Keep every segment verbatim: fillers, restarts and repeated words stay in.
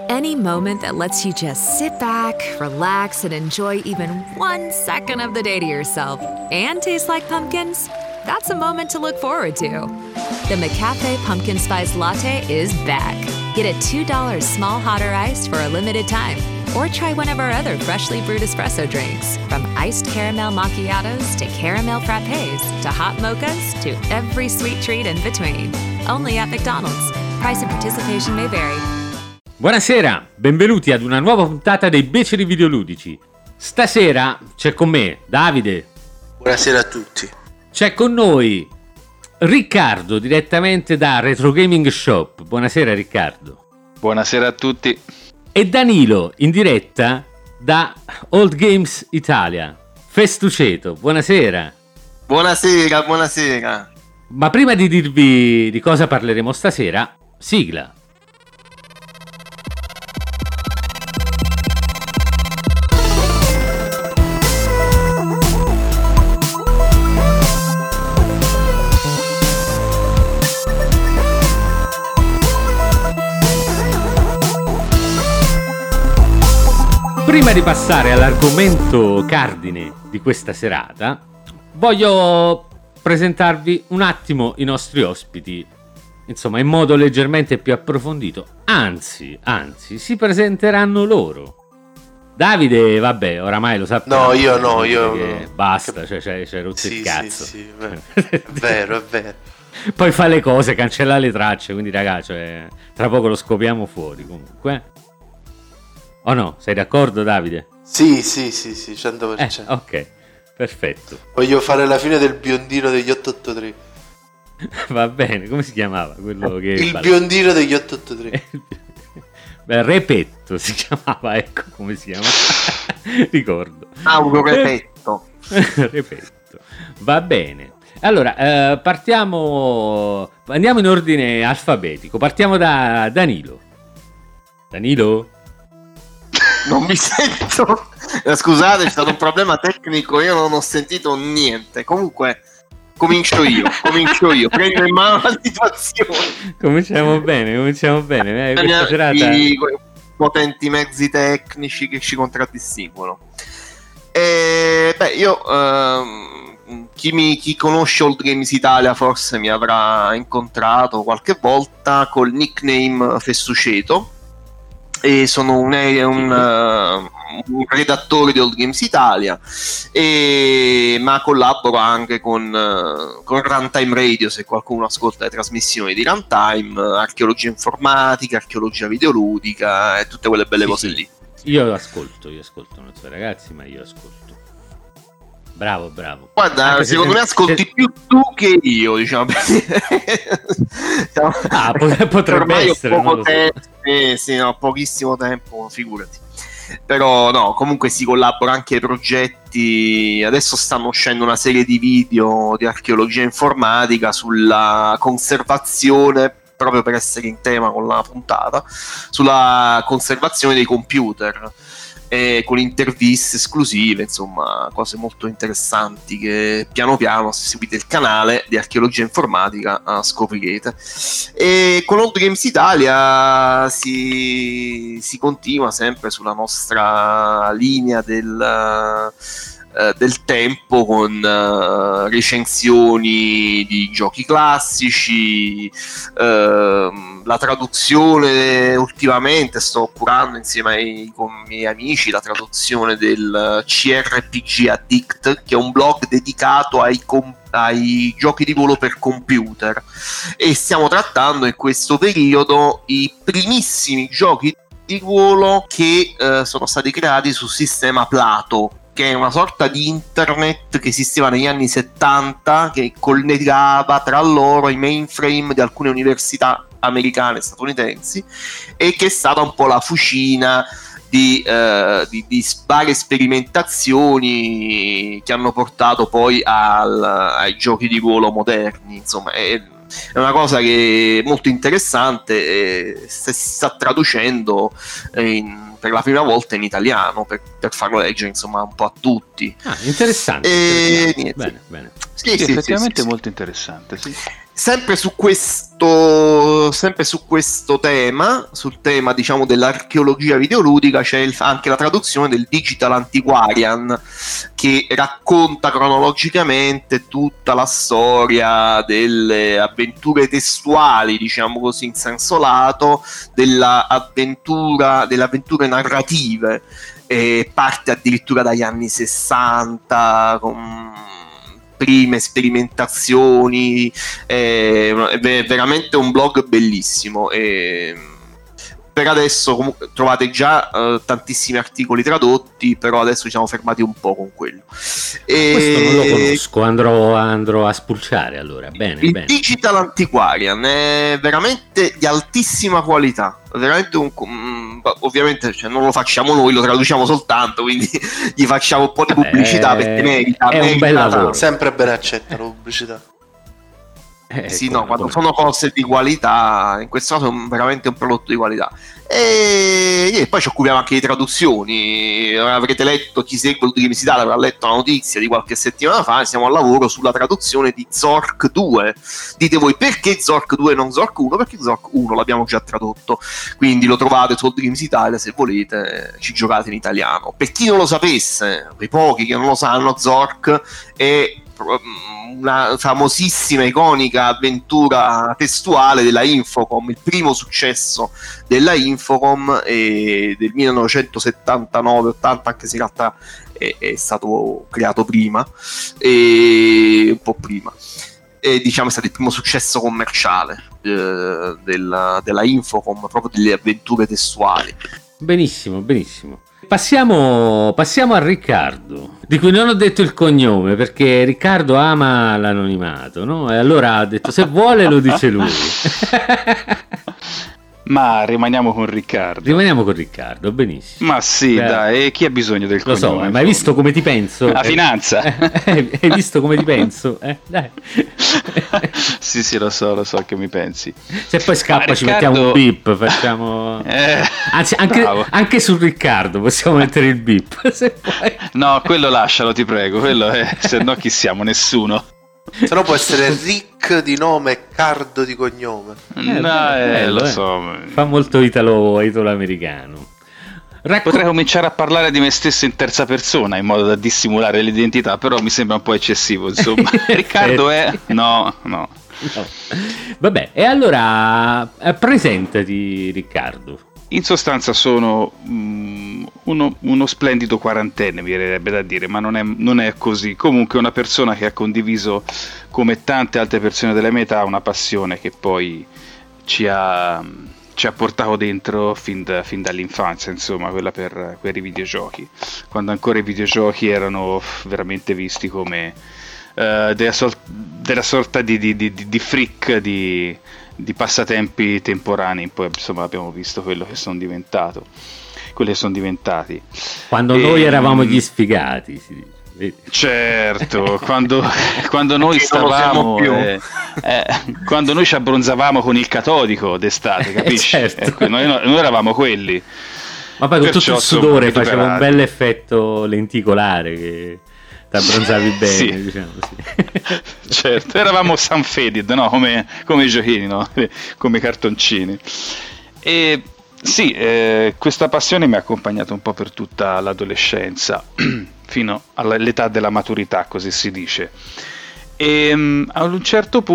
Any moment that lets you just sit back, relax, and enjoy even one second of the day to yourself and taste like pumpkins, that's a moment to look forward to. The McCafe Pumpkin Spice Latte is back. Get a two dollars small hot or iced for a limited time. Or try one of our other freshly brewed espresso drinks. From iced caramel macchiatos to caramel frappes to hot mochas to every sweet treat in between. Only at McDonald's. Price and participation may vary. Buonasera, benvenuti ad una nuova puntata dei Beceri Videoludici. Stasera c'è con me Davide. Buonasera a tutti. C'è con noi Riccardo, direttamente da Retro Gaming Shop. Buonasera Riccardo. Buonasera a tutti. E Danilo, in diretta da Old Games Italia. Festuceto, buonasera. Buonasera, buonasera. Ma prima di dirvi di cosa parleremo stasera, sigla. Prima di passare all'argomento cardine di questa serata, voglio presentarvi un attimo i nostri ospiti, insomma, in modo leggermente più approfondito. Anzi, anzi, si presenteranno loro. Davide, vabbè, oramai lo sappiamo. No, io no, io che basta, cioè c'è, c'è rotto sì, il cazzo. Sì, sì, è vero, è vero. Poi fa le cose, cancella le tracce, quindi ragazzi, cioè, tra poco lo scopriamo fuori comunque. Oh no, sei d'accordo Davide? Sì, sì, sì, sì, cento per cento. Eh, ok, perfetto. Voglio fare la fine del biondino degli otto otto tre. Va bene, come si chiamava quello che... Il balla? biondino degli otto otto tre. Beh, Repetto si chiamava, ecco come si chiama. Ricordo. Mauro Repetto. Repetto. Va bene. Allora, eh, partiamo... Andiamo in ordine alfabetico. Partiamo da Danilo. Danilo? Non mi sento. Scusate, c'è stato un problema tecnico, io non ho sentito niente. Comunque comincio io, comincio io, prendo in mano la situazione. Cominciamo bene, cominciamo bene. Eh, questa serata... I potenti mezzi tecnici che ci contraddistinguono. E, beh, io ehm, chi, mi, chi conosce Old Games Italia forse mi avrà incontrato qualche volta col nickname Festuceto. E sono un, un, uh, un redattore di Old Games Italia, e, ma collaboro anche con, uh, con Runtime Radio, se qualcuno ascolta le trasmissioni di Runtime, archeologia informatica, archeologia videoludica e tutte quelle belle sì, cose sì. lì. Io ascolto, io ascolto, non so ragazzi, ma io ascolto. Bravo, bravo. Guarda, Anche secondo se... me ascolti se... più tu che io, diciamo. Ah, potrebbe ormai essere. Ho poco non tempo, sì, sì, no, pochissimo tempo, figurati. Però no, comunque si collabora anche ai progetti. Adesso stanno uscendo una serie di video di archeologia informatica sulla conservazione, proprio per essere in tema con la puntata, sulla conservazione dei computer. E con interviste esclusive, insomma, cose molto interessanti che piano piano, se seguite il canale di archeologia informatica, uh, scoprirete. E con Old Games Italia si, si continua sempre sulla nostra linea del, uh, del tempo, con uh, recensioni di giochi classici, uh, la traduzione. Ultimamente sto curando insieme ai, con i miei amici la traduzione del C R P G Addict, che è un blog dedicato ai, com- ai giochi di ruolo per computer, e stiamo trattando in questo periodo i primissimi giochi di ruolo che eh, sono stati creati sul sistema Plato, che è una sorta di internet che esisteva negli anni settanta, che collegava tra loro i mainframe di alcune università americane, statunitensi, e che è stata un po' la fucina di, eh, di, di varie sperimentazioni che hanno portato poi al, ai giochi di ruolo moderni. Insomma, è, è una cosa che è molto interessante e si sta traducendo in, per la prima volta in italiano, per, per farlo leggere insomma un po' a tutti. Ah, interessante, e interessante. Bene, bene. Sì, Sì, sì, effettivamente sì, sì, molto interessante, sì. Sempre su questo, sempre su questo tema, sul tema diciamo dell'archeologia videoludica, c'è il, anche la traduzione del Digital Antiquarian, che racconta cronologicamente tutta la storia delle avventure testuali, diciamo così in senso lato, della avventura, delle avventure narrative, e parte addirittura dagli anni sessanta con prime sperimentazioni. È veramente un blog bellissimo, e per adesso comunque trovate già uh, tantissimi articoli tradotti, però adesso ci siamo fermati un po' con quello. E... questo non lo conosco, andrò, andrò a spulciare allora. Bene, il bene. Digital Antiquarian è veramente di altissima qualità, veramente un, um, ovviamente cioè, non lo facciamo noi, lo traduciamo soltanto, quindi gli facciamo un po' di pubblicità. Vabbè, perché merita, è merita un bel lavoro, sempre ben accetta la pubblicità. Eh, sì, no, quando sono cose di qualità, in questo caso è veramente un prodotto di qualità. E, e poi ci occupiamo anche di traduzioni. Avrete letto, chi segue Ludicimi Italia avrà letto la notizia di qualche settimana fa, siamo al lavoro sulla traduzione di Zork due. Dite voi perché Zork due e non Zork uno? Perché Zork uno l'abbiamo già tradotto, quindi lo trovate su Ludicimi Italia, se volete ci giocate in italiano. Per chi non lo sapesse, per i pochi che non lo sanno, Zork è una famosissima, iconica avventura testuale della Infocom, il primo successo della Infocom e del millenovecentosettantanove ottanta, anche se in realtà è, è stato creato prima, e un po' prima, e diciamo è stato il primo successo commerciale eh, della, della Infocom, proprio delle avventure testuali. Benissimo, benissimo. Passiamo, passiamo a Riccardo, di cui non ho detto il cognome perché Riccardo ama l'anonimato, no? E allora ha detto se vuole lo dice lui. Ma rimaniamo con Riccardo. Rimaniamo con Riccardo, benissimo. Ma sì, Beh, dai, e chi ha bisogno del lo cognome? So, ma hai visto come ti penso? La finanza. Eh, hai visto come ti penso? Eh, dai. Sì, sì, lo so, lo so che mi pensi. Se poi scappa ma ci Riccardo... mettiamo un beep, facciamo... Eh, Anzi, anche, anche su Riccardo possiamo mettere il beep, se vuoi. No, quello lascialo, ti prego, quello è... se no chi siamo? Nessuno. Se no può essere Rick di nome e Cardo di cognome. Eh, no, eh, bello, lo eh. so. Fa molto italo, italo-americano. Racco- Potrei cominciare a parlare di me stesso in terza persona in modo da dissimulare l'identità, però mi sembra un po' eccessivo, insomma. Riccardo è... No, no. no. Vabbè, e allora eh, presentati, Riccardo. In sostanza sono um, uno, uno splendido quarantenne, mi verrebbe da dire, ma non è, non è così. Comunque una persona che ha condiviso, come tante altre persone della mia età, una passione che poi ci ha, ci ha portato dentro fin, da, fin dall'infanzia, insomma, quella per, per i videogiochi. Quando ancora i videogiochi erano veramente visti come uh, della, sol- della sorta di, di, di, di freak, di... di passatempi temporanei. Poi insomma abbiamo visto quello che sono diventato, quelli che sono diventati quando e, noi eravamo gli sfigati, si dice. Certo, quando, quando noi stavamo eh, eh, quando noi ci abbronzavamo con il catodico d'estate, capisci? Eh, certo. Ecco, noi, noi eravamo quelli, ma poi con perciò tutto il sudore insomma, faceva un bel effetto lenticolare che ti abbronzavi bene, sì. diciamo, sì. Certo, eravamo sunfaded, no? Come, come i giochini, no? Come i cartoncini. E sì, eh, questa passione mi ha accompagnato un po' per tutta l'adolescenza, fino all'età della maturità, così si dice. E um, a un certo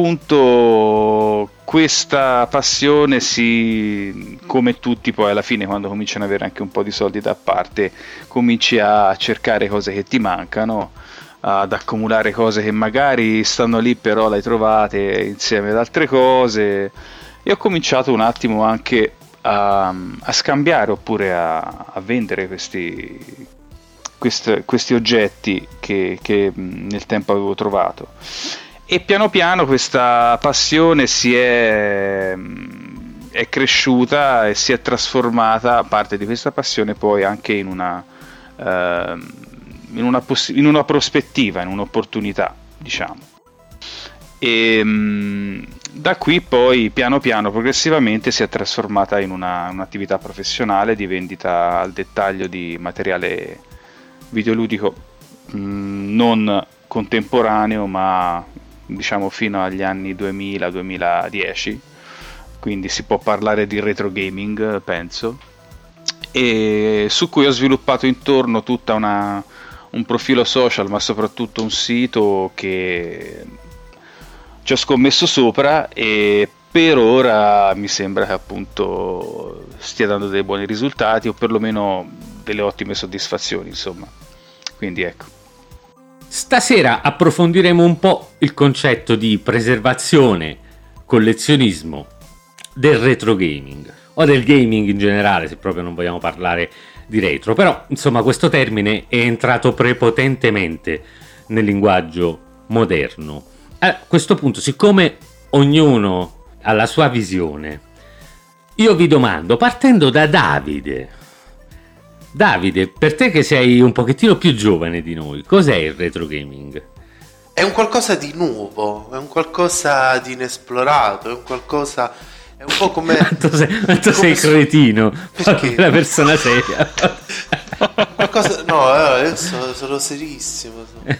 punto questa passione si, come tutti poi alla fine quando cominciano ad avere anche un po' di soldi da parte, cominci a cercare cose che ti mancano, ad accumulare cose che magari stanno lì però le hai trovate insieme ad altre cose, e ho cominciato un attimo anche a, a scambiare oppure a, a vendere questi, questi, questi oggetti che, che nel tempo avevo trovato, e piano piano questa passione si è, è cresciuta e si è trasformata, parte di questa passione poi anche in una uh, In una, poss- in una prospettiva, in un'opportunità, diciamo. E mh, da qui poi piano piano, progressivamente, si è trasformata in una, un'attività professionale di vendita al dettaglio di materiale videoludico mh, non contemporaneo, ma diciamo fino agli anni duemila duemiladieci, quindi si può parlare di retro gaming, penso, e su cui ho sviluppato intorno tutta una, un profilo social, ma soprattutto un sito che ci ho scommesso sopra, e per ora mi sembra che appunto stia dando dei buoni risultati, o perlomeno delle ottime soddisfazioni, insomma. Quindi ecco. Stasera approfondiremo un po' il concetto di preservazione, collezionismo del retro gaming, o del gaming in generale, se proprio non vogliamo parlare di retro. Però insomma questo termine è entrato prepotentemente nel linguaggio moderno. A questo punto, siccome ognuno ha la sua visione, io vi domando, partendo da Davide Davide, per te che sei un pochettino più giovane di noi, cos'è il retro gaming? È un qualcosa di nuovo, è un qualcosa di inesplorato, è un qualcosa, è un po' come... Tanto sei, tanto sei se... cretino, perché? Una persona seria. Qualcosa... No, io sono, sono serissimo. Sono...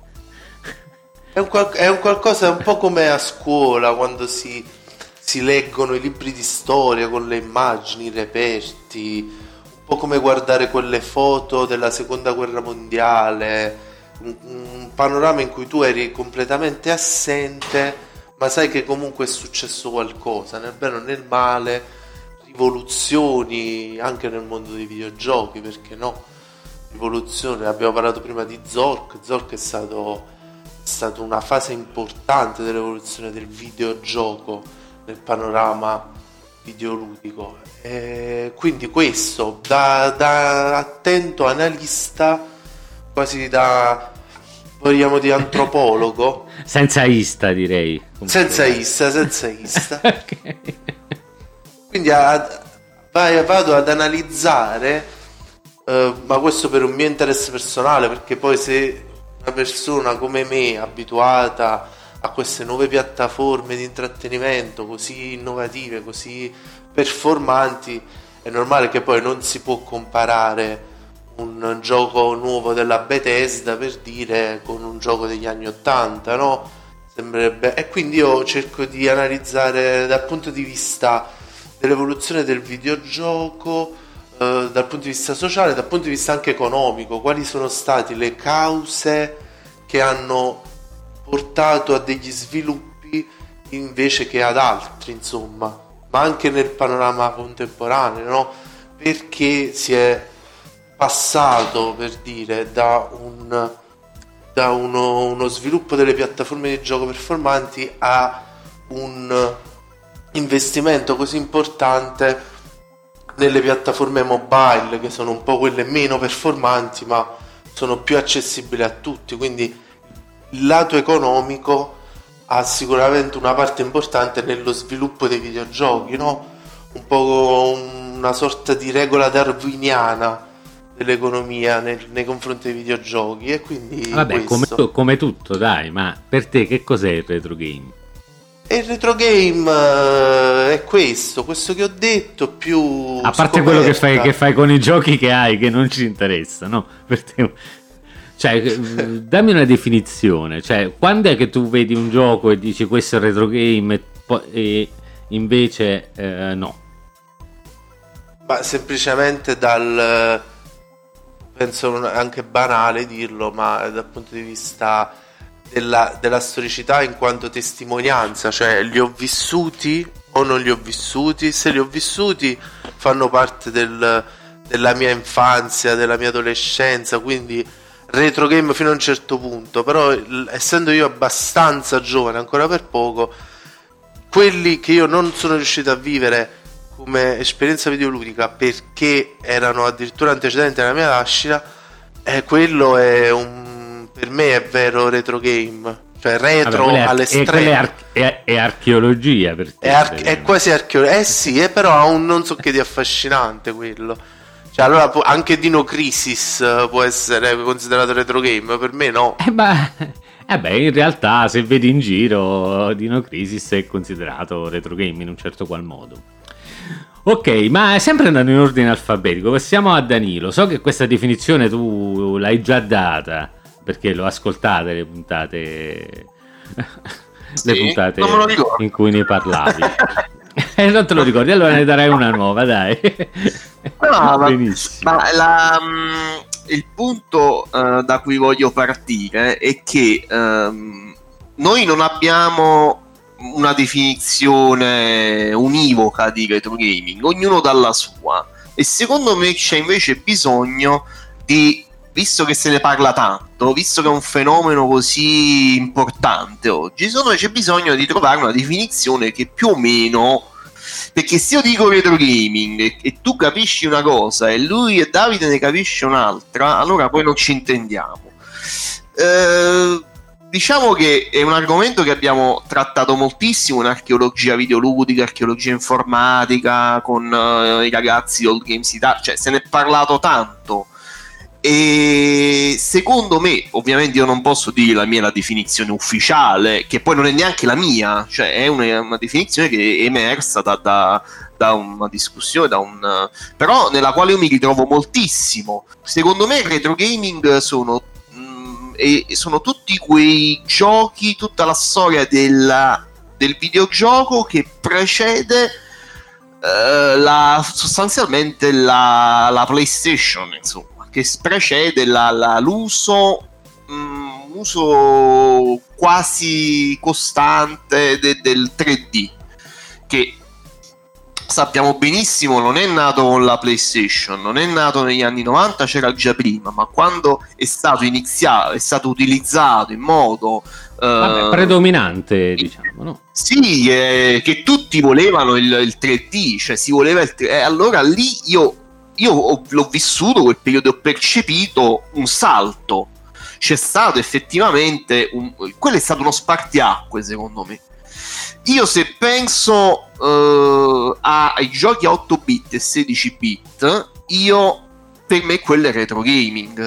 È, un qual... è un qualcosa un po' come a scuola, quando si, si leggono i libri di storia con le immagini, i reperti, un po' come guardare quelle foto della seconda guerra mondiale, un, un panorama in cui tu eri completamente assente, ma sai che comunque è successo qualcosa, nel bene o nel male, rivoluzioni anche nel mondo dei videogiochi, perché no? Rivoluzione, abbiamo parlato prima di Zork, Zork è stato, è stato una fase importante dell'evoluzione del videogioco nel panorama videoludico, e quindi questo da, da attento analista, quasi da, vogliamo di antropologo, senza ista direi, senza ista, senza ista. Okay. Quindi a, vai, vado ad analizzare, eh, ma questo per un mio interesse personale, perché poi se una persona come me, abituata a queste nuove piattaforme di intrattenimento così innovative, così performanti, è normale che poi non si può comparare un gioco nuovo della Bethesda, per dire, con un gioco degli anni ottanta, no? Sembrerebbe... E quindi io cerco di analizzare dal punto di vista dell'evoluzione del videogioco, eh, dal punto di vista sociale, dal punto di vista anche economico, quali sono state le cause che hanno portato a degli sviluppi invece che ad altri, insomma, ma anche nel panorama contemporaneo, no? Perché si è passato, per dire, da un da uno, uno sviluppo delle piattaforme di gioco performanti a un investimento così importante nelle piattaforme mobile, che sono un po' quelle meno performanti ma sono più accessibili a tutti. Quindi il lato economico ha sicuramente una parte importante nello sviluppo dei videogiochi, no? Un po' una sorta di regola darwiniana dell'economia nel, nei confronti dei videogiochi, e quindi vabbè, come, come tutto, dai, ma per te che cos'è il retro game? E il retro game uh, è questo, questo che ho detto, più a parte scoperta. Quello che fai, che fai con i giochi che hai, che non ci interessa, no? Per te... Cioè, dammi una definizione, cioè, quando è che tu vedi un gioco e dici questo è il retro game e, po- e invece eh, no? Ma semplicemente dal, penso anche banale dirlo, ma dal punto di vista della, della storicità in quanto testimonianza, cioè li ho vissuti o non li ho vissuti, se li ho vissuti fanno parte del, della mia infanzia, della mia adolescenza, quindi retro game fino a un certo punto, però essendo io abbastanza giovane, ancora per poco, quelli che io non sono riuscito a vivere come esperienza videoludica perché erano addirittura antecedenti alla mia nascita, eh, quello è un, per me è vero retro game, cioè retro Vabbè, all'estremo. È, ar- è, è archeologia per te, è, ar- è quasi archeologia, eh sì, è però ha un non so che di affascinante quello. Cioè, allora può, anche Dino Crisis può essere considerato retro game, per me no. Eh beh, eh beh, in realtà se vedi in giro Dino Crisis è considerato retro game in un certo qual modo. Ok, ma sempre andando in ordine alfabetico, passiamo a Danilo. So che questa definizione tu l'hai già data, perché l'ho ascoltate le puntate le sì, puntate non me lo ricordo. in cui ne parlavi. E non te lo ricordi, allora ne darai una nuova, dai. No, ma, Benissimo. ma la, um, il punto uh, da cui voglio partire è che um, noi non abbiamo una definizione univoca di retro gaming, ognuno dà la sua, e secondo me c'è invece bisogno di, visto che se ne parla tanto, visto che è un fenomeno così importante oggi, secondo me c'è bisogno di trovare una definizione che più o meno, perché se io dico retro gaming e, e tu capisci una cosa e lui e Davide ne capisce un'altra, allora poi non ci intendiamo. Eh, diciamo che è un argomento che abbiamo trattato moltissimo in archeologia videoludica, archeologia informatica, con uh, i ragazzi di Old Games Italia, cioè se ne è parlato tanto. E secondo me, ovviamente io non posso dire la mia la definizione ufficiale, che poi non è neanche la mia, cioè è una, una definizione che è emersa da, da, da una discussione, da un, però nella quale io mi ritrovo moltissimo. Secondo me il retro gaming sono, mh, e sono tutti quei giochi, tutta la storia della, del videogioco che precede uh, la, sostanzialmente la, la PlayStation, insomma, che precede la, la, l'uso, um, uso quasi costante de, del tre D, che sappiamo benissimo non è nato con la PlayStation, non è nato negli anni novanta, c'era già prima, ma quando è stato iniziato, è stato utilizzato in modo Vabbè, predominante, diciamo, no? Sì, eh, che tutti volevano il, il tre D, cioè si voleva il tre D, eh, allora lì io Io ho, l'ho vissuto quel periodo, ho percepito un salto. C'è stato effettivamente un, quello è stato uno spartiacque, secondo me. Io se penso uh, ai giochi a otto bit e sedici bit, io per me quello è retro gaming,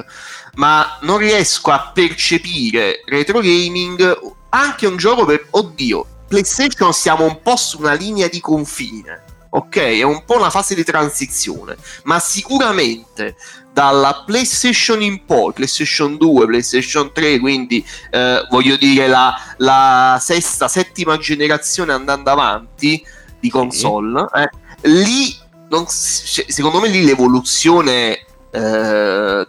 ma non riesco a percepire retro gaming anche un gioco per, oddio, PlayStation, siamo un po' su una linea di confine. Ok, è un po' una fase di transizione, ma sicuramente dalla PlayStation in poi, PlayStation due, PlayStation tre, quindi eh, voglio dire la, la sesta, settima generazione andando avanti di console, eh, lì non, secondo me lì l'evoluzione eh,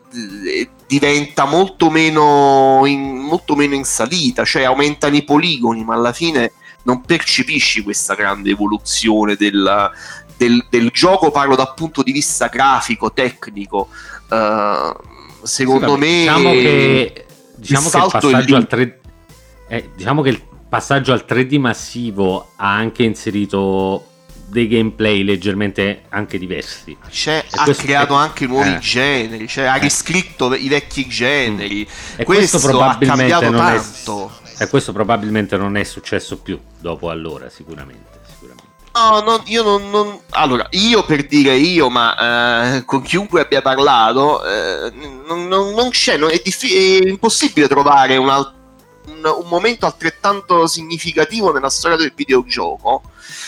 diventa molto meno, in, molto meno in salita, cioè aumentano i poligoni, ma alla fine non percepisci questa grande evoluzione del, del, del gioco, parlo dal punto di vista grafico, tecnico. Uh, secondo sì, vabbè, me diciamo che, diciamo il che il passaggio il... al tre D eh, diciamo che il passaggio al tre D massivo ha anche inserito dei gameplay leggermente anche diversi, cioè, ha questo creato è... anche nuovi eh. generi, cioè, ha riscritto i vecchi generi, e questo, questo probabilmente ha cambiato non tanto è... e questo probabilmente non è successo più dopo allora, sicuramente, sicuramente. No, non, io non, non... Allora, io per dire io, ma eh, con chiunque abbia parlato, eh, non, non, non c'è, non è, diffi- è impossibile trovare un, al- un, un momento altrettanto significativo nella storia del videogioco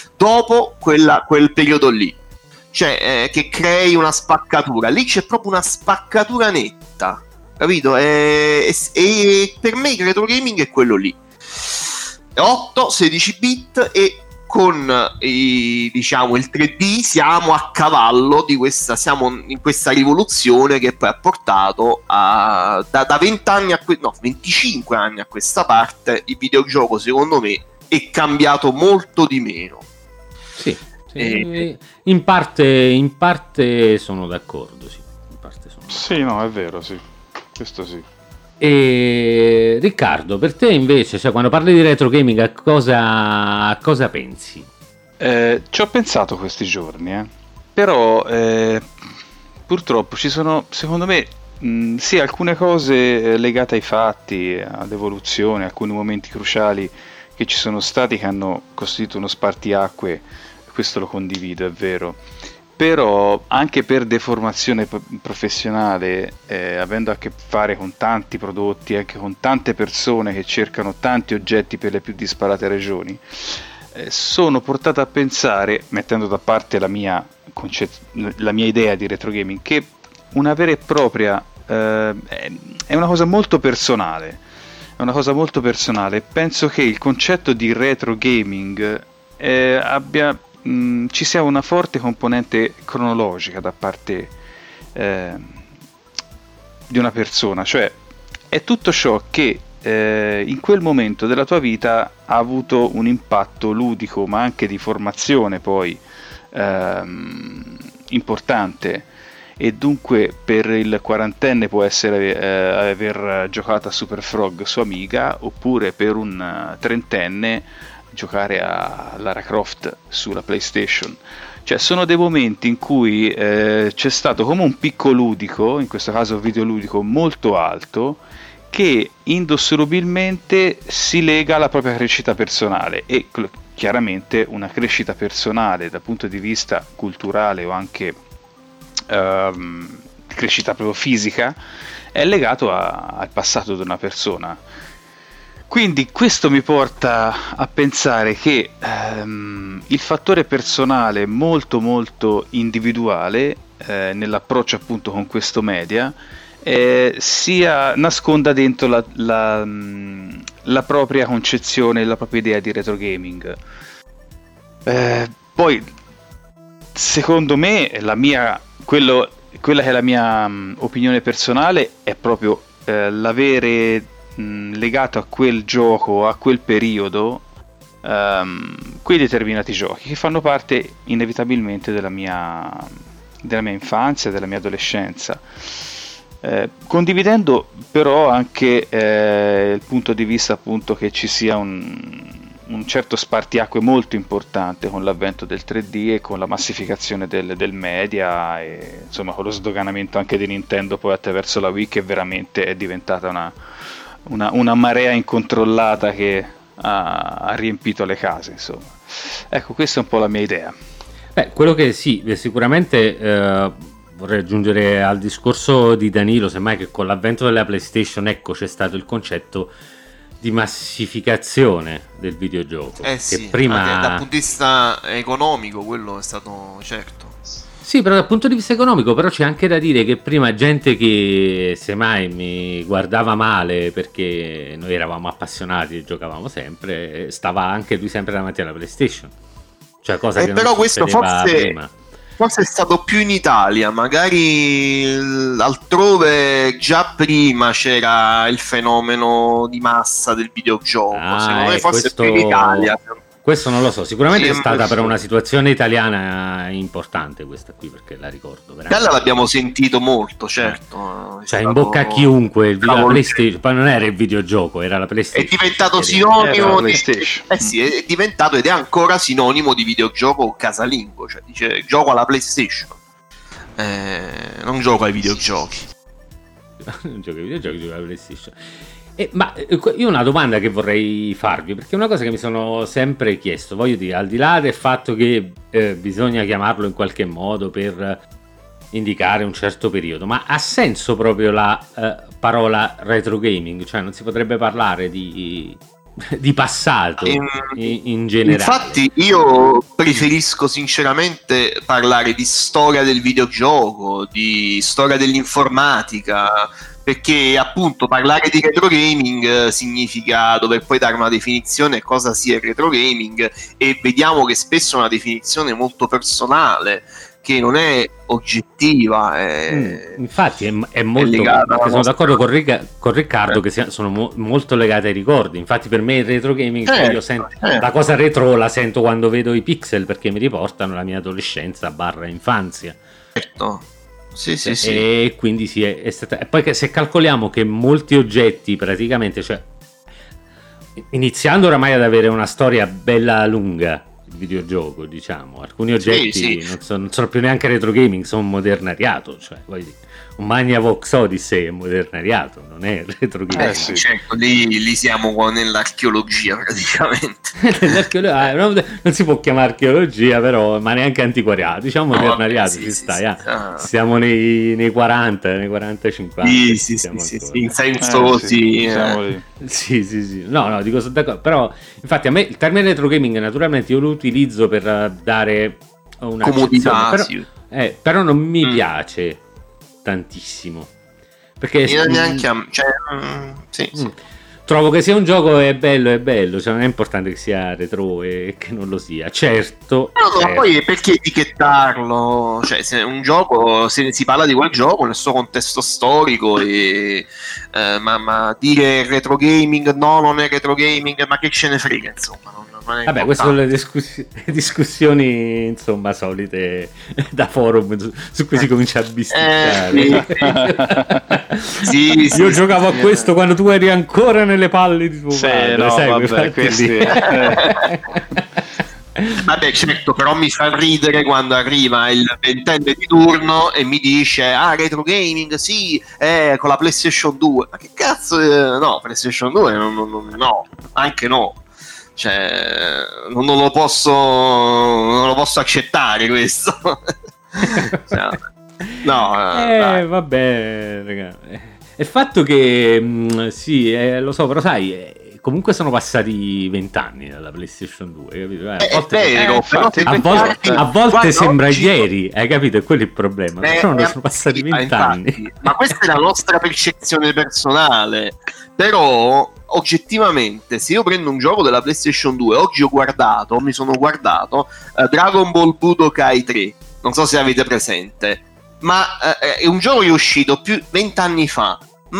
dopo quella, quel periodo lì. Cioè, eh, che crei una spaccatura. Lì c'è proprio una spaccatura netta, capito? E, e, e per me il retro gaming è quello lì. otto, sedici bit e con i, diciamo il tre D siamo a cavallo di questa, siamo in questa rivoluzione che poi ha portato a, da, da venti anni a que- no, venticinque anni a questa parte il videogioco secondo me è cambiato molto di meno. Sì, sì e... in parte in parte sono d'accordo, sì. In parte sono d'accordo. Sì, no, è vero, sì. Questo sì. E Riccardo, per te invece, cioè, quando parli di retro gaming, a cosa, a cosa pensi? Eh, ci ho pensato questi giorni, eh. Però eh, purtroppo ci sono, secondo me, mh, sì, alcune cose legate ai fatti, all'evoluzione, alcuni momenti cruciali che ci sono stati che hanno costituito uno spartiacque, questo lo condivido, è vero. Però anche per deformazione professionale, eh, avendo a che fare con tanti prodotti, anche con tante persone che cercano tanti oggetti per le più disparate regioni, eh, sono portato a pensare, mettendo da parte la mia, concet- la mia idea di retro gaming, che una vera e propria eh, è una cosa molto personale. è una cosa molto personale. Penso che il concetto di retro gaming eh, abbia, mh, ci sia una forte componente cronologica da parte eh, di una persona, cioè è tutto ciò che eh, in quel momento della tua vita ha avuto un impatto ludico, ma anche di formazione poi ehm, importante. E dunque per il quarantenne può essere eh, aver giocato a Super Frog su Amiga, oppure per un trentenne giocare a Lara Croft sulla PlayStation. Cioè sono dei momenti in cui eh, c'è stato come un picco ludico, in questo caso videoludico molto alto, che indissolubilmente si lega alla propria crescita personale, e cl- chiaramente una crescita personale dal punto di vista culturale o anche ehm, crescita proprio fisica è legato a- al passato di una persona. Quindi questo mi porta a pensare che ehm, il fattore personale molto molto individuale eh, nell'approccio appunto con questo media eh, sia nasconda dentro la, la, la propria concezione, la propria idea di retro gaming. Eh, poi secondo me la mia, quello, quella che è la mia mh, opinione personale è proprio eh, l'avere legato a quel gioco, a quel periodo, um, quei determinati giochi che fanno parte inevitabilmente della mia, della mia infanzia, della mia adolescenza, eh, condividendo però anche eh, il punto di vista appunto che ci sia un, un certo spartiacque molto importante con l'avvento del tre D e con la massificazione del, del media, e insomma con lo sdoganamento anche di Nintendo poi attraverso la Wii, che veramente è diventata una Una, una marea incontrollata che ha, ha riempito le case, insomma. Ecco, questa è un po' la mia idea. Beh, quello che sì, sicuramente eh, vorrei aggiungere al discorso di Danilo, semmai, che con l'avvento della PlayStation, ecco, c'è stato il concetto di massificazione del videogioco. Eh sì, che prima... anche dal punto di vista economico quello è stato certo. Sì, però dal punto di vista economico, però c'è anche da dire che prima gente che semmai mi guardava male perché noi eravamo appassionati e giocavamo sempre, stava anche lui sempre davanti alla PlayStation. Cioè cosa eh, che però non questo forse, prima. forse è stato più in Italia, magari altrove già prima c'era il fenomeno di massa del videogioco. Ah, secondo me eh, forse questo... più in Italia. Questo non lo so, sicuramente sì, è stata questo... per una situazione italiana importante questa qui, perché la ricordo veramente. Bella, l'abbiamo sentito molto, certo. Cioè stato... in bocca a chiunque, il video, la PlayStation, poi non era il videogioco, era la PlayStation. È diventato sinonimo di... PlayStation. Eh sì, è diventato ed è ancora sinonimo di videogioco casalingo, cioè dice gioco alla PlayStation. Eh, non gioco ai videogiochi. Non gioco ai videogiochi, gioco alla PlayStation. Eh, ma io una domanda che vorrei farvi, perché è una cosa che mi sono sempre chiesto, voglio dire, al di là del fatto che eh, bisogna chiamarlo in qualche modo per indicare un certo periodo, ma ha senso proprio la eh, parola retro gaming? Cioè non si potrebbe parlare di, di passato in, in, in generale? Infatti io preferisco sinceramente parlare di storia del videogioco, di storia dell'informatica, perché appunto parlare di retro gaming significa dover poi dare una definizione cosa sia il retro gaming, e vediamo che spesso è una definizione molto personale, che non è oggettiva. È, mm, infatti è, è molto, è perché sono nostra... d'accordo con, Ric- con Riccardo eh. che sono mo- molto legate ai ricordi. Infatti per me il retro gaming, eh, cioè io sento, eh. la cosa retro la sento quando vedo i pixel, perché mi riportano la mia adolescenza barra infanzia. Certo. Sì, sì, sì. E quindi sì, è, è stata... E poi che se calcoliamo che molti oggetti praticamente, cioè iniziando oramai ad avere una storia bella lunga, il videogioco, diciamo, alcuni oggetti sì, sì. Non, sono, non sono più neanche retro gaming, sono modernariato, cioè voglio dire, un Magnavox Odyssey è modernariato, non è retro gaming. Eh sì, certo, lì, lì siamo nell'archeologia praticamente. nell'archeologia, non, non si può chiamare archeologia, però, ma neanche antiquariato, diciamo no, modernariato, sì, si sì, sta, sì, yeah. sì. Siamo nei, nei quaranta, nei quaranta cinquanta. Sì, sì, sì, sì, sì, in senso eh, sì, eh. sì, sì, sì, no, no, dico sono d'accordo, però infatti a me il termine retro gaming naturalmente io lo utilizzo per dare una comodità, però, sì. eh, però non mi mm. piace tantissimo, perché io neanche a... cioè, mm, sì, mm. sì. trovo che sia un gioco è bello, è bello, cioè non è importante che sia retro e che non lo sia, certo. No, no, certo. poi perché etichettarlo? Cioè, se un gioco, se si parla di quel gioco nel suo contesto storico, e, eh, ma, ma dire retro gaming, no, non è retro gaming, ma che ce ne frega, insomma. Non, non è Vabbè, queste sono le discussi- discussioni, insomma, solite da forum su, su cui si comincia a bisticciare. Eh, sì, sì, Io sì, giocavo sì, a questo quando tu eri ancora nelle palle di tuo Sì, padre, no, sai, vabbè, quei fatti questi- lì. Vabbè, certo, però mi fa ridere quando arriva il ventenne di turno e mi dice: ah, retro gaming, sì, eh, con la PlayStation due. Ma che cazzo, eh, no, PlayStation due no, no, no, no, anche no. Cioè, non, non lo posso non lo posso accettare questo. Cioè, no, eh, Eh, dai. vabbè, raga. Il fatto che, mh, sì, eh, lo so, però sai, eh, comunque sono passati vent'anni dalla PlayStation due, capito? Eh, a È volte, vero, eh, però infatti, se a pensi- volte, a volte guarda, sembra oggi- ieri, hai capito? E quello è il problema. Eh, Però non eh, sono passati sì, ma vent'anni. infatti, ma questa è la nostra percezione personale. Però, oggettivamente, se io prendo un gioco della PlayStation due, oggi ho guardato, mi sono guardato eh, Dragon Ball Budokai tre. Non so se avete presente, ma eh, è un gioco che è uscito più vent'anni fa,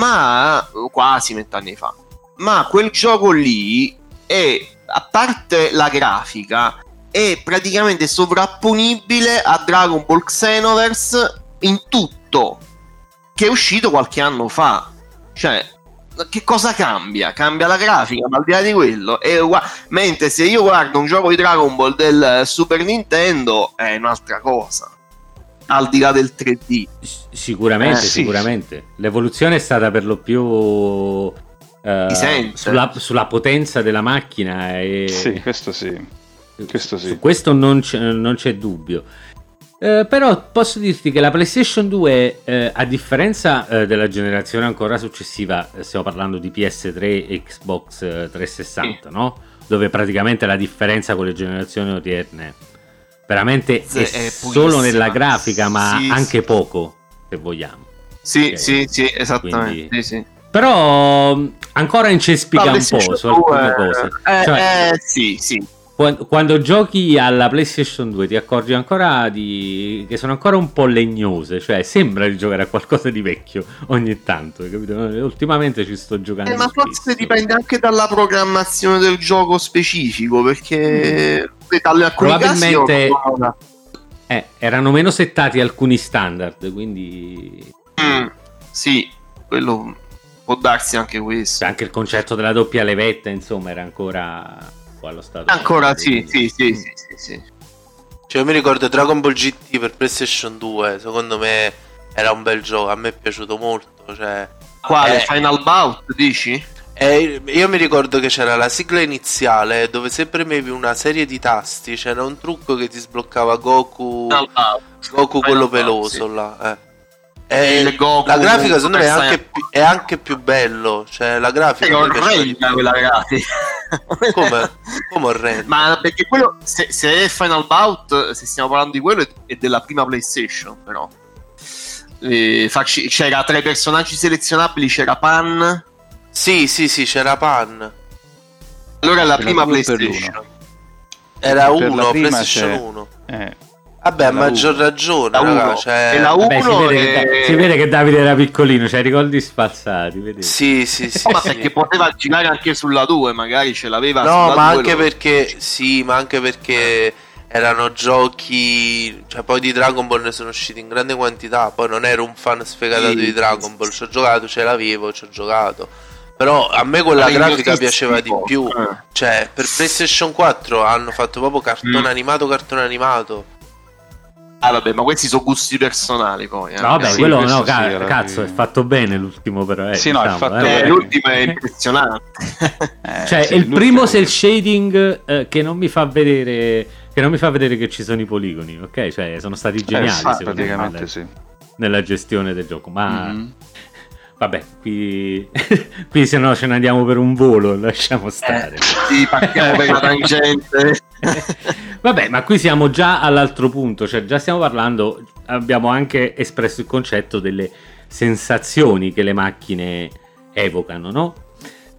ma quasi vent'anni fa. Ma quel gioco lì è, a parte la grafica, è praticamente sovrapponibile a Dragon Ball Xenoverse in tutto, che è uscito qualche anno fa. Cioè, che cosa cambia? Cambia la grafica, ma al di là di quello è uguale. Mentre se io guardo un gioco di Dragon Ball del Super Nintendo è un'altra cosa, al di là del tre D. S- Sicuramente, Eh, sì. sicuramente. L'evoluzione è stata per lo più eh, Si sente. sulla, sulla potenza della macchina e Sì, questo sì. Questo sì. su questo non c'è, non c'è dubbio. Eh, però posso dirti che la PlayStation due, eh, a differenza eh, della generazione ancora successiva, eh, stiamo parlando di P S tre e Xbox eh, trecentosessanta, no? Dove praticamente la differenza con le generazioni odierne veramente Sì, è, è solo pochissima. nella grafica, ma Sì, anche sì. poco, se vogliamo. Sì, Ok. sì, sì, esattamente. Quindi- Sì, sì. Però mh, ancora incespica La un po' PlayStation su alcune due, cose. eh, Cioè, eh, sì, sì. Quando, quando giochi alla PlayStation due ti accorgi ancora di che sono ancora un po' legnose, cioè sembra di giocare a qualcosa di vecchio ogni tanto, hai capito? Ultimamente ci sto giocando Eh, ma forse spesso. dipende anche dalla programmazione del gioco specifico, perché in alcuni Probabilmente- casi io- Eh, erano meno settati alcuni standard, quindi Mm, sì, quello può darsi anche questo. cioè, anche il concetto della doppia levetta, insomma, era ancora un po' allo stato. Ancora sì, quindi- sì, sì, sì, sì, sì. Cioè, io mi ricordo Dragon Ball G T per PlayStation due, secondo me era un bel gioco, a me è piaciuto molto, cioè... Quale? Eh. Final Bout, dici? E io mi ricordo che c'era la sigla iniziale dove se premevi una serie di tasti c'era un trucco che ti sbloccava Goku, Final Bout. Goku Final quello Bout, peloso sì. là. Eh. E Il Goku la grafica secondo me è Super anche, Saiyan. più, è anche più bello, cioè la grafica È a me piaceva di orrenda più. quella grafica. Come? Come orrendo? Ma perché quello, se, se è Final Bout, se stiamo parlando di quello, è, è della prima PlayStation, però. Eh, facci- c'era tra i personaggi selezionabili, c'era Pan. Sì, sì, sì, c'era Pan. Allora è la Per la prima due per PlayStation. Era Per la uno, prima PlayStation c'è- uno. Eh, Vabbè, a la maggior uno. ragione, La raga, uno. cioè... E la uno Vabbè, si, vede che, è- si vede che Davide era piccolino, c'ha i ricordi sfalsati, vedete? Sì, sì, sì. Oh, ma sì. perché poteva girare anche sulla due, magari ce l'aveva No, sulla ma due, anche lo- perché sì, ma anche perché erano giochi, cioè poi di Dragon Ball ne sono usciti in grande quantità, poi non ero un fan sfegatato Sì, di Dragon sì, Ball, sì. ci ho giocato, ce l'avevo, ci ho giocato. Però a me quella Ma grafica ignorantissimo. piaceva di più. Eh. Cioè, per PlayStation quattro hanno fatto proprio cartone Mm. animato, cartone animato. Ah, vabbè, ma questi sono gusti personali poi. eh. No, vabbè, Sì, quello questo no, ca- sì, era cazzo, più- è fatto bene l'ultimo però. Eh, Sì, no, il diciamo, fatto eh. Eh, l'ultimo è impressionante. eh, Cioè, sì, il l'ultimo- primo cel shading eh, che non mi fa vedere che non mi fa vedere che ci sono i poligoni, ok? Cioè, sono stati Eh, geniali sì, secondo me, praticamente nella, sì. nella gestione del gioco, ma Mhm. vabbè, qui qui se no ce ne andiamo per un volo, lasciamo stare. Sì, partiamo per una tangente. Vabbè, ma qui siamo già all'altro punto, cioè già stiamo parlando, abbiamo anche espresso il concetto delle sensazioni che le macchine evocano, no?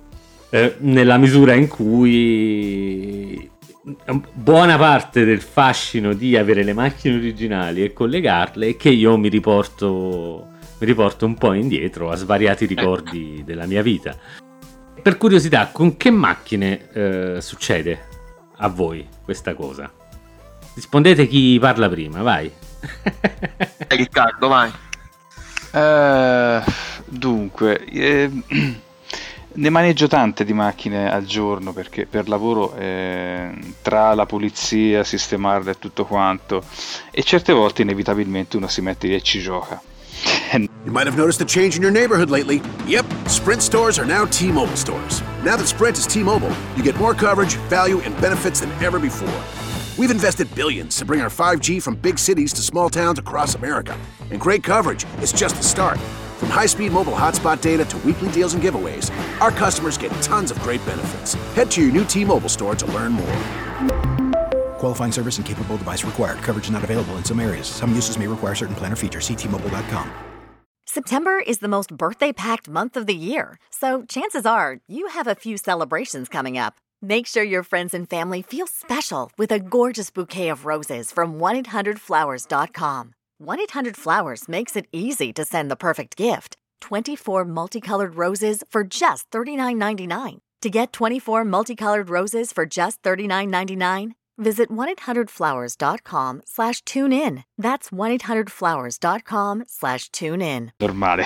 eh, nella misura in cui buona parte del fascino di avere le macchine originali e collegarle è che io mi riporto mi riporto un po' indietro a svariati ricordi della mia vita. Per curiosità, con che macchine eh, succede a voi questa cosa? Rispondete chi parla prima, vai. Riccardo, vai. Uh, dunque, eh, ne maneggio tante di macchine al giorno perché per lavoro eh, tra la pulizia, sistemarle e tutto quanto, e certe volte inevitabilmente uno si mette lì e ci gioca. You might have noticed a change in your neighborhood lately. Yep, Sprint stores are now T-Mobile stores. Now that Sprint is T-Mobile, you get more coverage, value, and benefits than ever before. We've invested billions to bring our five G from big cities to small towns across America. And great coverage is just the start. From high-speed mobile hotspot data to weekly deals and giveaways, our customers get tons of great benefits. Head to your new T-Mobile store to learn more. Qualifying service and capable device required. Coverage not available in some areas. Some uses may require certain plan or features. See T Mobile dot com. September is the most birthday-packed month of the year, so chances are you have a few celebrations coming up. Make sure your friends and family feel special with a gorgeous bouquet of roses from one eight hundred flowers dot com. one eight hundred flowers makes it easy to send the perfect gift. twenty-four multicolored roses for just thirty-nine ninety-nine. To get twenty-four multicolored roses for just thirty-nine ninety-nine, visit one eight hundred flowers dot com slash tune in. That's one eight hundred flowers dot com slash tune in. Normale.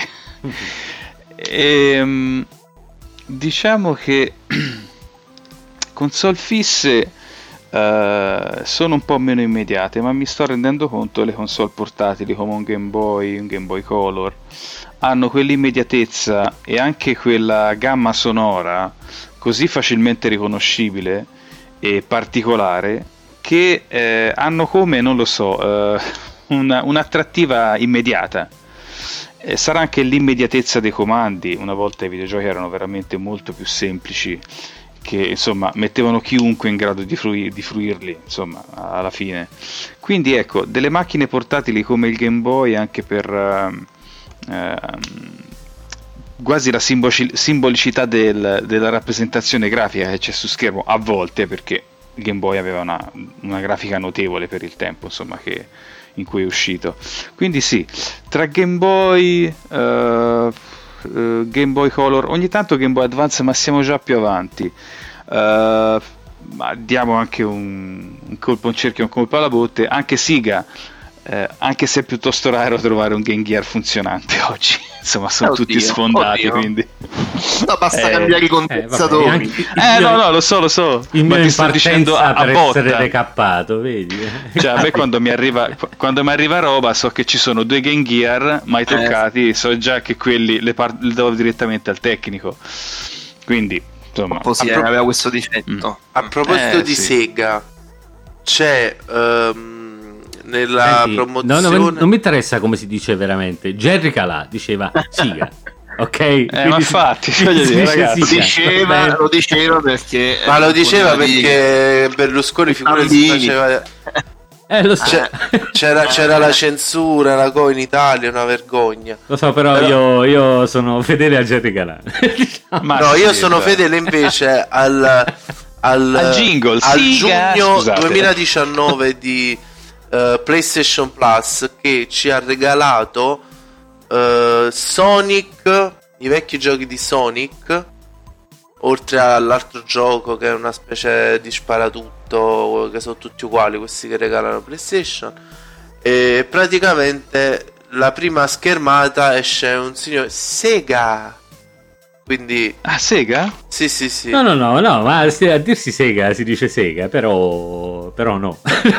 E, diciamo che console fisse uh, sono un po' meno immediate, ma mi sto rendendo conto che le console portatili come un Game Boy, un Game Boy Color hanno quell'immediatezza e anche quella gamma sonora così facilmente riconoscibile e particolare che eh, hanno come, non lo so, eh, una, un'attrattiva immediata. Eh, sarà anche l'immediatezza dei comandi. Una volta i videogiochi erano veramente molto più semplici, che insomma mettevano chiunque in grado di, frui- di fruirli, insomma, alla fine. Quindi ecco, delle macchine portatili come il Game Boy, anche per uh, uh, quasi la simbolici- simbolicità del, della rappresentazione grafica che c'è su schermo, a volte, perché il Game Boy aveva una, una grafica notevole per il tempo, insomma, che, in cui è uscito. Quindi sì, tra Game Boy, uh, uh, Game Boy Color, ogni tanto Game Boy Advance, ma siamo già più avanti. Uh, ma diamo anche un, un colpo un cerchio, un colpo alla botte. Anche Sega, eh, anche se è piuttosto raro trovare un Game Gear funzionante oggi, insomma, sono oddio, tutti sfondati, oddio. Quindi no, basta eh, cambiare i condensatori. Eh, vabbè, eh no no lo so lo so il ma mio ti sto dicendo a, per a botta. Essere decappato, vedi? Cioè a me quando mi arriva quando mi arriva roba so che ci sono due Game Gear mai toccati, eh. So già che quelli le, par- le do direttamente al tecnico, quindi insomma sì, pro- aveva questo difetto. Mm. A proposito eh, di sì. Sega, c'è um, nella Senti, promozione no, no, non mi interessa come si dice veramente. Jerry Calà diceva Siga. Ok, eh, ma infatti si, voglio dire, ragazzi, lo diceva, lo diceva perché ma lo diceva perché di... Berlusconi figurati faceva eh, lo so. c'era, c'era la censura, la co in Italia, una vergogna. Lo so, però, però... Io, io sono fedele a Jerry Calà. Ma no, io sono fedele invece al al, al jingle al Siga. giugno Scusate. duemiladiciannove di uh, PlayStation Plus, che ci ha regalato uh, Sonic, i vecchi giochi di Sonic, oltre all'altro gioco che è una specie di sparatutto, che sono tutti uguali questi che regalano PlayStation. E praticamente la prima schermata esce un signore Sega. Quindi ah, Sega? Sì, sì, sì. No, no, no, no, ma a dirsi Sega si dice Sega, però però no.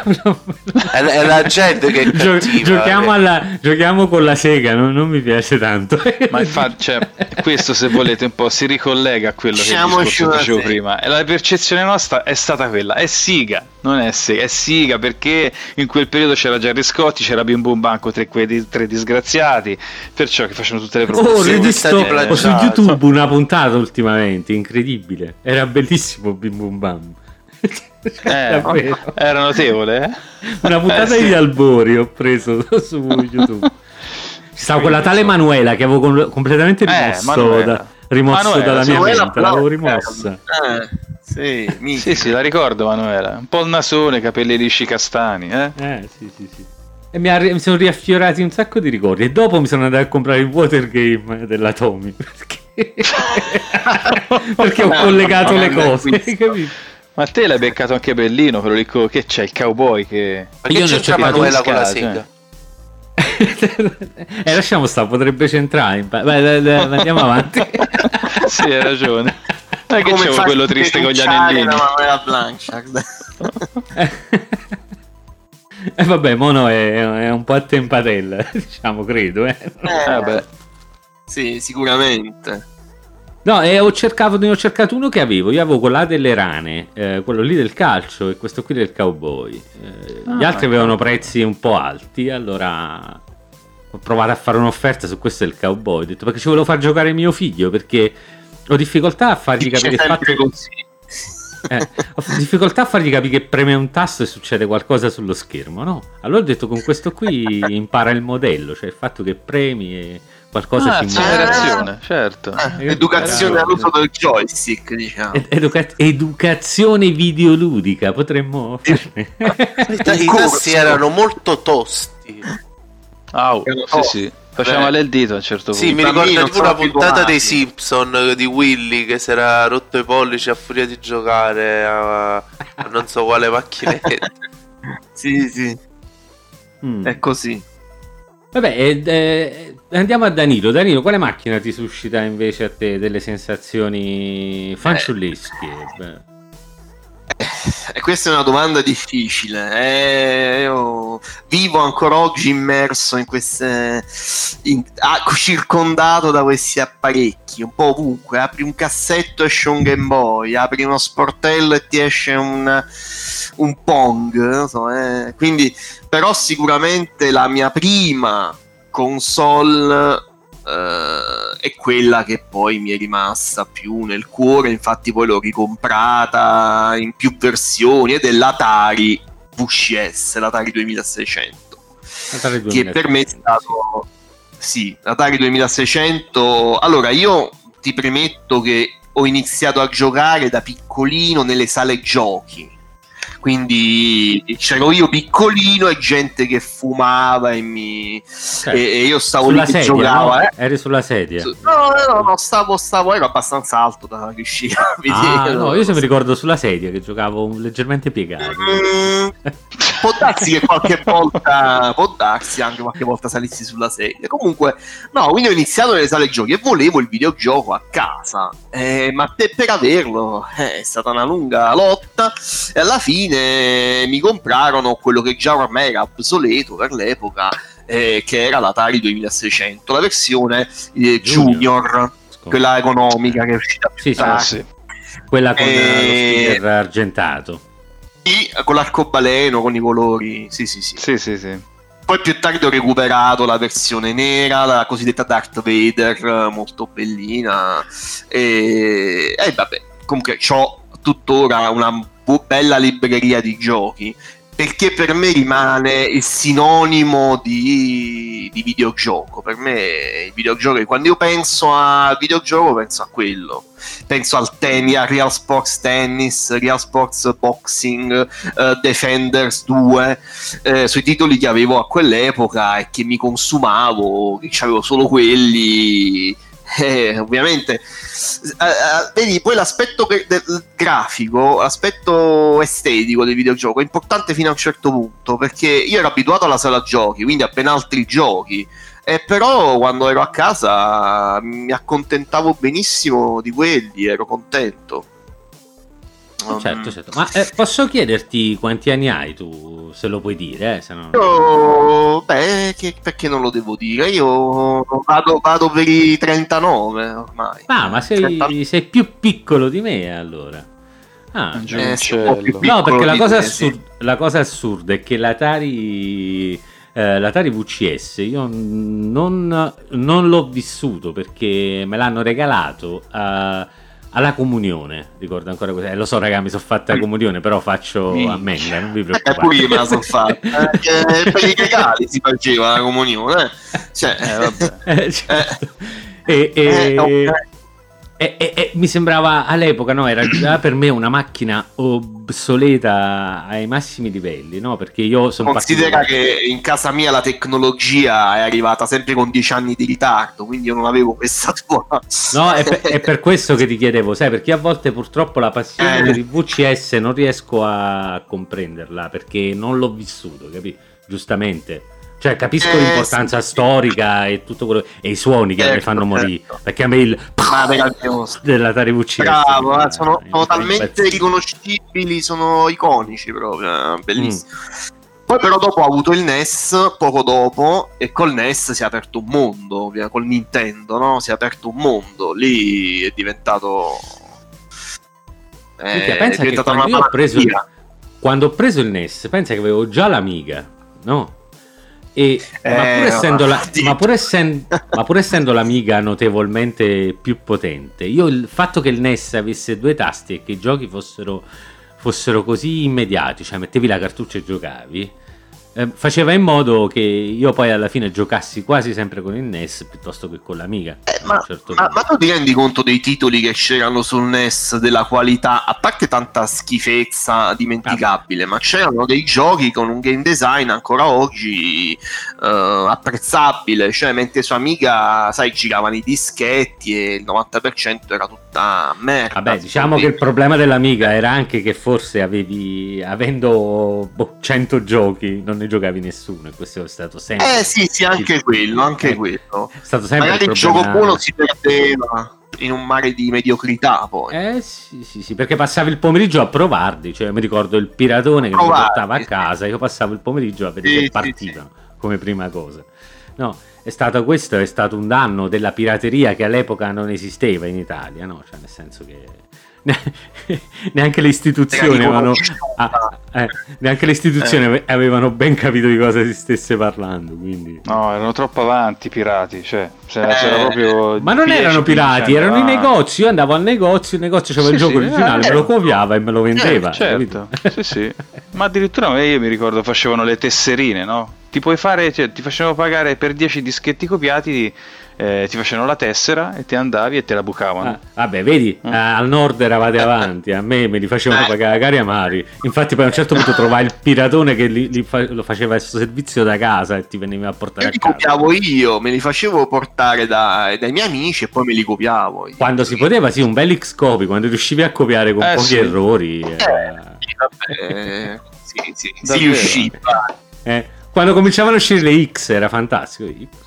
è, è la gente che è cattiva, Gio- giochiamo, alla, giochiamo con la Sega, non, non mi piace tanto. Ma infatti, cioè, questo se volete un po' si ricollega a quello diciamo che discorso dicevo prima. E la percezione nostra è stata quella, è Siga, non è Sega, è Siga, perché in quel periodo c'era Gerry Scotti, c'era Bim Bum Banco, tre, quei tre disgraziati, perciò che facevano tutte le promozioni. Oh, ho visto su YouTube una puntata ultimamente, incredibile, era bellissimo Bim Bum Bam. Eh, era notevole, eh? Una puntata eh, sì. di Albori ho preso su YouTube. Ci stava quella tale Manuela che avevo com- completamente rimosso, eh, da, rimosso Manuela, dalla mia Manuela mente, l'avevo Blanchard. rimossa. Eh, sì, Sì, mitica. sì, la ricordo Manuela. Un po' il nasone, capelli lisci castani, eh? Eh, sì, sì, sì. E mi, ha- mi sono riaffiorati un sacco di ricordi. E dopo mi sono andato a comprare il water game della Tommy. Perché, perché ho collegato le cose. Capito? Ma te l'hai beccato anche bellino, quello lì co- che c'è, il cowboy che... Ma che Io ne ho c'entra cercato Manuela un con la scaso, sega? E eh, lasciamo stare, potrebbe centrare. Vai, vai, vai, andiamo avanti. Sì, hai ragione. Ma che Come c'è farti quello triste con gli denunciare anellini? da Manuela Blanchard. E vabbè, Mono è, è un po' a tempatella, diciamo, credo. Eh. Eh, Vabbè. Sì, sicuramente. No, e ho cercato, ne ho cercato uno che avevo. Io avevo quella delle rane, eh, quello lì del calcio e questo qui del cowboy. Eh, gli Ah, altri avevano prezzi un po' alti, allora ho provato a fare un'offerta su questo del cowboy. Ho detto perché ci volevo far giocare mio figlio, perché ho difficoltà a fargli Dice capire il fatto sempre così. Eh, ho difficoltà a fargli capire che preme un tasto e succede qualcosa sullo schermo, no? Allora ho detto con questo qui impara il modello, cioè il fatto che premi e qualcosa Ah, si muove. accelerazione, certo. Eh, educazione all'uso del joystick, diciamo. Ed- educa- educazione videoludica, potremmo fare. I, ta- i Un corso. tasti erano molto tosti. Au, Oh, sì, sì. Faceva beh. male il dito a un certo Sì, punto. mi ricordo bambino tipo una sono puntata abituati. dei Simpson eh, di Willy che si era rotto i pollici a furia di giocare a, a non so quale macchinetta. Sì, sì, Mm. è così. Vabbè, ed, eh, andiamo a Danilo. Danilo, quale macchina ti suscita invece a te delle sensazioni fanciullesche? Beh. E questa è una domanda difficile. Eh, io vivo ancora oggi immerso in queste. In, ah, circondato da questi apparecchi, un po' ovunque. Apri un cassetto e esce un Game Boy, apri uno sportello e ti esce un, un Pong. Non so, eh. Quindi, però, sicuramente la mia prima console. Uh, è quella che poi mi è rimasta più nel cuore, infatti poi l'ho ricomprata in più versioni, ed è l'Atari V C S, l'Atari duemilaseicento, Atari che per me è duemilaseicento, stato sì, l'Atari duemilaseicento. Allora, io ti premetto che ho iniziato a giocare da piccolino nelle sale giochi, quindi c'ero io piccolino e gente che fumava e mi sì. e, e io stavo Sulla lì che sedia, giocava, no? eh. Eri sulla sedia. Su- No, no, no, stavo, stavo, ero abbastanza alto da riuscire a Ah, vedere. no, io se mi ricordo sulla sedia che giocavo leggermente piegato. Mm, può darsi che qualche volta, può darsi anche qualche volta salissi sulla sedia. Comunque, no, quindi ho iniziato nelle sale giochi e volevo il videogioco a casa. Eh, ma te- per averlo eh, è stata una lunga lotta. E alla fine mi comprarono quello che già ormai era obsoleto per l'epoca, eh, che era l'Atari duemilaseicento, la versione eh, Junior. Junior, quella economica che è uscita più Sì, sì, tardi. Ah, sì. Quella con eh, lo Eh, sticker argentato. Sì, con l'arcobaleno, con i colori, sì sì sì. Sì, sì, sì. Poi più tardi ho recuperato la versione nera, la cosiddetta Darth Vader, molto bellina. E, e vabbè, comunque c'ho tuttora una bu- bella libreria di giochi, perché per me rimane il sinonimo di, di videogioco. Per me il videogioco, quando io penso a videogioco penso a quello. Penso al tennis, a Real Sports Tennis, Real Sports Boxing, uh, Defenders due, eh, sui titoli che avevo a quell'epoca e che mi consumavo, che avevo solo quelli. Eh, ovviamente eh, eh, vedi, poi l'aspetto che- del grafico, l'aspetto estetico del videogioco è importante fino a un certo punto, perché io ero abituato alla sala giochi, quindi a ben altri giochi, e però quando ero a casa mi accontentavo benissimo di quelli, ero contento. Um, Certo, certo. Ma eh, posso chiederti quanti anni hai tu, se lo puoi dire, eh, se no... Io, beh, che- perché non lo devo dire? Io vado, vado per i trentanove ormai. Ah, ma sei, trenta sei più piccolo di me allora. Ah, Giù Eh, in sì, un po' più cielo. piccolo no, perché la di cosa, te, sì. assur- la cosa assurda è che l'Atari, eh, l'Atari V C S io non, non l'ho vissuto perché me l'hanno regalato a- alla comunione. Ricordo ancora così. Eh, lo so, raga, mi sono fatta la comunione, però faccio Minchia. ammenda, non vi Eh, preoccupate. pure io me la sono fatta. Eh, per i regali si faceva la comunione. eh. Cioè, Eh, vabbè. Eh, certo. E, e- eh, ok. E, e, e mi sembrava all'epoca, no, era già per me una macchina obsoleta ai massimi livelli, no? Perché io sono Considera partito... che in casa mia la tecnologia è arrivata sempre con dieci anni di ritardo, quindi io non avevo questa tua. No, è per, è per questo che ti chiedevo, sai, perché a volte purtroppo la passione Eh. per il V C S non riesco a comprenderla, perché non l'ho vissuto, capi? Giustamente. Cioè, capisco Eh, l'importanza sì. storica e tutto quello, e i suoni che Certo, mi fanno morire, certo. perché a me il Ma meraviglioso. dell'Atari V C S Bravo, mi- eh, sono, mi sono fa un talmente pezzo. riconoscibili, sono iconici proprio, eh, bellissimo. Mm. Poi però dopo ho avuto il N E S, poco dopo, e col N E S si è aperto un mondo, ovvia- col Nintendo, no? Si è aperto un mondo, lì è diventato... Minchia, è pensa che diventata quando una io ho preso malattia. quando ho preso il N E S, pensa che avevo già l'Amiga, no? E, ma, Eh, pur essendo la, oddio. ma, pur essen- ma pur essendo l'Amiga notevolmente più potente, io il fatto che il N E S avesse due tasti e che i giochi fossero, fossero così immediati, cioè mettevi la cartuccia e giocavi, eh, faceva in modo che io poi alla fine giocassi quasi sempre con il N E S piuttosto che con l'Amiga. Eh, a ma, un certo ma- punto. ma tu ti rendi conto dei titoli che c'erano sul N E S, della qualità, a parte tanta schifezza dimenticabile, ma c'erano dei giochi con un game design ancora oggi eh, apprezzabile, cioè mentre su Amiga, sai, giravano i dischetti e il novanta per cento era tutta merda. Vabbè, diciamo che il problema dell'Amiga era anche che forse avevi, avendo boh, cento giochi, non ne giocavi nessuno, e questo è stato sempre... Eh sì, sì, anche quello, anche Eh, quello. È stato sempre Magari il il gioco problema... buono si perdeva in un mare di mediocrità poi. Eh sì, sì, sì, perché passavi il pomeriggio a provarli, cioè mi ricordo il piratone che mi Provarli, portava a sì. casa, io passavo il pomeriggio a vedere Sì, se sì, partivano come prima cosa. No, è stato questo, è stato un danno della pirateria che all'epoca non esisteva in Italia, no? Cioè nel senso che neanche le istituzioni Era avevano, riconosciuta. ah, eh, neanche le istituzioni ave- avevano ben capito di cosa si stesse parlando, quindi... No, erano troppo avanti i pirati, cioè c'era, Eh, c'era proprio Ma non dieci, erano pirati, quindici erano i anni avanti. negozi. Io andavo al negozio, il negozio c'aveva il Sì, gioco sì, originale, eh, me lo copiava e me lo vendeva. Certo, capito? sì, sì. Ma addirittura io mi ricordo facevano le tesserine, no? Ti puoi fare, cioè, ti facevano pagare per dieci dischetti copiati, eh, ti facevano la tessera e ti andavi e te la bucavano. Ah, vabbè, vedi, Mm. eh, al nord eravate avanti, a me me li facevano pagare cari amari. Infatti poi a un certo punto trovai il piratone che li, li fa- lo faceva questo servizio da casa e ti veniva a portare Io a li casa. copiavo io, me li facevo portare da- dai miei amici e poi me li copiavo io. Quando si poteva, sì, un bel X-copy, quando riuscivi a copiare con Eh, pochi sì. errori. eh, Sì, vabbè, sì, sì, si Davvero? riusciva. eh, quando cominciavano a uscire le X era fantastico. X.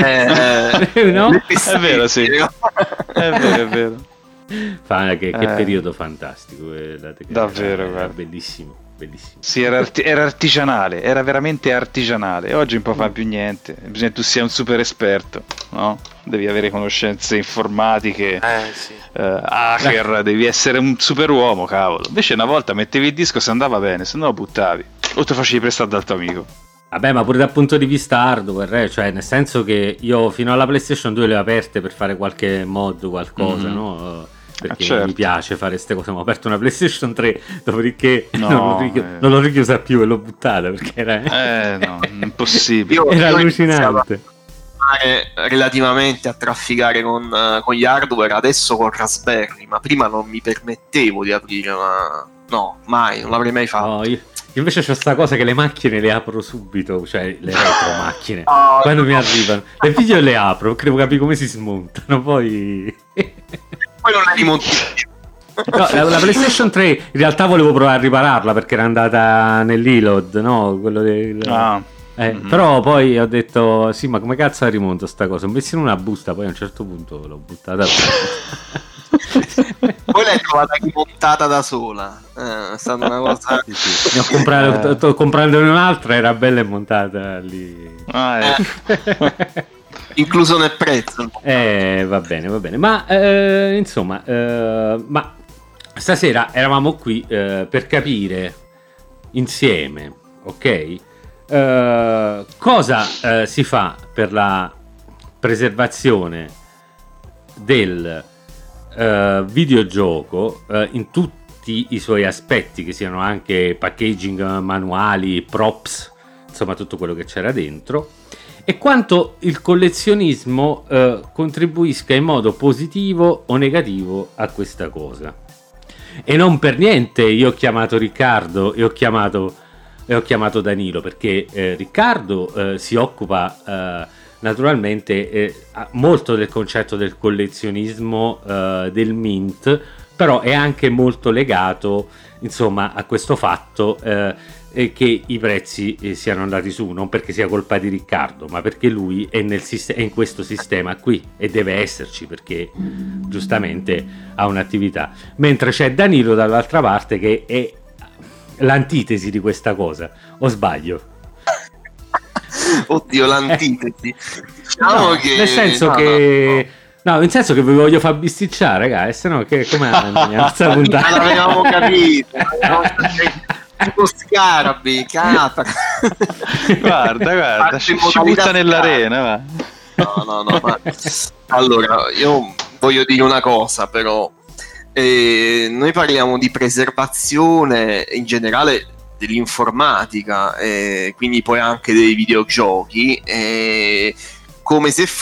Eh, No? le È vero, sì. pistole. È vero, è vero. Fa- che, che Eh. periodo fantastico. eh, la- Davvero, era guarda. bellissimo, bellissimo. Sì, era, arti- era artigianale, era veramente artigianale. Oggi non può fare più niente. Bisogna che tu sia un super esperto, no? Devi avere conoscenze informatiche, Eh sì. eh, hacker, devi essere un superuomo, cavolo. Invece una volta mettevi il disco se andava bene, se no lo buttavi. O te lo facevi prestare dal tuo amico. Vabbè, ma pure dal punto di vista hardware, eh, cioè nel sento che io fino alla PlayStation due le ho aperte per fare qualche mod, qualcosa, Mhm. no? Perché Ah, certo. mi piace fare queste cose. Ma ho aperto una PlayStation tre, dopodiché No, non, l'ho richi- eh. non l'ho richiusa più e l'ho buttata perché era, Eh, no, impossibile. Io- era io ho iniziato allucinante. a fare relativamente a trafficare con, eh, con gli hardware adesso con Raspberry, ma prima non mi permettevo di aprire una... No, mai, non l'avrei mai fatto. No, io, io invece c'ho sta cosa che le macchine le apro subito, cioè le retro macchine. No, Quando mi no. arrivano, le video le apro, credo capi come si smontano, poi... Poi non la rimonti più. No, la, la PlayStation tre in realtà volevo provare a ripararla perché era andata nell'E-Load, no? Quello del... Ah, Eh, mhm. Però poi ho detto, sì, ma come cazzo la rimonto sta cosa? Ho messo in una busta, poi a un certo punto l'ho buttata. Poi l'hai trovata rimontata da sola. Eh, è stata una cosa... Sì, sì. Ne ho comprato, Eh. to- comprandone un'altra, era bella e montata lì. ah, ecco. Incluso nel prezzo. Eh, va bene, va bene. Ma eh, insomma, eh, ma stasera eravamo qui eh, per capire insieme, ok? Eh, cosa eh, si fa per la preservazione del eh, videogioco eh, in tutti i suoi aspetti, che siano anche packaging, manuali, props, insomma tutto quello che c'era dentro. e quanto il collezionismo eh, contribuisca in modo positivo o negativo a questa cosa. E non per niente io ho chiamato Riccardo e ho chiamato, e ho chiamato Danilo, perché eh, Riccardo eh, si occupa eh, naturalmente eh, molto del concetto del collezionismo eh, del mint, però è anche molto legato, insomma, a questo fatto eh, che i prezzi eh, siano andati su, non perché sia colpa di Riccardo, ma perché lui è, nel sist- è in questo sistema qui e deve esserci, perché giustamente ha un'attività, mentre c'è Danilo dall'altra parte che è l'antitesi di questa cosa, o sbaglio? Oddio, l'antitesi. Diciamo No, che... nel senso no, che no, no. no, nel senso che vi voglio far bisticciare, ragazzi, se no che come andiamo a Non puntata? l'avevamo capito. Tipo scarabi, capra. Guarda, guarda, ci, ci butta nell'arena, va. No, no, no, ma... Allora, io voglio dire una cosa, però. Eh, noi parliamo di preservazione in generale dell'informatica, eh, quindi poi anche dei videogiochi, eh, come se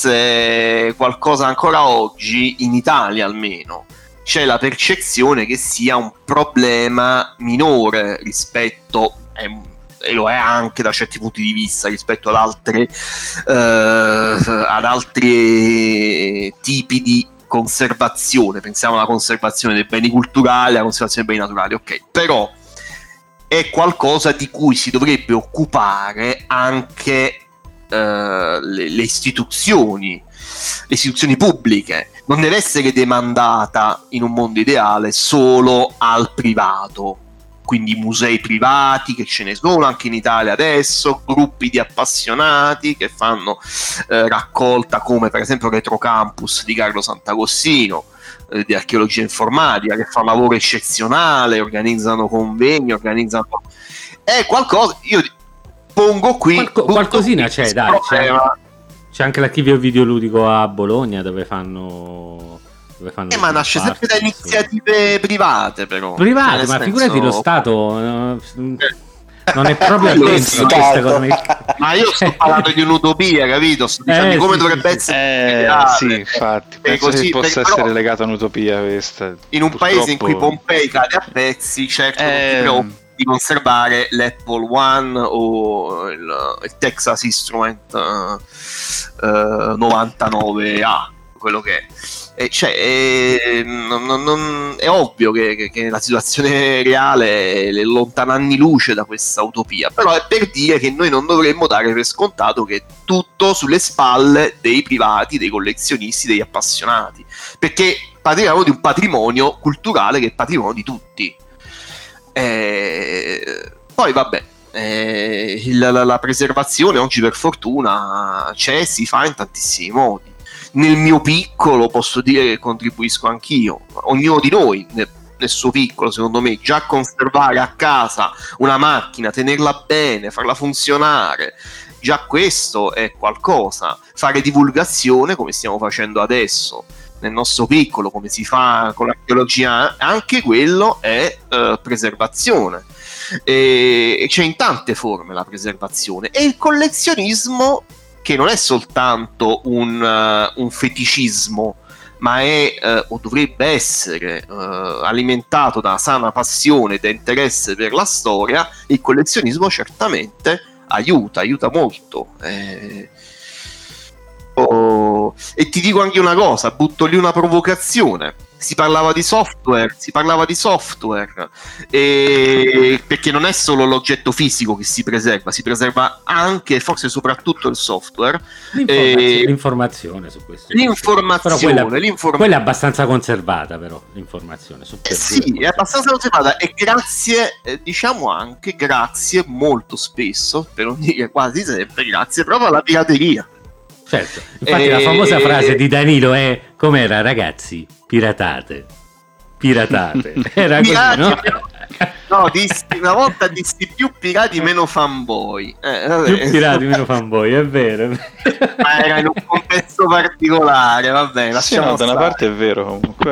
fosse qualcosa ancora oggi, in Italia almeno, c'è la percezione che sia un problema minore rispetto, eh, e lo è anche da certi punti di vista, rispetto ad altre eh, ad altri tipi di conservazione. Pensiamo alla conservazione dei beni culturali, alla conservazione dei beni naturali, ok, però è qualcosa di cui si dovrebbe occupare anche eh, le, le istituzioni, le istituzioni pubbliche. Non deve essere demandata in un mondo ideale solo al privato, quindi musei privati, che ce ne sono anche in Italia adesso, gruppi di appassionati che fanno eh, raccolta, come per esempio Retrocampus di Carlo Sant'Agostino, eh, di archeologia informatica, che fa un lavoro eccezionale, organizzano convegni, organizzano... È qualcosa, io pongo qui... Qualco- qualcosina c'è, dai, c'è, c'è anche l'archivio videoludico a Bologna dove fanno... Eh, ma nasce sempre da iniziative private, però private, ma senso... figurati lo Stato no, non è proprio attento a questa cosa. Ma io sto parlando di un'utopia, capito? Sto dicendo eh, di come sì, dovrebbe sì, essere. Eh, sì, infatti, penso così, che possa però, essere legato a un'utopia questa. In un Purtroppo... paese in cui Pompei cade a pezzi, certo, eh... non ti di conservare l'Apple One o il, il Texas Instrument uh, uh, novantanove A, quello che è. E cioè, è, non, non, è ovvio che, che, che la situazione reale è lontana anni luce da questa utopia, però è per dire che noi non dovremmo dare per scontato che è tutto sulle spalle dei privati, dei collezionisti, degli appassionati, perché parliamo di un patrimonio culturale che è patrimonio di tutti. E poi vabbè, eh, la, la, la preservazione oggi per fortuna c'è, si fa in tantissimi modi. Nel mio piccolo posso dire che contribuisco anch'io, ognuno di noi nel, nel suo piccolo, secondo me, già conservare a casa una macchina, tenerla bene, farla funzionare, già questo è qualcosa. Fare divulgazione come stiamo facendo adesso nel nostro piccolo, come si fa con l'archeologia, anche quello è eh, preservazione, e, e c'è in tante forme la preservazione. E il collezionismo, che non è soltanto un, uh, un feticismo, ma è uh, o dovrebbe essere uh, alimentato da sana passione e da interesse per la storia, il collezionismo certamente aiuta, aiuta molto. Eh, oh, e ti dico anche una cosa, butto lì una provocazione. Si parlava di software, si parlava di software, e perché non è solo l'oggetto fisico che si preserva, si preserva anche, forse soprattutto, il software. L'informazione, e... l'informazione su questo. L'informazione, però quella, l'inform... quella è abbastanza conservata, però l'informazione. Su eh sì, è abbastanza conservata, e grazie, eh, diciamo anche grazie molto spesso, per non dire quasi sempre, grazie proprio alla pirateria. Certo, infatti e... la famosa frase di Danilo è: com'era, ragazzi? Piratate, piratate. Era pirati, così, no? No, dissi, una volta dissi più pirati meno fanboy. Eh, vabbè. Più pirati meno fanboy, è vero. Ma era in un contesto particolare, vabbè. Sì, no, da una parte è vero comunque.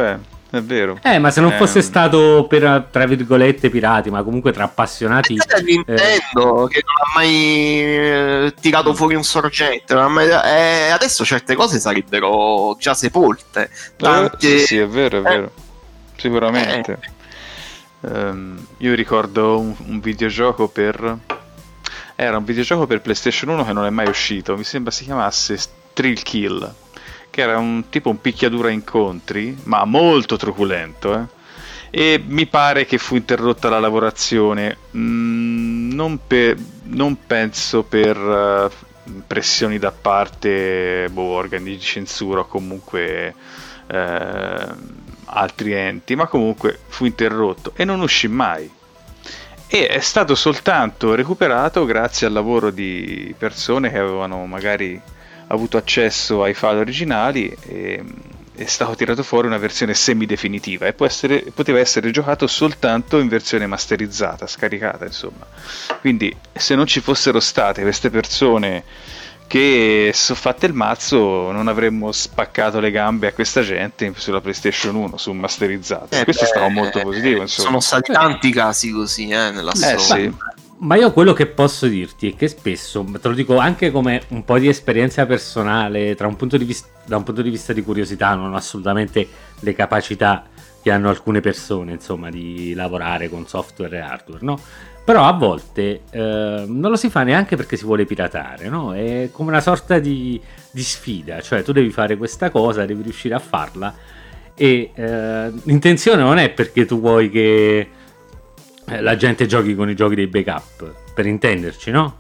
È vero. Eh, ma se non eh, fosse stato per, tra virgolette, pirati, ma comunque tra appassionati... È Nintendo, eh... che non ha mai eh, tirato fuori un sorgente. Non ha mai... eh, adesso certe cose sarebbero già sepolte. Tante... Eh, sì, sì, è vero, è vero. Sicuramente. Eh. Um, io ricordo un, un videogioco per... Era un videogioco per PlayStation uno che non è mai uscito. Mi sembra si chiamasse Thrill Kill, che era un tipo un picchiaduro a incontri, ma molto truculento, eh? E mi pare che fu interrotta la lavorazione, mm, non, per, non penso per uh, pressioni da parte, boh, organi di censura o comunque uh, altri enti, ma comunque fu interrotto e non uscì mai. E è stato soltanto recuperato grazie al lavoro di persone che avevano magari avuto accesso ai file originali e è stato tirato fuori una versione semidefinitiva e può essere, poteva essere giocato soltanto in versione masterizzata, scaricata, insomma. Quindi se non ci fossero state queste persone che sono fatte il mazzo, non avremmo spaccato le gambe a questa gente sulla PlayStation uno, su un masterizzato. Eh Questo beh, è stato molto positivo, insomma. Sono stati tanti casi così eh, nella eh, storia. sì. Ma io quello che posso dirti è che spesso, te lo dico anche come un po' di esperienza personale, tra un punto di vista, da un punto di vista di curiosità, non ho assolutamente le capacità che hanno alcune persone, insomma, di lavorare con software e hardware, no? Però a volte eh, non lo si fa neanche perché si vuole piratare, no? È come una sorta di, di sfida, cioè tu devi fare questa cosa, devi riuscire a farla e eh, l'intenzione non è perché tu vuoi che la gente giochi con i giochi dei backup, per intenderci, no?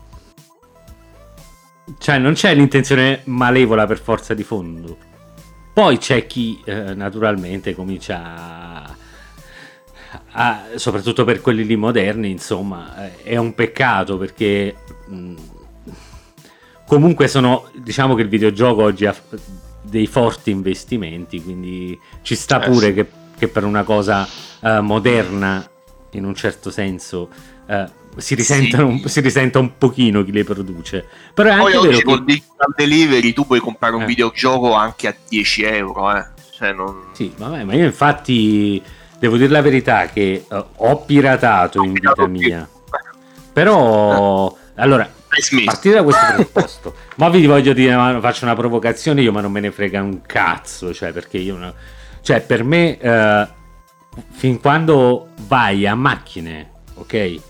Cioè non c'è l'intenzione malevola per forza di fondo. Poi c'è chi eh, naturalmente comincia a, a, soprattutto per quelli lì moderni, insomma, eh, è un peccato perché mh, comunque sono, diciamo che il videogioco oggi ha dei forti investimenti, quindi ci sta pure eh sì. che, che per una cosa uh, moderna, in un certo senso, uh, si, risentano, sì. si risenta un pochino chi le produce. Però è anche poi vero oggi che... col digital delivery tu puoi comprare un eh. videogioco anche a dieci euro, eh. Cioè non... Sì, vabbè, ma io infatti devo dire la verità che uh, ho piratato in vita mia. Però, eh. allora, a partire da questo presupposto, ma vi voglio dire, ma faccio una provocazione io, ma non me ne frega un cazzo, cioè, perché io... Una... Cioè, per me... Uh, fin quando vai a macchine, ok, e,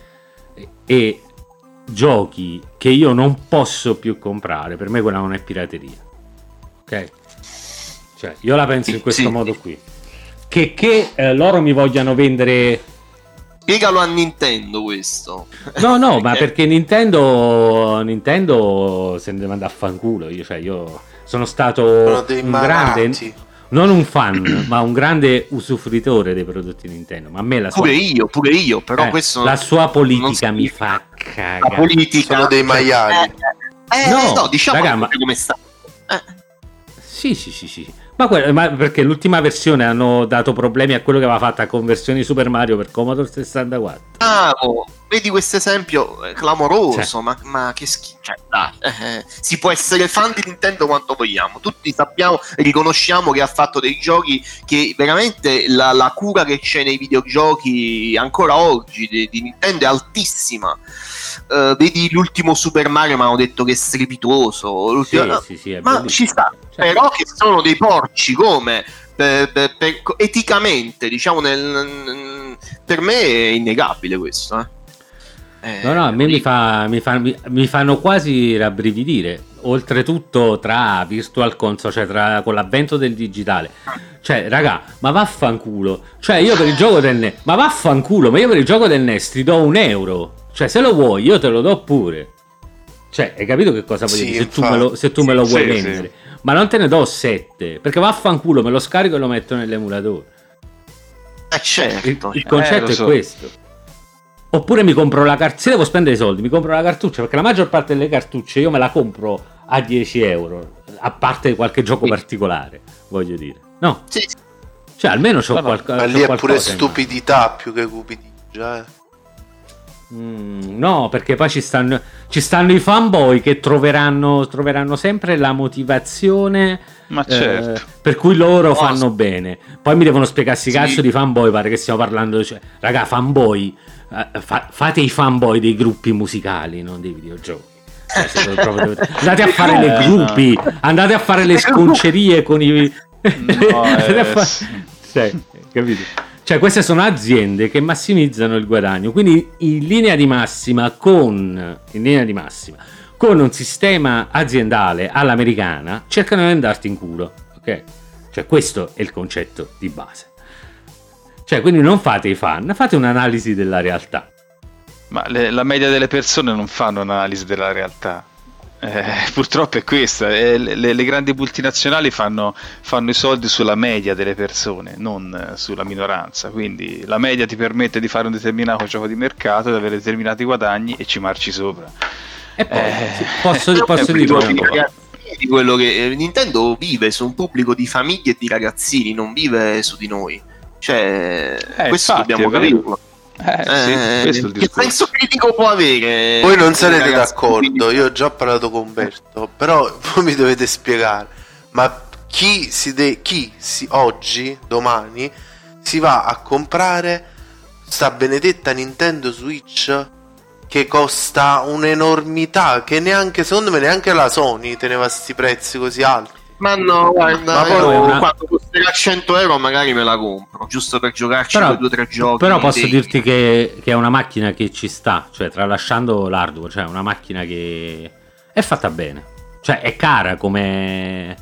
e giochi che io non posso più comprare, per me quella non è pirateria, ok? Cioè io la penso in questo sì. modo qui, che, che eh, loro mi vogliano vendere. Spiegalo a Nintendo questo. No no ma perché Nintendo Nintendo se ne deve andare a fanculo. Io, cioè, io sono stato un grande, non un fan, ma un grande usufruitore dei prodotti Nintendo. Ma a me la sua... Pure io, pure io, però eh, questo... La sua politica mi fa cagare. La politica... Sono dei maiali. Eh, eh, no, no, diciamo raga, ma... come sta. Eh. Sì, sì, sì, sì. Ma, que- ma perché l'ultima versione hanno dato problemi a quello che aveva fatto a conversioni Super Mario per Commodore sessantaquattro. Ah, oh, vedi questo esempio clamoroso, cioè. ma, ma che schifo. Cioè, dai, eh, si può essere fan di Nintendo quanto vogliamo. Tutti sappiamo e riconosciamo che ha fatto dei giochi che veramente la, la cura che c'è nei videogiochi ancora oggi di, di Nintendo è altissima. Uh, vedi l'ultimo Super Mario, mi hanno detto che è strepitoso. Sì, no, sì, sì, è ma bellissimo. Ci sta, cioè. Però che sono dei porci come per, per, per, eticamente, diciamo, nel, per me è innegabile questo. Eh. Eh, no, no, a me mi, fa, mi, fa, mi, mi fanno quasi rabbrividire. Oltretutto tra Virtual Console, cioè tra, con l'avvento del digitale. Cioè, raga, ma vaffanculo. Cioè, io per il gioco del N E S, ma vaffanculo, ma io per il gioco del N E S ti do un euro. Cioè, se lo vuoi, io te lo do pure. Cioè, hai capito che cosa voglio sì, dire? Se tu me lo, se tu me lo vuoi sì, vendere. Sì. Ma non te ne do sette. Perché vaffanculo, me lo scarico e lo metto nell'emulatore. Eh certo. Il, il concetto eh, è so. questo. Oppure mi compro la cartuccia. Se devo spendere i soldi, mi compro la cartuccia. Perché la maggior parte delle cartucce io me la compro a dieci euro. A parte qualche gioco sì. particolare, voglio dire. No? Sì. Cioè, almeno c'ho, no, qualco, ma c'ho lì è qualcosa. pure stupidità più che cupidigia, eh. Mm, no, perché poi ci stanno, ci stanno i fanboy che troveranno, troveranno sempre la motivazione, ma certo, eh, per cui loro no, fanno sì. bene. Poi mi devono spiegarsi Sì. cazzo di fanboy, pare che stiamo parlando, cioè, raga, fanboy, eh, fa- fate i fanboy dei gruppi musicali, non dei videogiochi. Cioè, se proprio dovete- andate a fare le Eh, gruppi, andate a fare le sconcerie con i No, andate a eh, fa- sì. cioè, capito? Cioè, queste sono aziende che massimizzano il guadagno. Quindi, in linea di massima, con in linea di massima, con un sistema aziendale all'americana, cercano di andarti in culo. Ok? Cioè, questo è il concetto di base. Cioè, quindi non fate i fan, fate un'analisi della realtà. Ma le- la media delle persone non fanno un'analisi della realtà. Eh, purtroppo è questa. Eh, le, le grandi multinazionali fanno, fanno i soldi sulla media delle persone, non eh, sulla minoranza. Quindi la media ti permette di fare un determinato gioco di mercato, di avere determinati guadagni e ci marci sopra. E poi Eh, sì, posso, posso È dire quello una di cosa. ragazzini, di quello che eh, Nintendo vive su un pubblico di famiglie e di ragazzini, non vive su di noi. Cioè, Eh, questo infatti, dobbiamo è vero. capirlo. Eh, sì, Eh, questo è il che discorso. senso critico può avere? Voi non i sarete ragazzini? d'accordo, io ho già parlato con Umberto, però voi mi dovete spiegare, ma chi si de- chi si oggi, domani, si va a comprare sta benedetta Nintendo Switch che costa un'enormità, che neanche, secondo me, neanche la Sony teneva sti prezzi così alti. Ma no, guarda, Ma poi io è una- quando costerà cento euro magari me la compro, giusto per giocarci Però, quei due o tre giochi. però posso dei- dirti che, che è una macchina che ci sta, cioè tralasciando l'hardware, cioè una macchina che è fatta bene. Cioè è cara come...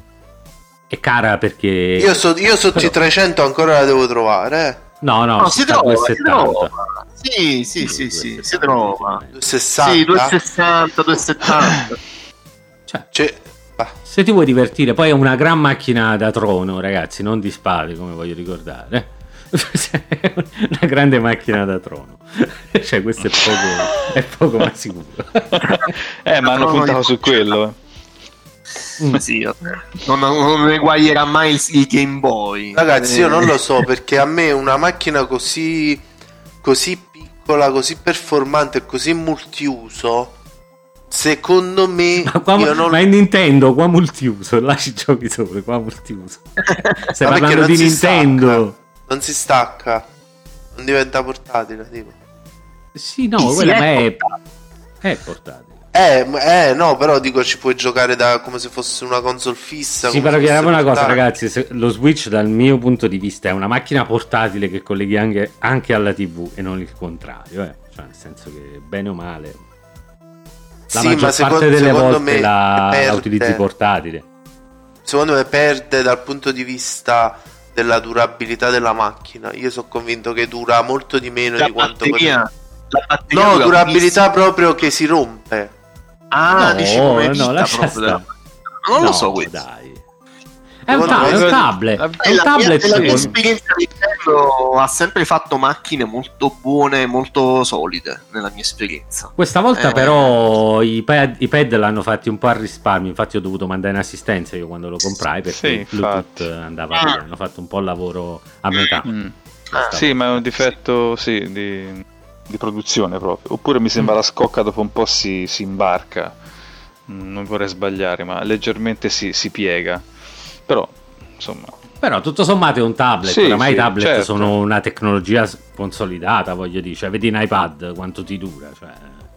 È cara perché... Io, so- io sotto però- i trecento ancora la devo trovare, eh. No, no, No, si sta a trova, si duesettanta. trova. Sì, sì, sì, sì, si trova. duecentosessanta. Sì, duecentosessanta, duecentosettanta. Cioè, Cioè, bah, se ti vuoi divertire, poi è una gran macchina da trono, ragazzi, non di spade, come voglio ricordare. È una grande macchina da trono. Cioè, questo è poco, è poco ma sicuro. Eh, ma hanno No, puntato io- su quello. eh. Ma sì, vabbè. non, non eguaglierà mai il, il Game Boy. ragazzi, io Eh, non lo so, perché a me una macchina così così piccola, così performante e così multiuso, secondo me, Ma, qua, io non... ma è Nintendo, qua multiuso, là ci giochi sopra, qua multiuso. Stai Ma perché parlando non di si Nintendo. stacca, non si stacca, non diventa portatile, tipo. Sì, no, Sì, sì, quella è ma è, portatile. è portatile. Eh, m- eh, no, però dico, ci puoi giocare da come se fosse una console fissa. Sì, come però se chiariamo fosse una cosa, portatile. ragazzi, se- lo Switch dal mio punto di vista è una macchina portatile che colleghi anche, anche alla tivù e non il contrario, eh. Cioè, nel senso che bene o male la Sì, maggior ma secondo, parte delle secondo volte me la, perde, la utilizzi portatile. secondo me perde dal punto di vista della durabilità della macchina. Io sono convinto che dura molto di meno La di quanto batteria, la batteria no, dura durabilità pochissimo. proprio che si rompe. Ah, No, dici come no, vita lascia proprio della- stare. Non lo No, so questo. dai. È un, Secondo ta- me- è un tablet, è un la tablet mia, la mia con- esperienza Nintendo ha sempre fatto macchine molto buone, molto solide nella mia esperienza. Questa volta Eh. però i pad, i pad l'hanno fatti un po' a risparmio, infatti ho dovuto mandare in assistenza io quando lo comprai perché Sì, il Bluetooth infatti. andava Ah. via, hanno fatto un po' il lavoro a metà. Mm. Ah, Sì, ma è un difetto sì, di, di produzione proprio. Oppure mi sembra la scocca dopo un po' si, si imbarca. Mm, Non vorrei sbagliare, ma leggermente si, si piega. Però, insomma, Però tutto sommato è un tablet, Sì, oramai sì, i tablet certo. sono una tecnologia s- consolidata, voglio dire, cioè, vedi in iPad quanto ti dura, cioè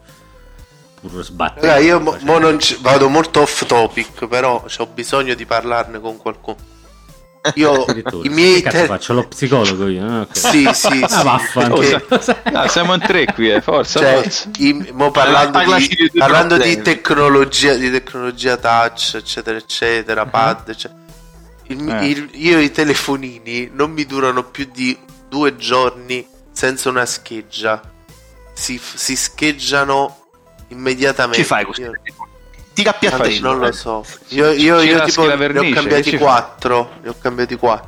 pur sbattere. Raga, io mo, cioè, mo non ci- vado molto off topic, però ho bisogno di parlarne con qualcuno. Io addirittura. i miei Che cazzo te- faccio lo psicologo io, no? Ok. Sì, sì, Ah, sì, vaffanculo. perché- ah, siamo in tre qui, eh, forza, cioè, forza. i- mo parlando, Parlaci di, dei tuoi parlando di problemi. tecnologia, di tecnologia touch, eccetera, eccetera, pad, cioè, il- Eh. il- io i telefonini non mi durano più di due giorni senza una scheggia. Si, si scheggiano immediatamente. Ci fai così? Io- Ti Ah, cappiattello. non lo so. Io, io, Ci io raschi tipo la ne ho vernice, cambiati che ci quattro. Ne ho cambiati quattro.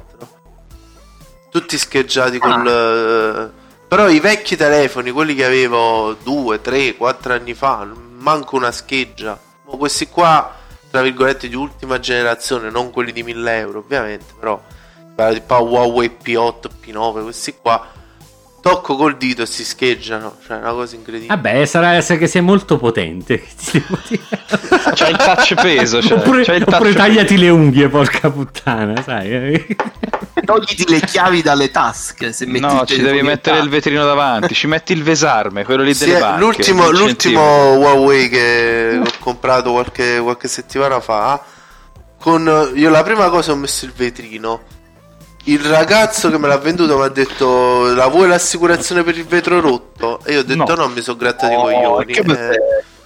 Tutti scheggiati Ah. col. eh, Però i vecchi telefoni, quelli che avevo due, tre, quattro anni fa, manco una scheggia. Ma questi qua, tra virgolette, di ultima generazione, non quelli di mille euro, ovviamente. Però parlo di Huawei P otto, P nove, questi qua tocco col dito e si scheggiano, cioè è una cosa incredibile. Vabbè, sarà essere che sei molto potente, che ti devo dire. C'hai il touch peso, cioè, oppure, c'hai il oppure touch tagliati le unghie, porca puttana, sai. Togliti le chiavi dalle tasche. Se metti No, il ci devi mettere il vetrino davanti, ci metti il Vesarme, quello lì Sì, delle banche. l'ultimo, un l'ultimo centimetro. Huawei che ho comprato qualche, qualche settimana fa, con io la prima cosa ho messo il vetrino. Il ragazzo che me l'ha venduto mi ha detto: la vuoi l'assicurazione per il vetro rotto? E io ho detto no, No. mi sono grattato i Oh, coglioni. che eh. bello.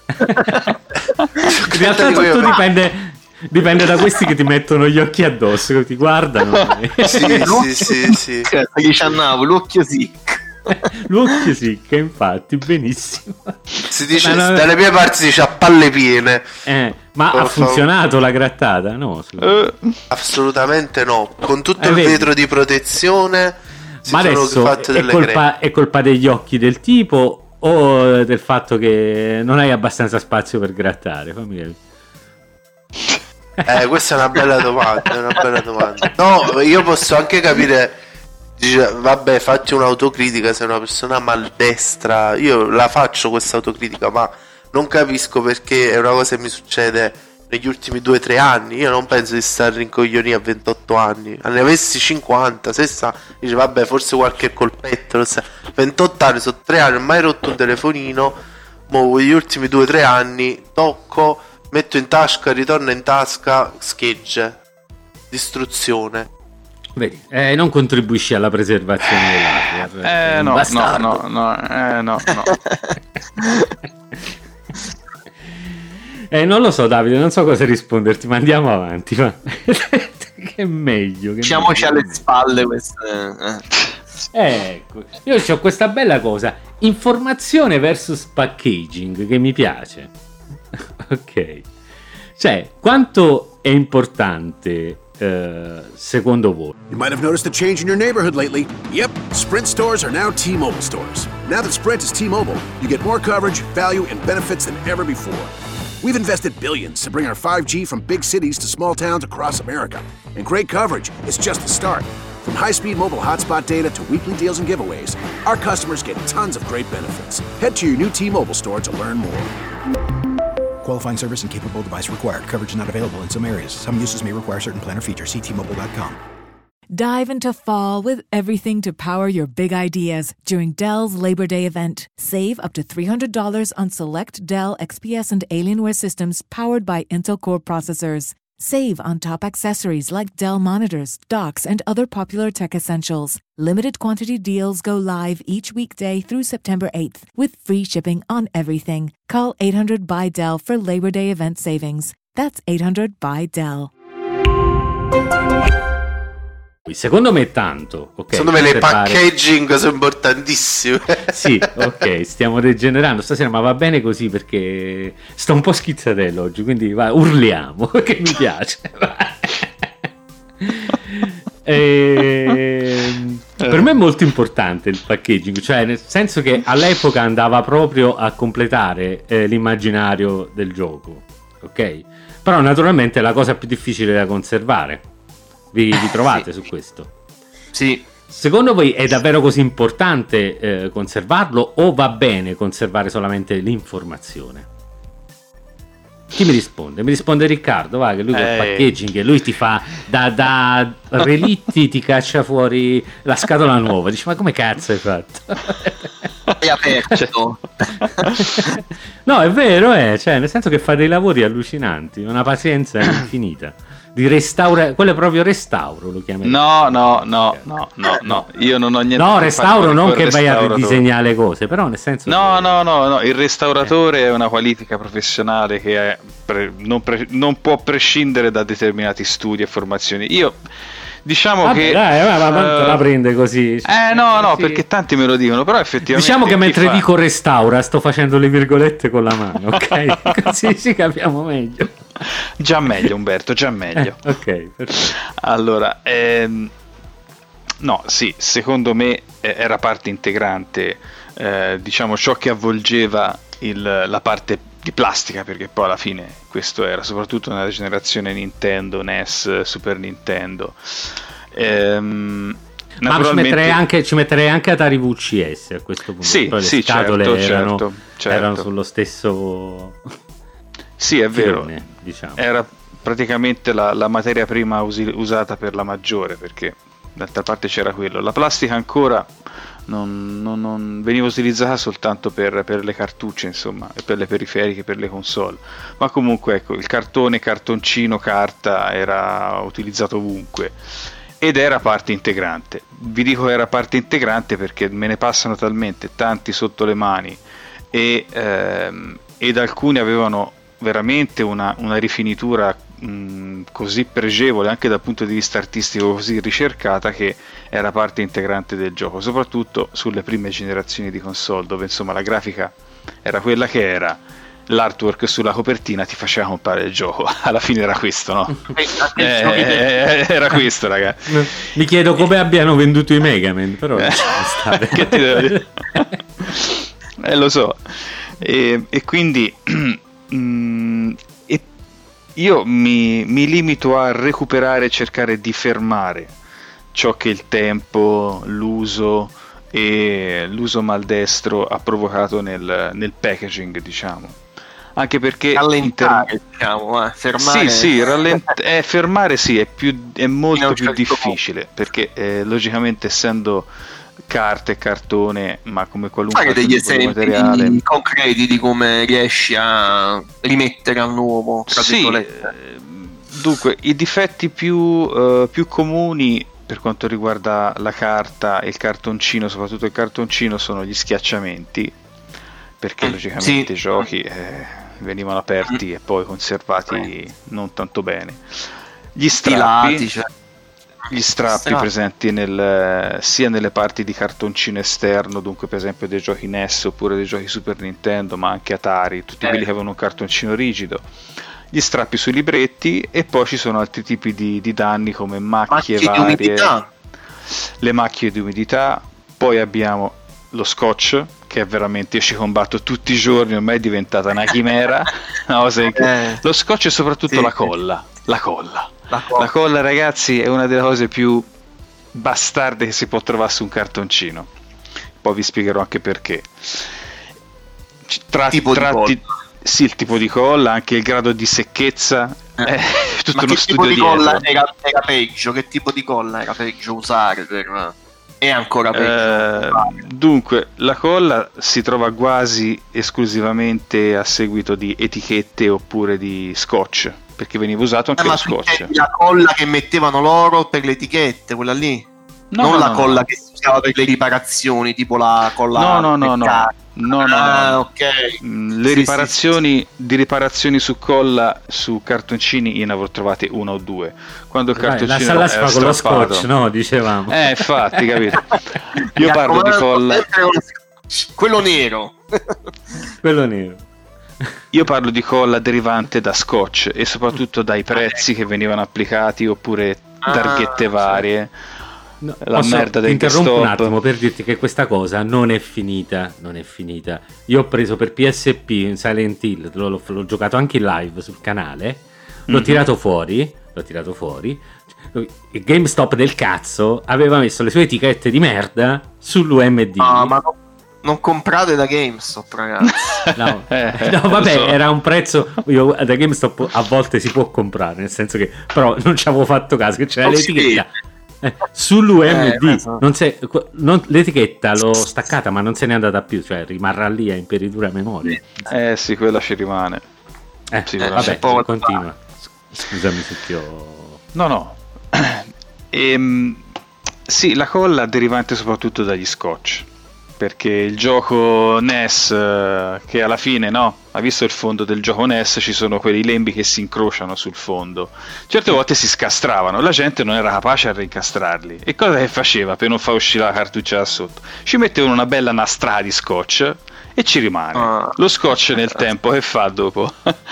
In realtà tutto dipende, dipende da questi che ti mettono gli occhi addosso, che ti guardano. Sì, sì, sì, sì. Che c'annavo l'occhio sì. L'occhio sì, che infatti, benissimo. Si dice, Ma no- dalle mie parti si dice a palle piene. Eh, ma Oh, ha fa- funzionato la grattata? No, scusa. Eh, Assolutamente no. Con tutto Eh, il vedi. vetro di protezione si Ma sono adesso fatte è delle colpa, creme. è colpa degli occhi del tipo o del fatto che non hai abbastanza spazio per grattare? Fammi capire. Eh, questa è una bella domanda, è una bella domanda. No, io posso anche capire. Dice, vabbè, fatti un'autocritica, sei una persona maldestra. Io la faccio questa autocritica, ma non capisco perché è una cosa che mi succede negli ultimi due o tre anni. Io non penso di stare rincoglioni a ventotto anni. Ne avessi cinquanta, sessanta, dice vabbè, forse qualche colpetto, non so. ventotto anni, sono tre anni, ho mai rotto un telefonino. Mo gli ultimi due o tre anni tocco, metto in tasca, ritorna in tasca, schegge, distruzione. Vedi, eh, non contribuisci alla preservazione dell'hardware. eh Un no, no, bastardo. no, no, eh, no, no. Eh, non lo so, Davide, non so cosa risponderti, ma andiamo avanti. Va. Che è meglio. Che Diciamoci meglio. alle spalle queste. eh. Ecco, io ho questa bella cosa, informazione versus packaging, che mi piace. Ok. Cioè, quanto è importante, eh, secondo voi? You might have noticed a change in your neighborhood lately. Yep, Sprint stores are now T-Mobile stores. Now that Sprint is T-Mobile, you get more coverage, value, and benefits than ever before. We've invested billions to bring our five G from big cities to small towns across America. And great coverage is just the start. From high-speed mobile hotspot data to weekly deals and giveaways, our customers get tons of great benefits. Head to your new T-Mobile store to learn more. Qualifying service and capable device required. Coverage not available in some areas. Some uses may require certain plan or features. See T Mobile dot com. Dive into fall with everything to power your big ideas during Dell's Labor Day event. Save up to three hundred dollars on select Dell X P S and Alienware systems powered by Intel Core processors. Save on top accessories like Dell monitors, docks, and other popular tech essentials. Limited quantity deals go live each weekday through September eighth with free shipping on everything. Call eight hundred by Dell for Labor Day event savings. That's eight hundred by Dell. Secondo me tanto, ok. Secondo me le per fare- packaging sono importantissime. Sì, ok, stiamo degenerando stasera, ma va bene così perché sto un po' schizzatello oggi, quindi va, urliamo, che mi piace. Ehm, per me è molto importante il packaging, cioè nel senso che all'epoca andava proprio a completare eh, l'immaginario del gioco, ok? Però naturalmente è la cosa più difficile da conservare. Vi, vi trovate su questo? Sì. Secondo voi è davvero così importante eh, conservarlo o va bene conservare solamente l'informazione? Chi mi risponde? Mi risponde Riccardo, va, che lui col Eh. packaging, lui ti fa da, da relitti, ti caccia fuori la scatola nuova. Dici, ma come cazzo hai fatto? Hai aperto. No, è vero, eh, cioè, nel senso che fa dei lavori allucinanti, una pazienza infinita. Di restaura, quello è proprio restauro, lo chiamerei. No, no, no, no, no, no, io non ho niente No, a che restauro fare non con che il vai a restauratore. ridisegnare le cose, però nel senso No, che- no, no, no, il restauratore è una qualifica professionale che è pre- non, pre- non può prescindere da determinati studi e formazioni. Io diciamo Vabbè, che dai, ma, ma, ma eh, la prende così. Eh no, no, Sì. perché tanti me lo dicono, però effettivamente Diciamo che chi mentre fa- dico restaura sto facendo le virgolette con la mano, ok? Così ci capiamo meglio. già meglio Umberto, già meglio. Eh, ok, perfetto. Allora, ehm, no, sì, secondo me eh, era parte integrante, eh, diciamo, ciò che avvolgeva il- la parte di plastica, perché poi alla fine questo era soprattutto nella generazione Nintendo, N E S, Super Nintendo. Ehm, Ma ci metterei, anche, ci metterei anche Atari V C S a questo punto. Sì, Poi le sì, scatole certo, erano, certo, certo. erano sullo stesso. Sì, è vero. Filone, diciamo. Era praticamente la, la materia prima usi, usata per la maggiore, perché d'altra parte c'era quello. La plastica ancora non, non, non veniva utilizzata soltanto per, per le cartucce, insomma, e per le periferiche, per le console. Ma comunque, ecco, il cartone, cartoncino, carta era utilizzato ovunque. Ed era parte integrante. Vi dico che era parte integrante perché me ne passano talmente tanti sotto le mani e, ehm, ed alcuni avevano veramente una, una rifinitura mh, così pregevole anche dal punto di vista artistico, così ricercata, che era parte integrante del gioco, soprattutto sulle prime generazioni di console, dove insomma la grafica era quella che era, l'artwork sulla copertina ti faceva comprare il gioco. Alla fine era questo, no? eh, eh, era questo, ragazzi. Mi chiedo come abbiano venduto i Mega Man, però eh, che ti devo dire? eh, lo so. E, e quindi mm, e io mi, mi limito a recuperare e cercare di fermare ciò che il tempo, l'uso e l'uso maldestro ha provocato nel, nel packaging, diciamo. Anche perché rallentare, inter... diciamo, eh, fermare. Sì, sì, rallent... eh, fermare sì, è, più, è molto più certo difficile, modo. Perché eh, logicamente essendo carta e cartone, ma come qualunque fare degli esempi materiale concreti di come riesci a rimettere al nuovo, tra sì, virgolette. Dunque, i difetti più, uh, più comuni per quanto riguarda la carta e il cartoncino, soprattutto il cartoncino, sono gli schiacciamenti, perché logicamente sì. i giochi eh, venivano aperti e poi conservati non tanto bene. Gli strappi, Stilati, cioè. gli strappi Strappi. presenti nel, sia nelle parti di cartoncino esterno, dunque per esempio dei giochi N E S oppure dei giochi Super Nintendo, ma anche Atari, tutti Eh. quelli che avevano un cartoncino rigido, gli strappi sui libretti, e poi ci sono altri tipi di, di danni come macchie, Macchie di varie, umidità. le macchie di umidità. Poi abbiamo lo scotch, che è veramente, io ci combatto tutti i giorni, ormai è diventata una chimera. Una cosa inc- Eh. lo scotch e soprattutto Sì. la colla la colla La colla. la colla, ragazzi, è una delle cose più bastarde che si può trovare su un cartoncino. Poi vi spiegherò anche perché. C- Tra, Tipo di tratti, colla. sì, il tipo di colla, anche il grado di secchezza, Eh. è tutto Ma uno che tipo studio di colla dietro. era, era peggio? Che tipo di colla era peggio usare per... È ancora peggio. Eh, dunque, la colla si trova quasi esclusivamente a seguito di etichette oppure di scotch, perché veniva usato anche Eh, lo ma tu scotch. intendi la colla che mettevano loro per le etichette, quella lì? No, non no, la no, colla no. che si usava per le riparazioni, tipo la colla No, no, no, no. meccanica. No, no, Ah, no. ok. Mm, Le Sì, riparazioni di riparazioni su colla su cartoncini io ne avevo trovate una o due. Quando il Vai, la cartoncino sala si era fa con lo strappato. scotch, no? Dicevamo. Eh, infatti, capito. Io Mi parlo di raccomando, colla. sempre con lo scotch. Quello nero. Quello nero. Io parlo di colla derivante da scotch e soprattutto dai prezzi che venivano applicati, oppure Ah, targhette varie. No, La posso- merda ti del interrompo un GameStop. attimo per dirti che questa cosa non è finita, non è finita. Io ho preso per P S P Silent Hill, l'ho, l'ho- l'ho giocato anche in live sul canale, l'ho Mhm. tirato fuori, l'ho tirato fuori. Il GameStop del cazzo aveva messo le sue etichette di merda sull'U M D. Ah, ma no- non comprate da GameStop, ragazzi. No, Eh, no, vabbè, lo so. era un prezzo. Io da GameStop a volte si può comprare, nel senso che però non ci avevo fatto caso che c'era Non si l'etichetta eh, sull'U M D. Eh, esatto. non se- non- l'etichetta l'ho staccata, ma non se n'è andata più, cioè rimarrà lì a imperitura memoria. Eh sì, quella ci rimane. Eh, Sì, eh, vabbè, vabbè, poi- continua. Scusami se ti ho. No, no. Ehm, sì, la colla derivante soprattutto dagli scotch, perché il gioco N E S, eh, che alla fine, no, ha visto il fondo del gioco N E S, ci sono quei lembi che si incrociano sul fondo, certe volte si scastravano, la gente non era capace a rincastrarli, e cosa che faceva per non far uscire la cartuccia da sotto? Ci mettevano una bella nastrata di scotch e ci rimane. Ah. Lo scotch nel tempo che fa dopo?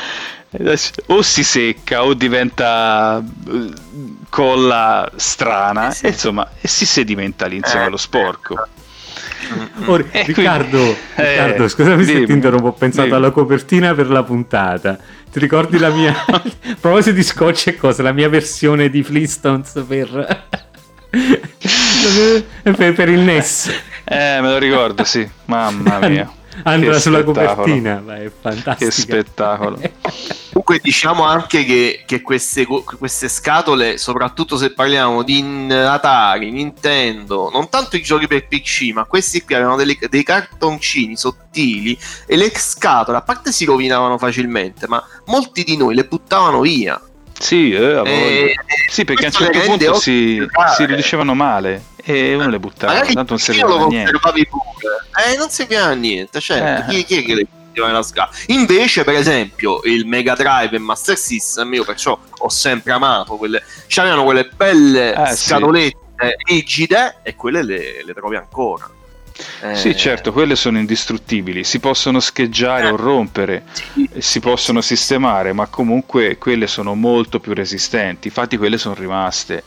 O si secca o diventa eh, colla strana, Sì. e insomma, e si sedimenta lì insieme Eh. allo sporco. Oh, E Riccardo, quindi- Riccardo, eh, scusami se dimmi, ti interrompo, ho pensato dimmi. alla copertina per la puntata. Ti ricordi la mia a proposito di scotch e cose, la mia versione di Flintstones per per, per il N E S. Eh, me lo ricordo, sì. Mamma mia. Andrà sulla spettacolo. copertina, ma è fantastico. Che spettacolo. Comunque diciamo anche che, che queste, queste scatole, soprattutto se parliamo di Atari, Nintendo, non tanto i giochi per P C, ma questi qui avevano delle, dei cartoncini sottili e le scatole, a parte si rovinavano facilmente, ma molti di noi le buttavano via. Sì, eh, E- sì, perché a un questo certo le rende punto si, ottimale. si riducevano male e uno le buttava, Magari tanto non io serviva lo a niente. conservavi pure, eh, non serviva a niente, certo. Eh. Chi, chi è che le metteva nella scatola? Invece, per esempio, il Mega Drive e Master System, io perciò ho sempre amato quelle, c'avevano quelle belle Eh, sì. scatolette rigide e quelle le, le trovi ancora. Eh, Sì, certo, quelle sono indistruttibili, si possono scheggiare Eh. o rompere, sì, e si possono sistemare, ma comunque quelle sono molto più resistenti, infatti quelle sono rimaste.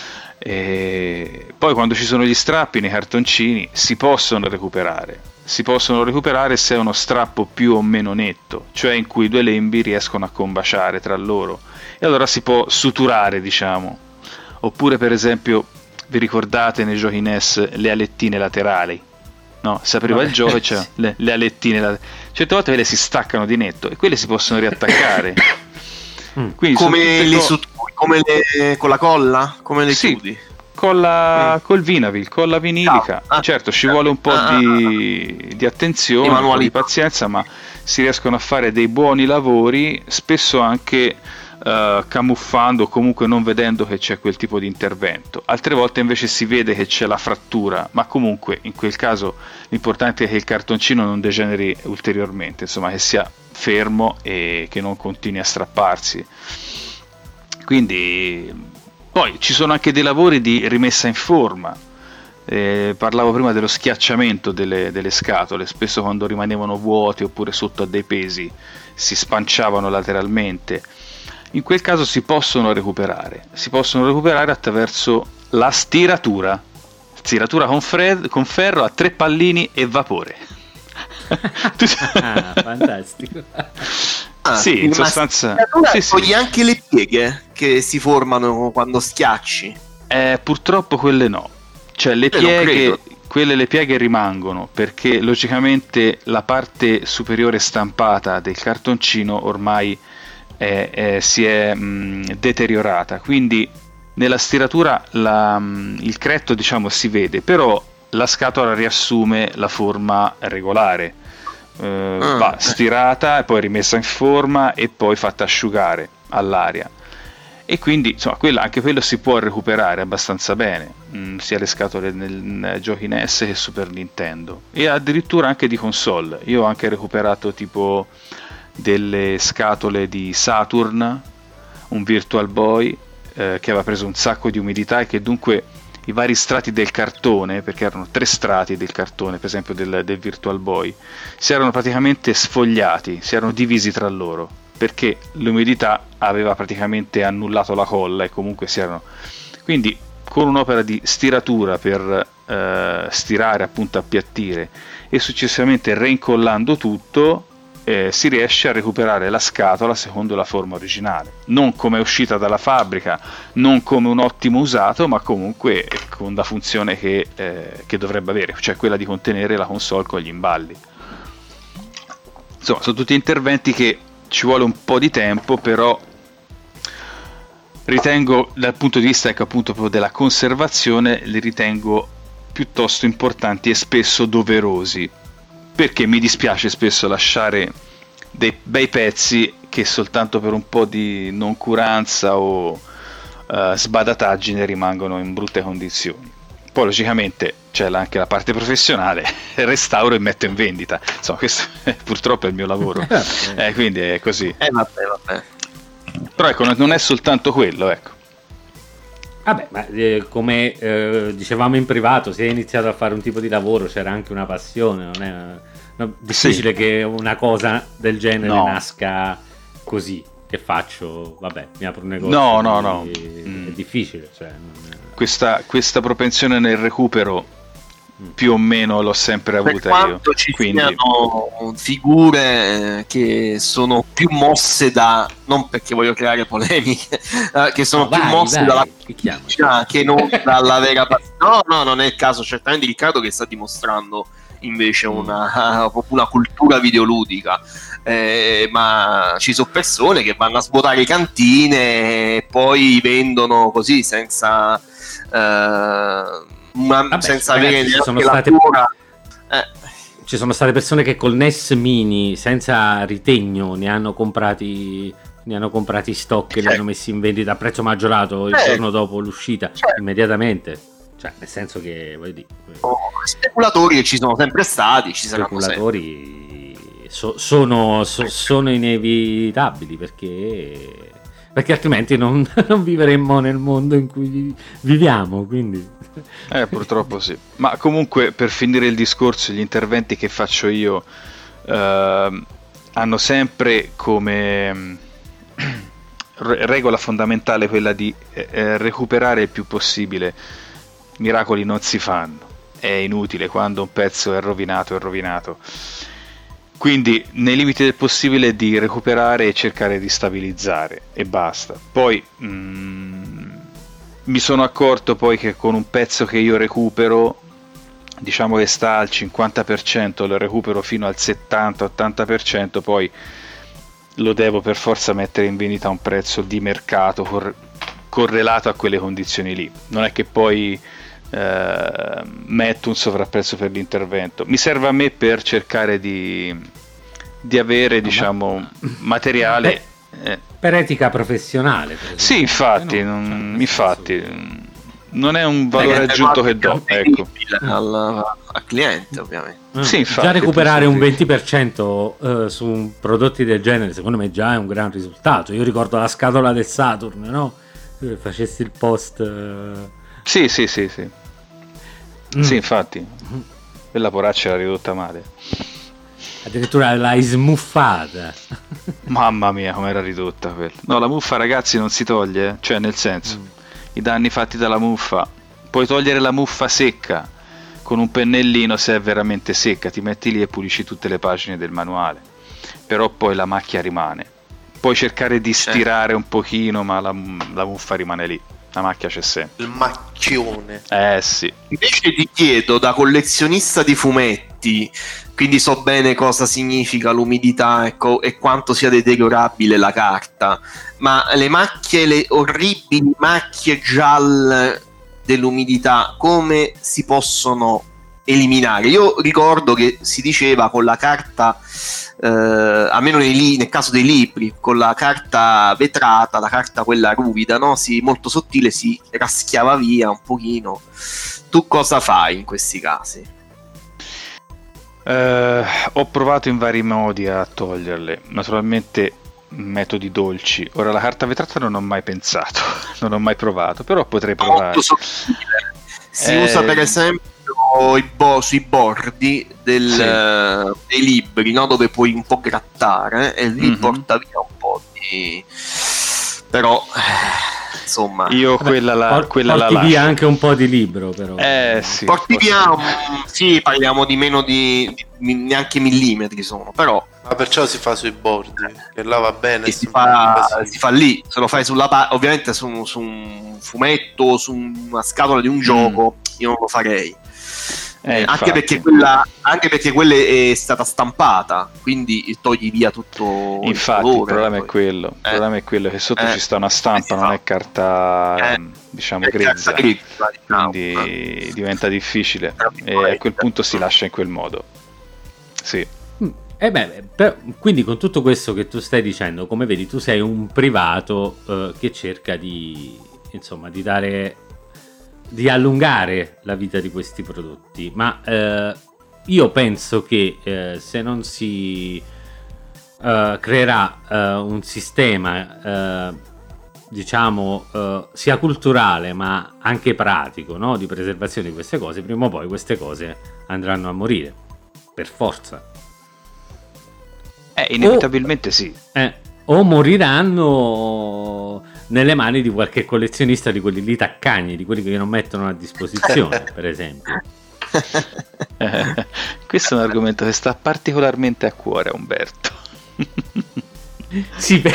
E poi quando ci sono gli strappi nei cartoncini si possono recuperare, si possono recuperare se è uno strappo più o meno netto, cioè in cui due lembi riescono a combaciare tra loro, e allora si può suturare, diciamo. Oppure per esempio, vi ricordate nei giochi N E S le alettine laterali? No, si apriva Vabbè, il gioco e c'è le, le alettine la- certe volte quelle si staccano di netto e quelle si possono riattaccare. Quindi sono come tutte le co- suturi, come le, con la colla? Come le Sì. chiudi? con la, Mm. col Vinavil, con la vinilica. Ah, ah, certo, ci vuole un po' ah, di, di attenzione, Di un po' di manualità. pazienza, ma si riescono a fare dei buoni lavori, spesso anche eh, camuffando o comunque non vedendo che c'è quel tipo di intervento. Altre volte invece si vede che c'è la frattura, ma comunque in quel caso l'importante è che il cartoncino non degeneri ulteriormente, insomma che sia fermo e che non continui a strapparsi. Quindi poi ci sono anche dei lavori di rimessa in forma. Eh, parlavo prima dello schiacciamento delle, delle scatole, spesso quando rimanevano vuote oppure sotto a dei pesi si spanciavano lateralmente. In quel caso si possono recuperare, si possono recuperare attraverso la stiratura, stiratura con, fred- con ferro a tre pallini e vapore. Ah, fantastico. Ah, Sì, in quindi ma sostanza stiratura sì, sì. togli anche le pieghe che si formano quando schiacci. Eh, purtroppo quelle no, cioè le Eh, non pieghe, credo. quelle le pieghe rimangono perché logicamente la parte superiore stampata del cartoncino ormai è- è- si è mh, deteriorata, quindi nella stiratura la, mh, il cretto diciamo si vede, però la scatola riassume la forma regolare. Eh, Ah, va ok. stirata e poi rimessa in forma e poi fatta asciugare all'aria, e quindi insomma quella, anche quello si può recuperare abbastanza bene, mm, sia le scatole nel, nei giochi N E S che Super Nintendo, e addirittura anche di console. Io ho anche recuperato tipo delle scatole di Saturn, un Virtual Boy eh, che aveva preso un sacco di umidità e che dunque i vari strati del cartone, perché erano tre strati del cartone, per esempio del, del Virtual Boy, si erano praticamente sfogliati, si erano divisi tra loro, perché l'umidità aveva praticamente annullato la colla e comunque si erano... Quindi con un'opera di stiratura per eh, stirare, appunto appiattire, e successivamente reincollando tutto, eh, si riesce a recuperare la scatola secondo la forma originale, non come è uscita dalla fabbrica, non come un ottimo usato, ma comunque con la funzione che, eh, che dovrebbe avere, cioè quella di contenere la console con gli imballi. Insomma, sono tutti interventi che ci vuole un po' di tempo, però ritengo dal punto di vista, ecco, appunto proprio della conservazione, li ritengo piuttosto importanti e spesso doverosi, perché mi dispiace spesso lasciare dei bei pezzi che soltanto per un po' di noncuranza o uh, sbadataggine rimangono in brutte condizioni. Poi logicamente c'è anche la parte professionale, restauro e metto in vendita, insomma questo purtroppo è il mio lavoro, eh, quindi è così. Eh vabbè, vabbè. Però ecco, non è soltanto quello, ecco. Vabbè, ma eh, come eh, dicevamo in privato, se hai iniziato a fare un tipo di lavoro c'era anche una passione, non è no, difficile Sì. che una cosa del genere No. nasca così. Che faccio? Vabbè, mi apro un negozio. No, no, no. quindi Mm. È difficile, cioè, non- Questa, questa propensione nel recupero più o meno l'ho sempre Per avuta io, quanto ci quindi siano figure eh, che sono più mosse da, non perché voglio creare polemiche, eh, che sono No, più vai, mosse vai, dalla chi chiama? cioè, che non dalla vera passione, No, no, non è il caso certamente di Riccardo, che sta dimostrando invece una, una cultura videoludica, eh, ma ci sono persone che vanno a svuotare le cantine e poi vendono così senza, eh, una, Vabbè, senza ragazzi, avere ci sono la state... cura. Eh. Ci sono state persone che col N E S Mini senza ritegno ne hanno comprati ne hanno comprati stock e li hanno messi in vendita a prezzo maggiorato il Eh. giorno dopo l'uscita, Certo. immediatamente. Cioè, nel senso che, voglio dire, Oh, speculatori che ci sono sempre stati, ci saranno sempre. speculatori so- sono, so- sono inevitabili, perché perché altrimenti non, non vivremmo nel mondo in cui vi- viviamo, quindi Eh, purtroppo sì. Ma comunque, per finire il discorso, gli interventi che faccio io ehm, hanno sempre come mm, re- regola fondamentale quella di eh, eh, recuperare il più possibile. Miracoli non si fanno, è inutile, quando un pezzo è rovinato è rovinato. Quindi, nei limiti del possibile, di recuperare e cercare di stabilizzare e basta. Poi mm, mi sono accorto poi che con un pezzo che io recupero, diciamo che sta al cinquanta per cento, lo recupero fino al settanta ottanta per cento, poi lo devo per forza mettere in vendita a un prezzo di mercato cor- correlato a quelle condizioni lì. Non è che poi eh, metto un sovrapprezzo per l'intervento. Mi serve a me per cercare di, di avere, diciamo, materiale. eh, per etica professionale, per Sì, esempio. infatti, Eh no, non, cioè, nel infatti senso- non è un valore Perché aggiunto è che do, ecco. al, al cliente, ovviamente. Eh, Sì, infatti, già recuperare un per venti per cento eh, su un prodotti del genere, secondo me già è un gran risultato. Io ricordo la scatola del Saturn, no? Eh, Facessi il post. eh, Sì, sì, sì, sì. Mm. Sì, infatti. Quella poraccia era ridotta male. Addirittura l'hai smuffata. Mamma mia, com'era ridotta quella. No, la muffa, ragazzi, non si toglie, eh. Cioè, nel senso, Mm. i danni fatti dalla muffa. Puoi togliere la muffa secca con un pennellino se è veramente secca, ti metti lì e pulisci tutte le pagine del manuale. Però poi la macchia rimane. Puoi cercare di stirare un pochino, ma la, la muffa rimane lì. La macchia c'è sempre. Il macchione. Eh sì. Invece ti chiedo, da collezionista di fumetti, quindi so bene cosa significa l'umidità e, co- e quanto sia deteriorabile la carta, ma le macchie, le orribili macchie gialle dell'umidità, come si possono eliminare? Io ricordo che si diceva con la carta, eh, almeno nei li- nel caso dei libri, con la carta vetrata, la carta quella ruvida, no? Si, molto sottile, si raschiava via un pochino. Tu cosa fai in questi casi? Eh, ho provato in vari modi a toglierle, naturalmente metodi dolci. Ora, la carta vetrata non ho mai pensato, non ho mai provato, però potrei provare. Molto sottile. Si Eh, usa per esempio i bo- sui bordi del, Sì. eh, dei libri, no? Dove puoi un po' grattare, eh, e lì Mhm. porta via un po' di... però eh, insomma Io Vabbè, quella la, por- quella la porti via lascio. anche un po' di libro, però. Eh sì. porti forse- via un- sì, parliamo di meno di, di- mi- neanche millimetri sono, però Ma perciò si fa sui bordi, che là va bene. che si sembra fa, così. si fa lì, se lo fai sulla pa- ovviamente su, su un fumetto o su una scatola di un gioco io non lo farei. Eh, Eh, anche, infatti. perché quella, anche perché quella è stata stampata, quindi togli via tutto Infatti, il il problema è poi. quello. Il Eh. problema è quello che sotto Eh. ci sta una stampa, Eh, non è carta, Eh. ehm, diciamo, È grezza. carta grezza, diciamo. Quindi diventa difficile. Tra E virgolette. a quel punto si lascia in quel modo. Sì. Mm, E beh, per- quindi con tutto questo che tu stai dicendo, come vedi, tu sei un privato eh, che cerca di, insomma, di dare, di allungare la vita di questi prodotti. Ma eh, io penso che eh, se non si eh, creerà eh, un sistema, eh, diciamo, eh, sia culturale ma anche pratico, no? Di preservazione di queste cose, prima o poi queste cose andranno a morire, per forza. Eh, inevitabilmente sì. Eh, o moriranno nelle mani di qualche collezionista di quelli lì taccagni, di quelli che non mettono a disposizione, per esempio. Eh, questo è un argomento che sta particolarmente a cuore a Umberto. Sì, beh,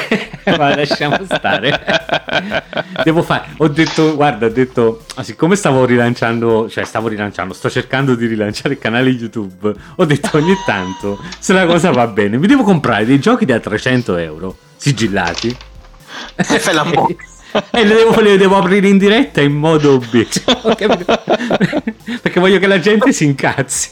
Ma lasciamo stare. Devo fare. Ho detto, guarda, ho detto, siccome stavo rilanciando, cioè stavo rilanciando, sto cercando di rilanciare il canale YouTube. Ho detto ogni tanto, se la cosa va bene, mi devo comprare dei giochi da trecento euro sigillati. E fai la mo- E le devo, le devo aprire in diretta in modo bitch. Perché voglio che la gente si incazzi.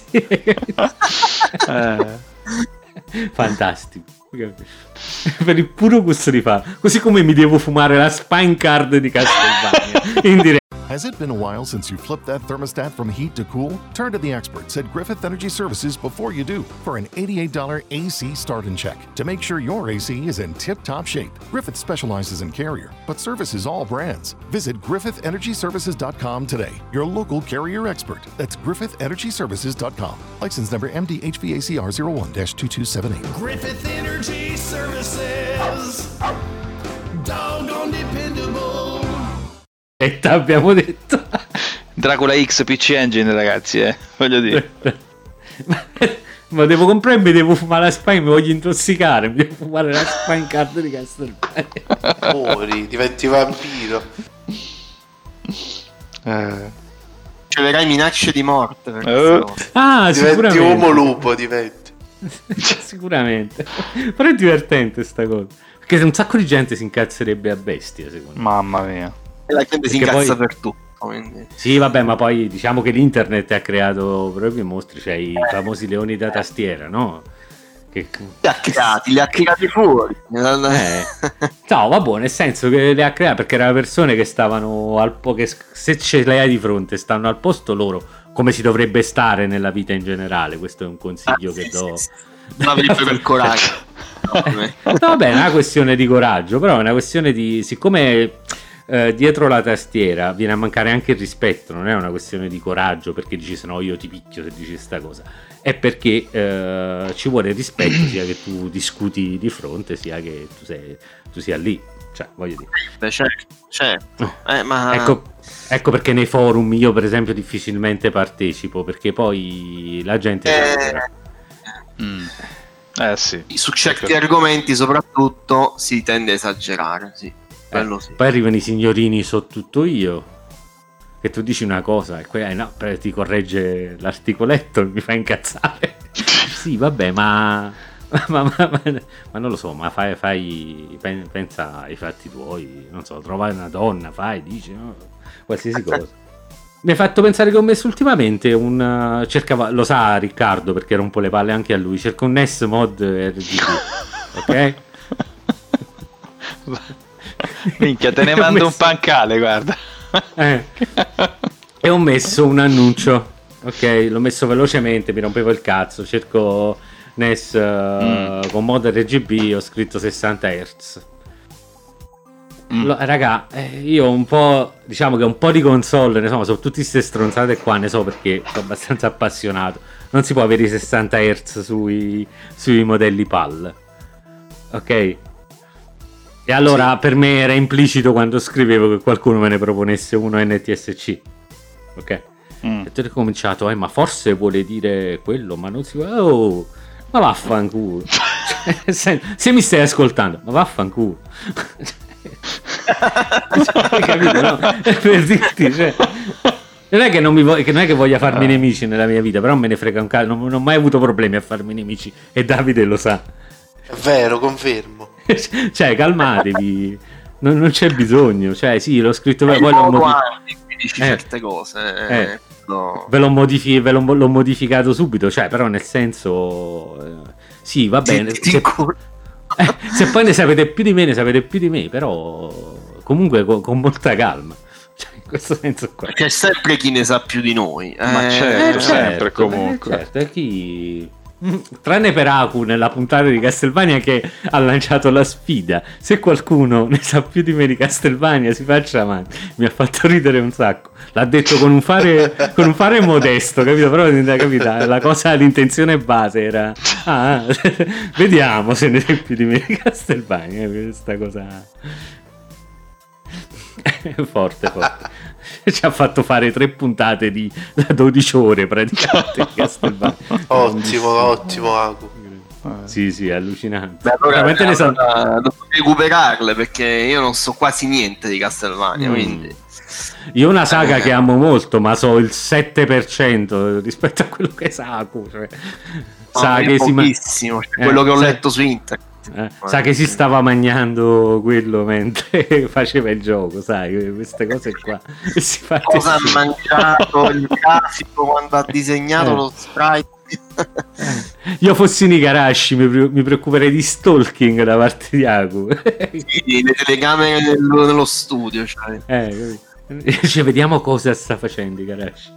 eh. Fantastico. Per il puro gusto di fare. Così come mi devo fumare la spine card di Castlevania in diretta. Has it been a while since you flipped that thermostat from heat to cool? Turn to the experts at Griffith Energy Services before you do for an eighty-eight dollars A C start and check to make sure your A C is in tip-top shape. Griffith specializes in Carrier, but services all brands. Visit griffith energy services dot com today. Your local Carrier expert. That's griffith energy services dot com. License number M D H V A C R zero one dash two two seven eight. Griffith Energy Services. Doggone dependable. E t'abbiamo detto Dracula X P C Engine, ragazzi, eh, voglio dire. ma, ma devo comprare e mi devo fumare la spine, mi voglio intossicare, mi devo fumare la spine card di Castlevania. Muori, diventi vampiro. Eh. Riceverai minacce di morte. Uh. Ah, diventi sicuramente. uomo lupo, diventi. Sicuramente. Però è divertente sta cosa. Perché un sacco di gente si incazzerebbe a bestia, secondo me. Mamma mia. E la gente si Perché incazza poi... per tutto. Quindi. Sì, vabbè, ma poi diciamo che l'internet ha creato proprio i mostri, cioè i famosi leoni da tastiera, no? Che... Li ha creati, li ha creati fuori. Eh. No, vabbè, nel senso che li ha creati perché erano persone che stavano al po' che se ce le hai di fronte stanno al posto loro, come si dovrebbe stare nella vita in generale. Questo è un consiglio ah, che sì, do. Sì, sì. Non avrebbero il coraggio. No, vabbè, è una questione di coraggio, però è una questione di siccome eh, dietro la tastiera viene a mancare anche il rispetto, non è una questione di coraggio perché dici se no io ti picchio se dici sta cosa, è perché eh, ci vuole rispetto sia che tu discuti di fronte sia che tu, sei, tu sia lì, cioè voglio dire. Beh, certo, certo. Eh, ma... ecco, ecco perché nei forum io per esempio difficilmente partecipo perché poi la gente eh... Mm. Eh sì. Su certi argomenti soprattutto si tende a esagerare, sì. Quello eh, sì. Poi arrivano i signorini, so tutto io, che tu dici una cosa e que- eh, no, ti corregge l'articoletto e mi fa incazzare. Sì, vabbè, ma ma, ma, ma ma non lo so, ma fai, fai pensa ai fatti tuoi, non so, trovare una donna, fai, dici, no? Qualsiasi cosa. Mi hai fatto pensare che ho messo ultimamente un uh, cercava, lo sa Riccardo perché rompo le palle anche a lui, cerco un N E S mod R G B, ok? Minchia, te ne mando messo... un pancale, guarda. Eh. E ho messo un annuncio, ok? L'ho messo velocemente, mi rompevo il cazzo, cerco N E S uh, mm. con mod R G B, ho scritto sessanta hertz. Mm. Lo, raga, eh, io un po', diciamo che un po' di console, ne so, sono tutte queste stronzate qua, ne so perché sono abbastanza appassionato. Non si può avere i sessanta hertz sui, sui modelli P A L, ok? E allora sì. Per me era implicito quando scrivevo che qualcuno me ne proponesse uno N T S C, ok? Mm. E tu hai cominciato, eh, ma forse vuole dire quello, ma non si può. Oh, ma vaffanculo. se, se mi stai ascoltando, ma vaffanculo. Cioè, capito, no? Per dirti, cioè, non è che non mi vo- che non è che voglia farmi nemici nella mia vita, però me ne frega un cazzo, non, non ho mai avuto problemi a farmi nemici e Davide lo sa. È vero, confermo. Cioè, calmatevi, non, non c'è bisogno, cioè sì, l'ho scritto per poi l'ho modificato, dici eh, certe cose, eh, eh, no. ve, l'ho modifi- ve l'ho, l'ho modificato subito, cioè, però nel senso eh, sì, va bene. Ti, ti se, eh, se poi ne sapete più di me, ne sapete più di me, però comunque con, con molta calma. Cioè, in questo senso qua. C'è sempre chi ne sa più di noi. Eh, Ma certo, eh, sempre certo, comunque. Eh, certo, è chi... Tranne per Aku nella puntata di Castlevania che ha lanciato la sfida. Se qualcuno ne sa più di me di Castlevania si faccia avanti. Mi ha fatto ridere un sacco. L'ha detto con un fare, con un fare modesto, capito? Però capito, la cosa, l'intenzione base era ah, vediamo se ne sai più di me di Castlevania. Questa cosa forte, forte. Ci ha fatto fare tre puntate di da dodici ore praticamente. Ottimo, ottimo Aku. Sì, sì, allucinante. Beh, allora, Veramente ne sono... allora, devo recuperarle perché io non so quasi niente di Castlevania, Mm. quindi Io una saga che amo molto, ma so il sette per cento rispetto a quello che sa. Cioè, sa no, che si ma- pochissimo, cioè, Eh, quello che ho sa- letto su internet. eh, sa che si stava mangiando quello mentre faceva il gioco, sai, queste cose qua. E si fa Cosa ha tesoro. mangiato il grafico quando ha disegnato Eh. lo sprite? Io fossi Igarashi mi, pre- mi preoccuperei di stalking da parte di Aku. Sì, le telecamere nello, nello studio, cioè. Eh, capito? Cioè, vediamo cosa sta facendo Igarashi.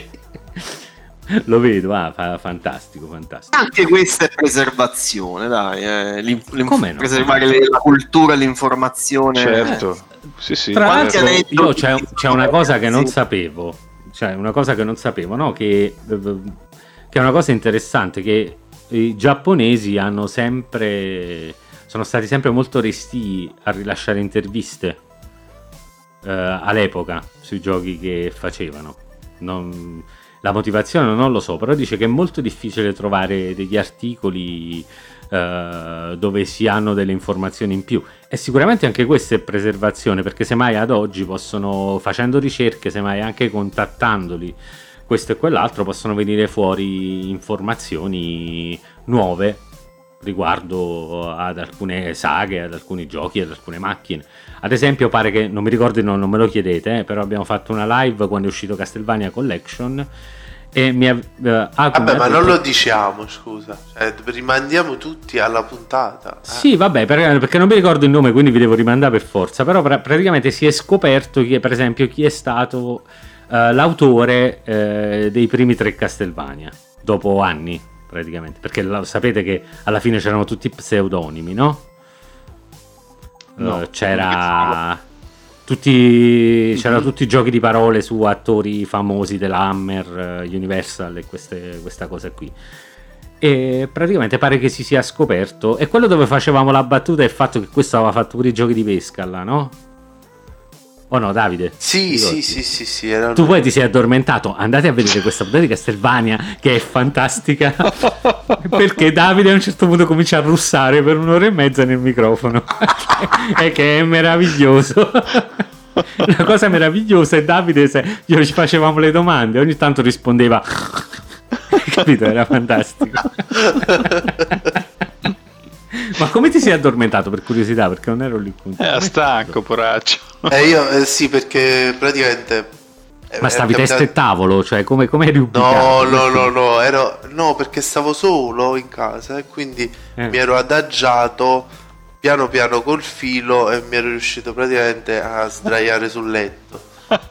Lo vedo, ah, fa- fantastico, fantastico. Anche questa è preservazione, dai, eh, l'inf- l'inf- Come no? preservare le- la cultura e l'informazione. Certo, sì, sì. Tra Quanti l'altro, aneddoti io c'è, ci c'è sono, una cosa che non sì. sapevo, cioè una cosa che non sapevo, no? Che, che è una cosa interessante, che i giapponesi hanno sempre, sono stati sempre molto restii a rilasciare interviste eh, all'epoca sui giochi che facevano. Non, la motivazione non lo so, però dice che è molto difficile trovare degli articoli eh, dove si hanno delle informazioni in più, e sicuramente anche questa è preservazione, perché semmai ad oggi possono, facendo ricerche, semmai anche contattandoli, questo e quell'altro, possono venire fuori informazioni nuove riguardo ad alcune saghe, ad alcuni giochi, ad alcune macchine. Ad esempio, pare che, non mi ricordo, non, non me lo chiedete, eh, però abbiamo fatto una live quando è uscito Castlevania Collection e mi ha, eh, Aku mi Vabbè, ha ma detto- non lo diciamo, scusa. Cioè, rimandiamo tutti alla puntata. eh. Sì, vabbè, per- perché non mi ricordo il nome, quindi vi devo rimandare per forza. Però pra- praticamente si è scoperto chi è, per esempio, chi è stato eh, l'autore eh, dei primi tre Castlevania, dopo anni, praticamente. Perché la- sapete che alla fine c'erano tutti pseudonimi, no? No. Eh, c'era tutti c'erano tutti i giochi di parole su attori famosi della Hammer, eh, Universal e queste, questa cosa qui. E praticamente pare che si sia scoperto, e quello dove facevamo la battuta è il fatto che questo aveva fatto pure i giochi di pesca là, no? O no, Davide? Sì, Ricordi? sì, sì, sì, sì, era Tu lui. poi ti sei addormentato, andate a vedere questa puntata di Castlevania che è fantastica, perché Davide a un certo punto comincia a russare per un'ora e mezza nel microfono e che è meraviglioso. La cosa meravigliosa è Davide, se io ci facevamo le domande, ogni tanto rispondeva, capito? Era fantastico. Ma come ti sei addormentato, per curiosità, perché non ero lì con te? Era stanco, poraccio. Eh, io, eh, sì, perché praticamente... eh, Ma stavi era testa e capitato- tavolo, cioè come, come eri No, ubicato? no, no, no, ero... no, perché stavo solo in casa e quindi Eh. mi ero adagiato piano piano col filo e mi ero riuscito praticamente a sdraiare sul letto.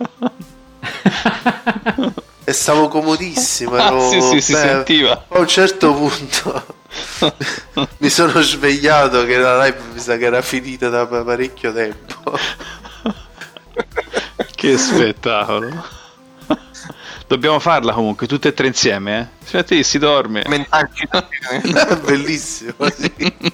E stavo comodissimo, ero... Ah, sì, sì, si beh, sentiva. A un certo punto mi sono svegliato che la live mi sa che era finita da pa- parecchio tempo. Che spettacolo. Dobbiamo farla comunque, tutte e tre insieme, eh? Senti, si dorme. Mentarci Bellissimo, sì.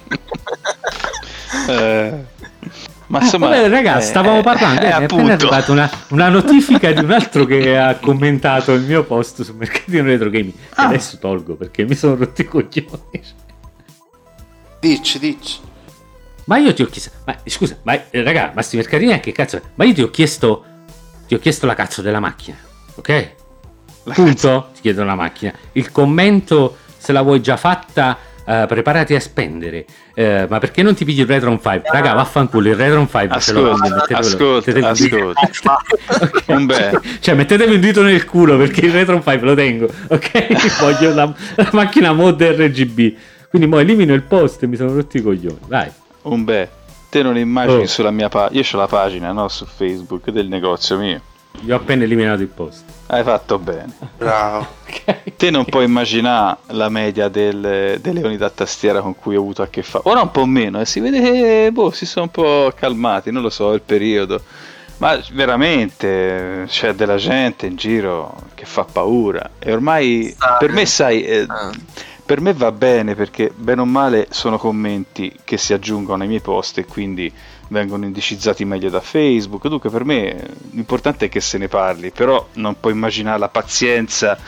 Eh, ma Ah, insomma, vabbè, ragazzi, eh, stavamo parlando. eh, eh, è appena appunto. arrivata una, una notifica di un altro che ha commentato il mio post su Mercatino Retro Gaming. Che Ah. adesso tolgo perché mi sono rotti i coglioni. Dici, dici. Ma io ti ho chiesto. Ma scusa, ma eh, raga, ma sti mercatini che cazzo è? Ma io ti ho chiesto. Ti ho chiesto la cazzo della macchina, ok? Punto? Ti chiedo la macchina. Il commento, se la vuoi già fatta, eh, preparati a spendere. Eh, ma perché non ti pigli il Retron cinque? Raga, vaffanculo, il Retron cinque ce l'ho. Ascolta, mettetevelo- ascolta, mettetevi un dito- ascolta. Un bel. Cioè, mettetevi un dito nel culo perché il Retron cinque lo tengo, ok? Voglio la, la macchina mod R G B. Quindi mo elimino il post e mi sono rotti i coglioni. Vai. Un beh, te non immagini Oh. sulla mia pagina. Io ho la pagina, no, su Facebook del negozio mio. Io ho appena eliminato il post. Hai fatto bene. Bravo. Te non puoi immaginare la media del- delle unità tastiera con cui ho avuto a che fare. Ora un po' meno, e si vede che boh, si sono un po' calmati, non lo so, è il periodo. Ma veramente c'è della gente in giro che fa paura. E ormai per me, sai, eh, per me va bene perché bene o male sono commenti che si aggiungono ai miei post e quindi vengono indicizzati meglio da Facebook. Dunque per me l'importante è che se ne parli, però non puoi immaginare la pazienza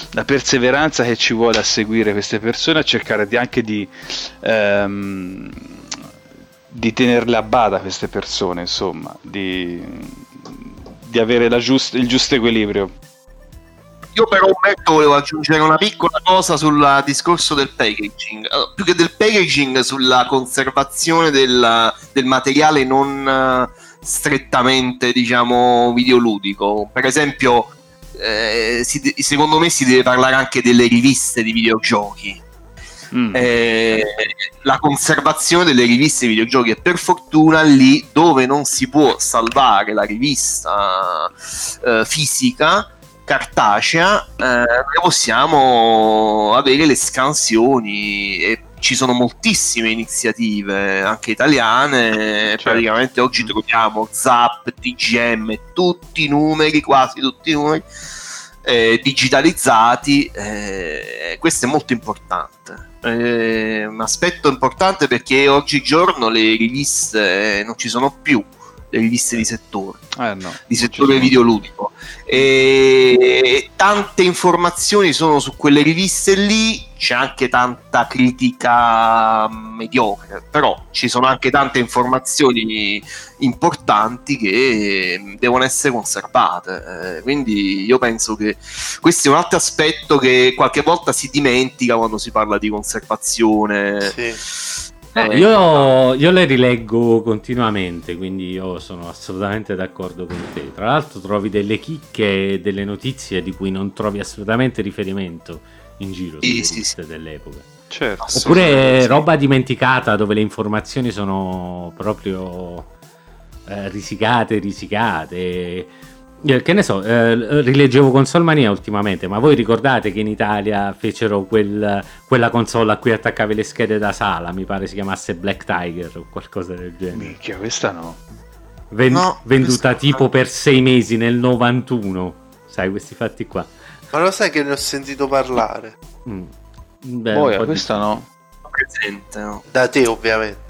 la perseveranza che ci vuole a seguire queste persone, a cercare di anche di ehm, di tenerle a bada queste persone, insomma, di, di avere la giust- il giusto equilibrio. Io però, Umberto, volevo aggiungere una piccola cosa sul discorso del packaging. Allora, più che del packaging, sulla conservazione del, del materiale non uh, strettamente, diciamo, videoludico. Per esempio, eh, si, secondo me si deve parlare anche delle riviste di videogiochi. Mm. Eh, la conservazione delle riviste di videogiochi, e per fortuna lì dove non si può salvare la rivista eh, fisica, cartacea, eh, noi possiamo avere le scansioni, e ci sono moltissime iniziative anche italiane, certo. Praticamente oggi troviamo Zap, T G M, tutti i numeri, quasi tutti i numeri eh, digitalizzati, eh, questo è molto importante. Eh, un aspetto importante, perché oggigiorno le riviste non ci sono più, le riviste di settore, eh no, di settore videoludico, e tante informazioni sono su quelle riviste lì. C'è anche tanta critica mediocre, però ci sono anche tante informazioni importanti che devono essere conservate, eh, quindi io penso che questo è un altro aspetto che qualche volta si dimentica quando si parla di conservazione. Sì. Eh, io, io le rileggo continuamente, quindi io sono assolutamente d'accordo con te. Tra l'altro trovi delle chicche e delle notizie di cui non trovi assolutamente riferimento in giro sì, sulle sì, riviste sì. dell'epoca. Certo, oppure roba dimenticata, dove le informazioni sono proprio eh, risicate, risicate. Eh, che ne so, eh, rileggevo Consolmania ultimamente, ma voi ricordate che in Italia fecero quel, quella console a cui attaccavi le schede da sala, mi pare si chiamasse Black Tiger o qualcosa del genere. Minchia, questa no. Ven- no venduta questa... tipo per sei mesi nel novantuno, sai, questi fatti qua. Ma lo sai che ne ho sentito parlare? Mm. Beh, Boia, questa di... no. Presente, no. Da te, ovviamente.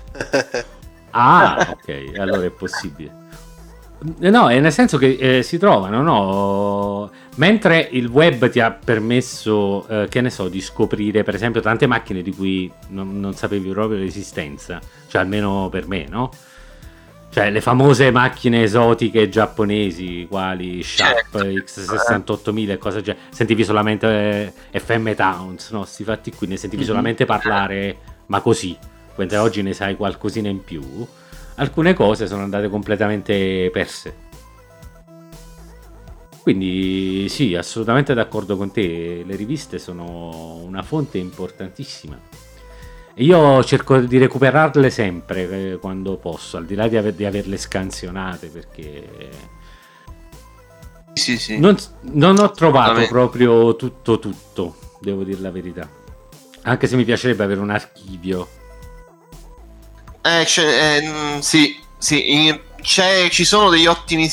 Ah, ok, allora è possibile. No, è nel senso che eh, si trovano, no? Mentre il web ti ha permesso, eh, che ne so, di scoprire per esempio tante macchine di cui non, non sapevi proprio l'esistenza, cioè almeno per me, no? Cioè le famose macchine esotiche giapponesi, quali Sharp, certo. X sessantottomila e cose genere, sentivi solamente eh, F M Towns, no? Sti fatti qui, ne sentivi mm-hmm. solamente parlare, ma così, mentre oggi ne sai qualcosina in più. Alcune cose sono andate completamente perse. Quindi sì, assolutamente d'accordo con te, le riviste sono una fonte importantissima. E io cerco di recuperarle sempre eh, quando posso, al di là di, aver, di averle scansionate, perché sì, sì. Non, non ho trovato proprio tutto tutto, devo dire la verità. Anche se mi piacerebbe avere un archivio. Eh, c'è, eh, sì, sì, c'è, ci sono degli ottimi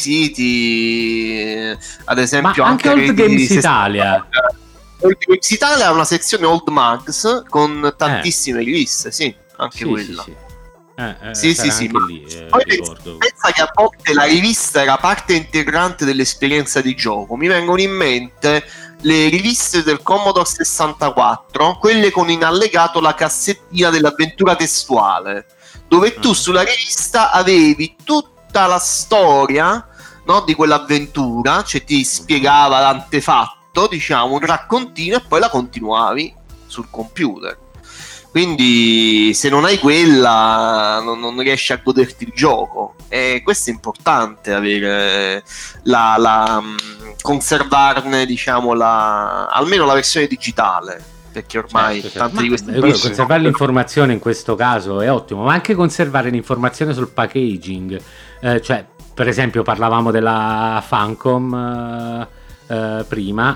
siti, ad esempio ma anche, anche Old Games Italia. Old Games Italia ha una sezione Old Mags con tantissime eh. riviste, sì, anche sì, quella. Sì, sì. Eh, eh, sì, sì, sì, ma lì, eh, poi pensa che a volte la rivista era parte integrante dell'esperienza di gioco. Mi vengono in mente le riviste del Commodore sessantaquattro, quelle con in allegato la cassettina dell'avventura testuale, dove tu sulla rivista avevi tutta la storia, no, di quell'avventura, cioè ti spiegava l'antefatto, diciamo, un raccontino, e poi la continuavi sul computer. Quindi se non hai quella non, non riesci a goderti il gioco, e questo è importante, avere la, la conservarne, diciamo, la, almeno la versione digitale, perché ormai certo, tanti di questi beh, conservare l'informazione in questo caso è ottimo, ma anche conservare l'informazione sul packaging, eh, cioè per esempio parlavamo della Funcom eh, eh, prima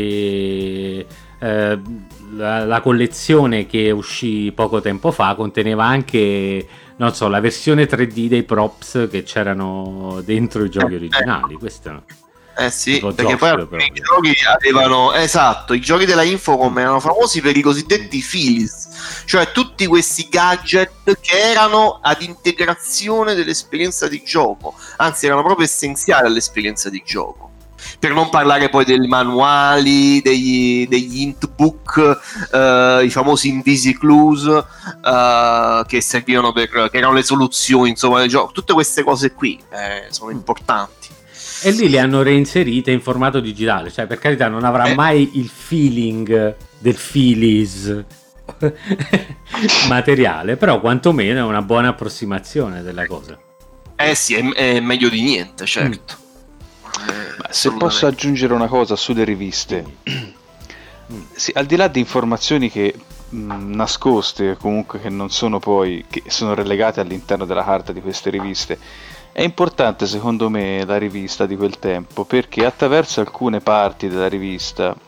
e eh, la, la collezione che uscì poco tempo fa conteneva anche, non so, la versione tre D dei props che c'erano dentro i giochi originali. Questo Eh sì, perché poi i giochi avevano, esatto, i giochi della Infocom erano famosi per i cosiddetti feels, cioè tutti questi gadget che erano ad integrazione dell'esperienza di gioco, anzi erano proprio essenziali all'esperienza di gioco. Per non parlare poi dei manuali, degli, degli hint book, eh, i famosi invisi clues, eh, che servivano per, che erano le soluzioni, insomma, del gioco. Tutte queste cose qui eh, sono importanti. E lì le hanno reinserite in formato digitale, cioè per carità non avrà eh. mai il feeling del Philips materiale, però quantomeno è una buona approssimazione della cosa. Eh sì, è, è meglio di niente, certo. Mm. Eh, Ma se posso aggiungere una cosa sulle riviste, sì, al di là di informazioni che mh, nascoste, comunque che non sono poi, che sono relegate all'interno della carta di queste riviste, è importante secondo me la rivista di quel tempo, perché attraverso alcune parti della rivista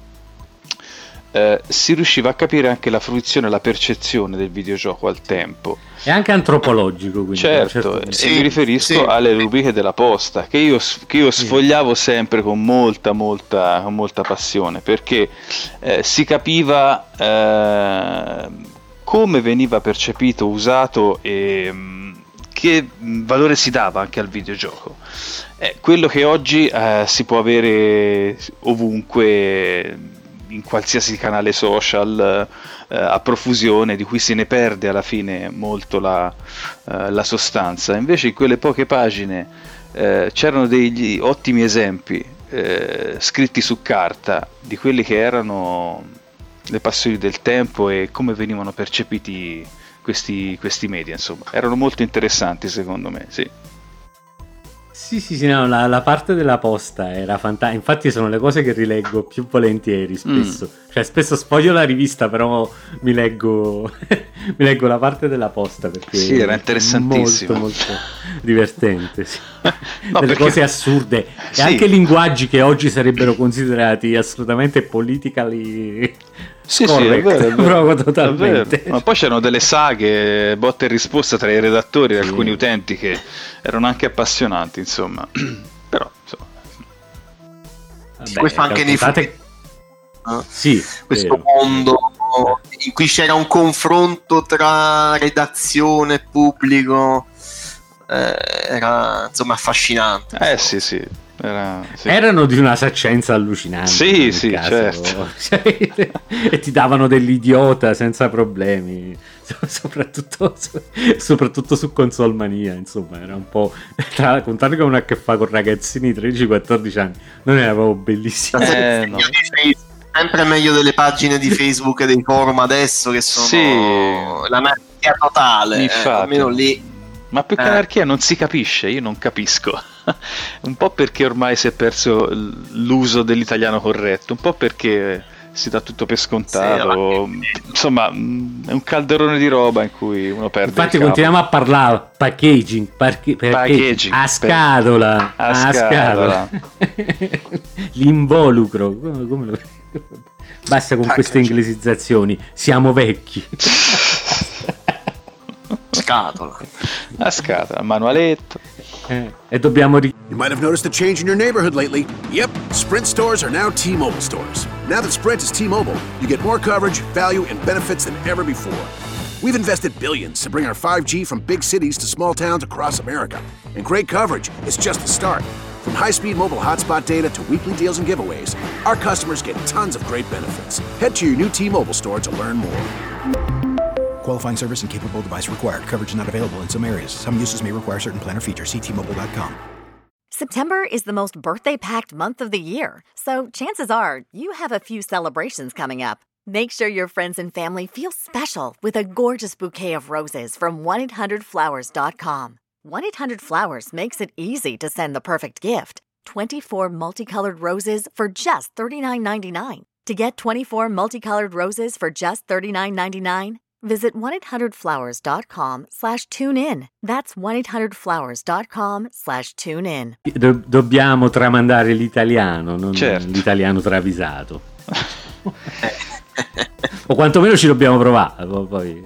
eh, si riusciva a capire anche la fruizione e la percezione del videogioco al tempo. È anche antropologico, quindi. Certo, e sì, mi riferisco sì. alle rubriche della posta che io, che io sfogliavo sempre con molta molta con molta passione, perché eh, si capiva eh, come veniva percepito, usato e mh, che valore si dava anche al videogioco. È quello che oggi eh, si può avere ovunque, in qualsiasi canale social eh, a profusione, di cui se ne perde alla fine molto la, eh, la sostanza. Invece in quelle poche pagine eh, c'erano degli ottimi esempi eh, scritti su carta di quelli che erano le passioni del tempo e come venivano percepiti questi, questi media, insomma. Erano molto interessanti secondo me, sì. Sì, sì, sì, no, la, la parte della posta era fantastica. Infatti sono le cose che rileggo più volentieri spesso. Mm. Cioè spesso sfoglio la rivista, però mi leggo mi leggo la parte della posta, perché sì, era interessantissimo, molto molto divertente, sì. No, delle perché... cose assurde sì. E anche linguaggi che oggi sarebbero considerati assolutamente politically sì, sì, è vero, è vero, proprio totalmente. È vero. Ma poi c'erano delle saghe, botte e risposta tra i redattori e sì. alcuni utenti che erano anche appassionanti, insomma. Però insomma. Vabbè, questo anche nei fumetti. Sì, questo vero. mondo in cui c'era un confronto tra redazione e pubblico eh, era insomma affascinante. Eh sì, sì. Era, sì. Erano di una saccenza allucinante. Sì, sì, caso. certo. E ti davano dell'idiota senza problemi, soprattutto, soprattutto su Console Mania, insomma, era un po', tra, contando che uno ha a che fare con ragazzini di tredici quattordici anni, non era proprio bellissimo. Eh, no. Sempre meglio delle pagine di Facebook e dei forum adesso, che sono sì. l'anarchia totale. Infatti. Eh, almeno lì. Ma più che anarchia non si capisce, io non capisco. Un po' perché ormai si è perso l'uso dell'italiano corretto, un po' perché si dà tutto per scontato. Sì, insomma, è un calderone di roba in cui uno perde. Infatti il continuiamo a parlare packaging, parchi, packaging a scatola, a, a scatola. scatola. L'involucro, come, come lo... Basta con packaging. Queste inglesizzazioni, siamo vecchi. Scatola, a scatola, manualetto. Eh, e dobbiamo ri- You might have noticed a change in your neighborhood lately. Yep, Sprint stores are now T-Mobile stores. Now that Sprint is T-Mobile, you get more coverage, value, and benefits than ever before. We've invested billions to bring our five G from big cities to small towns across America. And great coverage is just the start. From high-speed mobile hotspot data to weekly deals and giveaways, our customers get tons of great benefits. Head to your new T-Mobile store to learn more. Qualifying service and capable device required. Coverage not available in some areas. Some uses may require certain plan or features. See T Mobile dot com. September is the most birthday-packed month of the year, so chances are you have a few celebrations coming up. Make sure your friends and family feel special with a gorgeous bouquet of roses from one eight hundred flowers dot com. one eight hundred flowers makes it easy to send the perfect gift. twenty-four multicolored roses for just thirty-nine ninety-nine. To get twenty-four multicolored roses for just thirty-nine ninety-nine, visit one eight hundred flowers dot com slash tune in. That's one eight hundred flowers dot com slash tune in. Do- dobbiamo tramandare l'italiano, non certo. l'italiano travisato. O quantomeno ci dobbiamo provare. Poi.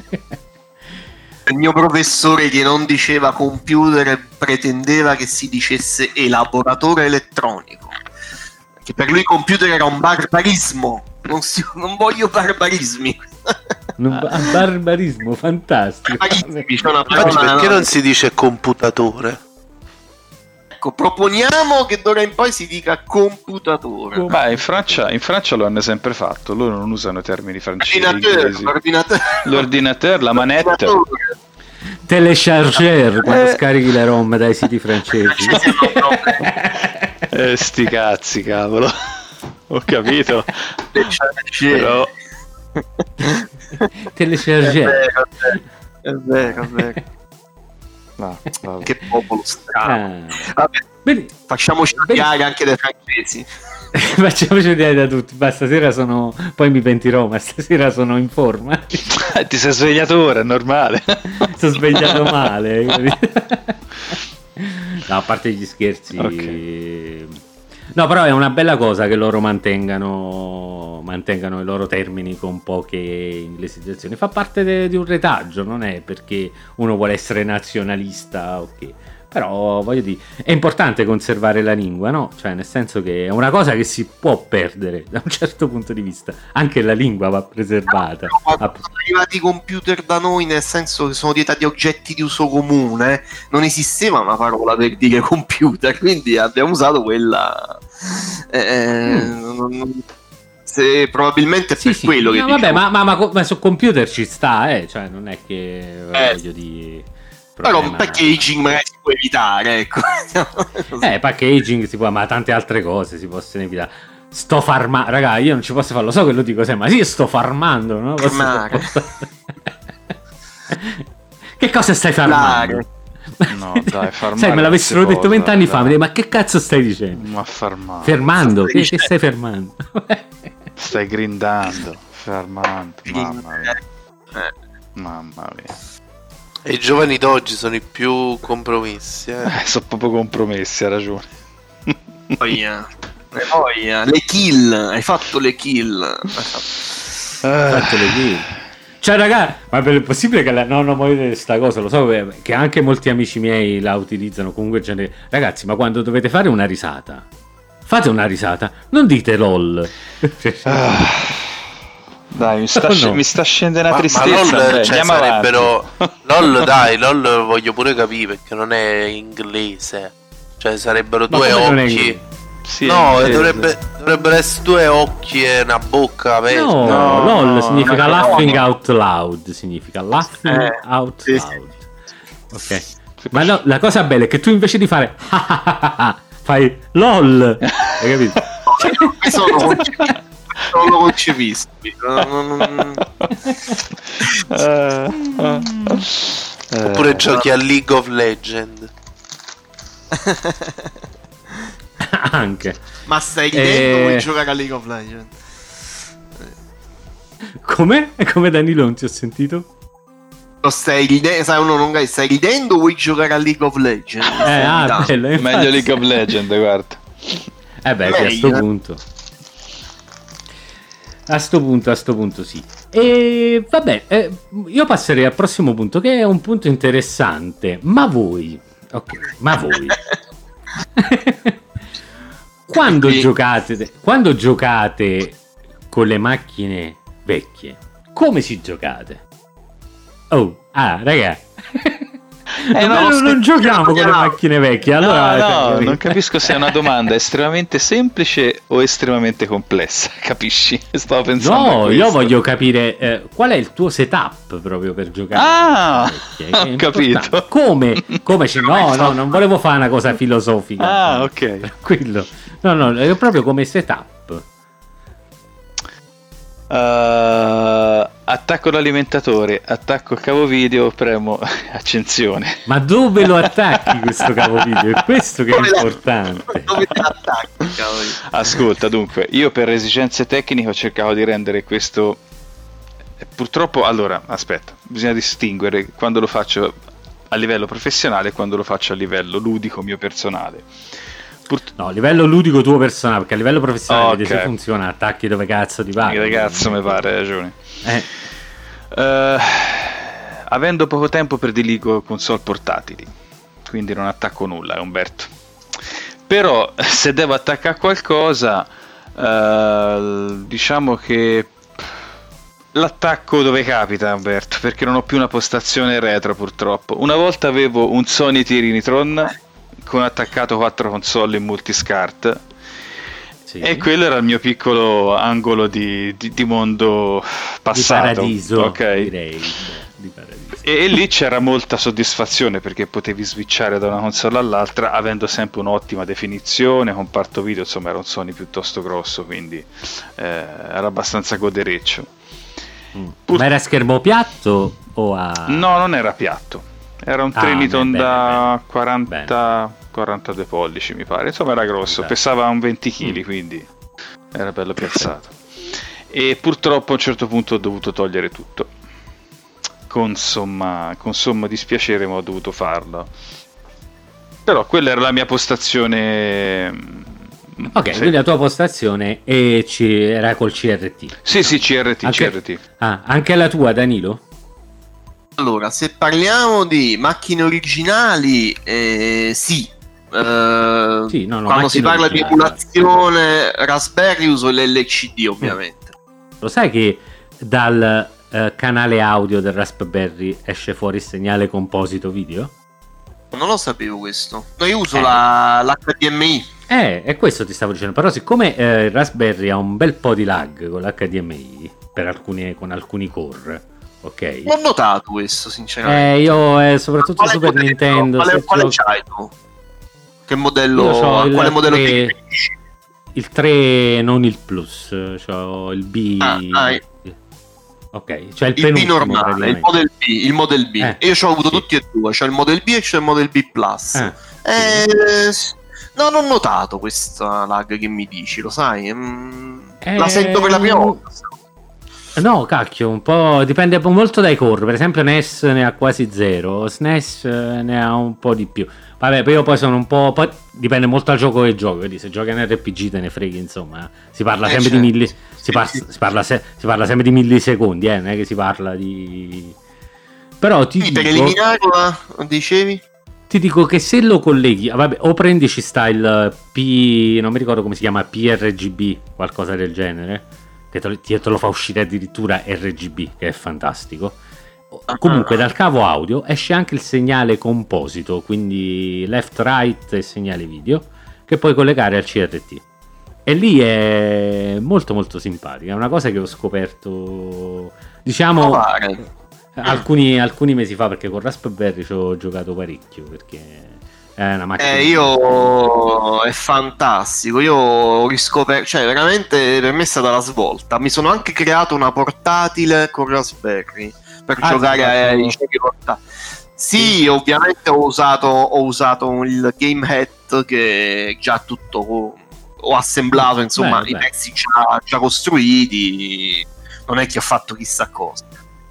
Il mio professore, che non diceva computer, pretendeva che si dicesse elaboratore elettronico, che per lui computer era un barbarismo. Non, si, non voglio barbarismi. Un barbarismo fantastico. Barbarismi, c'è una parola, perché no? Non si dice computatore? ecco, proponiamo che d'ora in poi si dica computatore. Ma in Francia, in Francia lo hanno sempre fatto, loro non usano termini francesi. Ordinateur, l'ordinateur. L'ordinateur, la manette. Telecharger, quando eh. scarichi le ROM dai siti francesi. eh, sti cazzi, cavolo. Ho capito. Però... Telecharger. È vero, è vero. No, che popolo strano. Ah. Vabbè, facciamoci odiare anche dai francesi. Facciamoci odiare da tutti. Ma stasera sono. Poi mi pentirò, ma stasera sono in forma. Ti sei svegliato ora, è normale. Sono svegliato male. No, a parte gli scherzi. Okay. No, però è una bella cosa che loro mantengano mantengano i loro termini con poche inglesizzazioni. Fa parte de, di un retaggio, non è perché uno vuole essere nazionalista, ok. Però voglio dire, è importante conservare la lingua, no? Cioè, nel senso che è una cosa che si può perdere da un certo punto di vista. Anche la lingua va preservata. No, quando sono arrivati i computer da noi, nel senso che sono diventati oggetti di uso comune, non esisteva una parola per dire computer, quindi abbiamo usato quella. Eh, mm. non, se, probabilmente è sì, per sì. quello no, che vabbè, diciamo. ma, ma, ma, ma su computer ci sta, eh? Cioè, non è che eh. voglio dire. Però un packaging magari si può evitare, ecco. Eh, packaging si può, ma tante altre cose si possono evitare. Sto farmando, raga, io non ci posso farlo, so che lo dico sempre, ma sì, sto farmando, no? Posso... Che cosa stai farmando? No, dai, farmare. Sai, me l'avessero detto vent'anni fa, ma che cazzo stai dicendo? Ma farmando. Fermando, che, che stai fermando? Stai grindando, fermando, mamma mia. Mamma mia. E i giovani d'oggi sono i più compromessi, eh? eh sono proprio compromessi, ha ragione. Poi, eh, poi eh, le kill, hai fatto le kill. Hai fatto le kill. Cioè, raga, ma è possibile che la... no, non voglio dire questa cosa, lo so che anche molti amici miei la utilizzano comunque, cioè, ragazzi, ma quando dovete fare una risata, fate una risata, non dite lol. ah. Dai, mi sta, no, sc- no. mi sta scendendo una ma, tristezza. ma LOL, beh, cioè, sarebbero LOL, dai, LOL voglio pure capire perché non è inglese. Cioè sarebbero ma due occhi. Sì, no, dovrebbe, dovrebbero essere due occhi e una bocca aperta. No, no, LOL no, significa no, laughing no. out loud, significa laughing eh, out sì, loud. Ok. Ma no, la cosa bella è che tu invece di fare fai LOL. Hai capito? Questo non non lo concepisci. Non, non... uh, uh, Oppure uh, giochi uh. a League of Legends. Anche. Ma stai ridendo? Vuoi giocare a League of Legends? Come? Come Danilo, non ti ho sentito? Lo stai ridendo? Sai, uno non stai ridendo o vuoi giocare a League of Legends? Eh, ah, bello, meglio League of Legends, guarda. Eh beh, sì, a sto punto. A sto punto, a sto punto sì. E vabbè, eh, io passerei al prossimo punto, che è un punto interessante. Ma voi, ok, ma voi quando sì. giocate quando giocate con le macchine vecchie, come si giocate? Oh, ah, raga. Eh, no, non, non giochiamo con le macchine vecchie. Allora, no, no, non capisco se è una domanda estremamente semplice o estremamente complessa. Capisci? Stavo pensando. No, io voglio capire eh, qual è il tuo setup proprio per giocare. Ah, vecchie, ho capito. Come? Come ci... No, no, non volevo fare una cosa filosofica. Ah, ok. Tranquillo. No, no, è proprio come setup. Uh, attacco l'alimentatore, attacco il cavo video, premo accensione. Ma dove lo attacchi questo cavo video? È questo che è importante. Dove te l'attacchi, cavo video? Ascolta, dunque, io per esigenze tecniche ho cercato di rendere questo. Purtroppo, allora, aspetta, bisogna distinguere quando lo faccio a livello professionale e quando lo faccio a livello ludico mio personale. Purt- no, a livello ludico tuo personale, perché a livello professionale okay. se funziona, attacchi dove cazzo ti pare. Dove cazzo mi pare, hai ragione. Eh. Uh, avendo poco tempo prediligo console portatili, quindi non attacco nulla, Umberto. Però se devo attaccare qualcosa, uh, diciamo che l'attacco dove capita, Umberto, perché non ho più una postazione retro purtroppo. Una volta avevo un Sony Trinitron con attaccato quattro console in multiscart. Sì. E quello era il mio piccolo angolo di, di, di mondo passato, di paradiso, ok? Direi di paradiso. E, e lì c'era molta soddisfazione perché potevi switchare da una console all'altra avendo sempre un'ottima definizione, comparto video, insomma era un Sony piuttosto grosso, quindi eh, era abbastanza godereccio. Mm. Pur... Ma era schermo piatto o a... No, non era piatto, era un ah, Triniton bene, da bene. quaranta, Bene. quarantadue pollici mi pare, insomma era grosso, esatto. Pesava un venti chili, mm. quindi era bello piazzato. E purtroppo a un certo punto ho dovuto togliere tutto. Con somma, con sommo dispiacere, ma ho dovuto farlo. Però quella era la mia postazione. Ok, sì. Quindi la tua postazione e ci, era col C R T. Sì, sì, C R T, anche, C R T. Ah, anche la tua, Danilo? Allora, se parliamo di macchine originali, eh, sì. Eh, sì no, no, quando si parla di emulazione, Raspberry uso l'L C D, ovviamente. Lo sai che dal uh, canale audio del Raspberry esce fuori il segnale composito video? Non lo sapevo questo. No, io uso eh. la, l'H D M I. Eh, e questo ti stavo dicendo. Però siccome eh, il Raspberry ha un bel po' di lag con l'H D M I per alcuni, con alcuni core, ok? L'ho notato questo, sinceramente. Eh, io eh, soprattutto quale Super modello? Nintendo. Quale, se quale gioco... c'hai tu? Che modello? Il quale modello tre, ti il tre, non il Plus, c'ho il B. Ah, ah, ok, cioè il, il B normale, il Model B, il Model B. Eh, io ci ho avuto sì. tutti e due, c'è il Model B e c'è il Model B Plus. Eh, eh, sì. No, non ho notato questa lag che mi dici, lo sai? Mm, eh, la sento per la prima volta. No, cacchio, un po' dipende molto dai core. Per esempio N E S ne ha quasi zero, S N E S ne ha un po' di più. Vabbè, io poi sono un po'... Poi dipende molto dal gioco che giochi, quindi se giochi in R P G te ne freghi, insomma. Si parla eh, sempre certo. di milli... Si, sì, par... sì. si, parla se... si parla sempre di millisecondi, eh, non è che si parla di... Però ti sì, dico... per eliminarla, dicevi? Ti dico che se lo colleghi... Vabbè, o prendi ci sta il P... non mi ricordo come si chiama, P R G B, qualcosa del genere, che te lo, te lo fa uscire addirittura R G B, che è fantastico. Comunque dal cavo audio esce anche il segnale composito, quindi left right e segnale video, che puoi collegare al C R T, e lì è molto molto simpatica. È una cosa che ho scoperto, diciamo, oh, alcuni, alcuni mesi fa, perché con Raspberry ci ho giocato parecchio, perché è una macchina. Eh, io è fantastico. Io ho riscoperto, cioè veramente per me è stata la svolta. Mi sono anche creato una portatile con Raspberry per ah, giocare ai giochi portatili. Sì, sì, ovviamente ho usato ho usato il Game Hat, che già tutto ho assemblato, insomma, beh, i beh. pezzi già, già costruiti. Non è che ho fatto chissà cosa.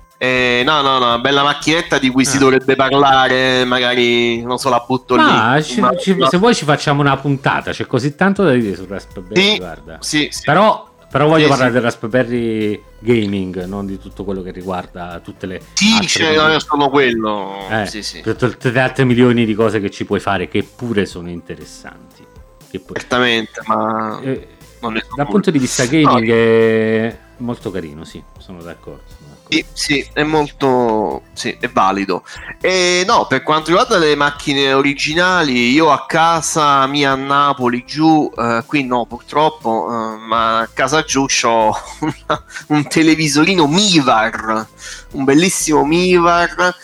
Eh, no, no, no, bella macchinetta di cui ah. si dovrebbe parlare, magari, non so, la butto Ma lì. ci, una, ci, una... se vuoi ci facciamo una puntata, c'è così tanto da dire su Raspberry, sì, guarda. Sì, sì. Però, però voglio sì, parlare sì. del Raspberry Gaming, non di tutto quello che riguarda tutte le... Sì, c'è, no, solo quello. Eh, sì, sì. Tutte le altre milioni di cose che ci puoi fare, che pure sono interessanti. Che pure... Certamente, ma... Eh, non è dal punto di vista gaming no. è molto carino, sì, sono d'accordo. Sì, sì, è molto sì, è valido. E no, per quanto riguarda le macchine originali, io a casa mia a Napoli giù, eh, qui no purtroppo, eh, ma a casa giù c'ho una, un televisorino Mivar, un bellissimo Mivar,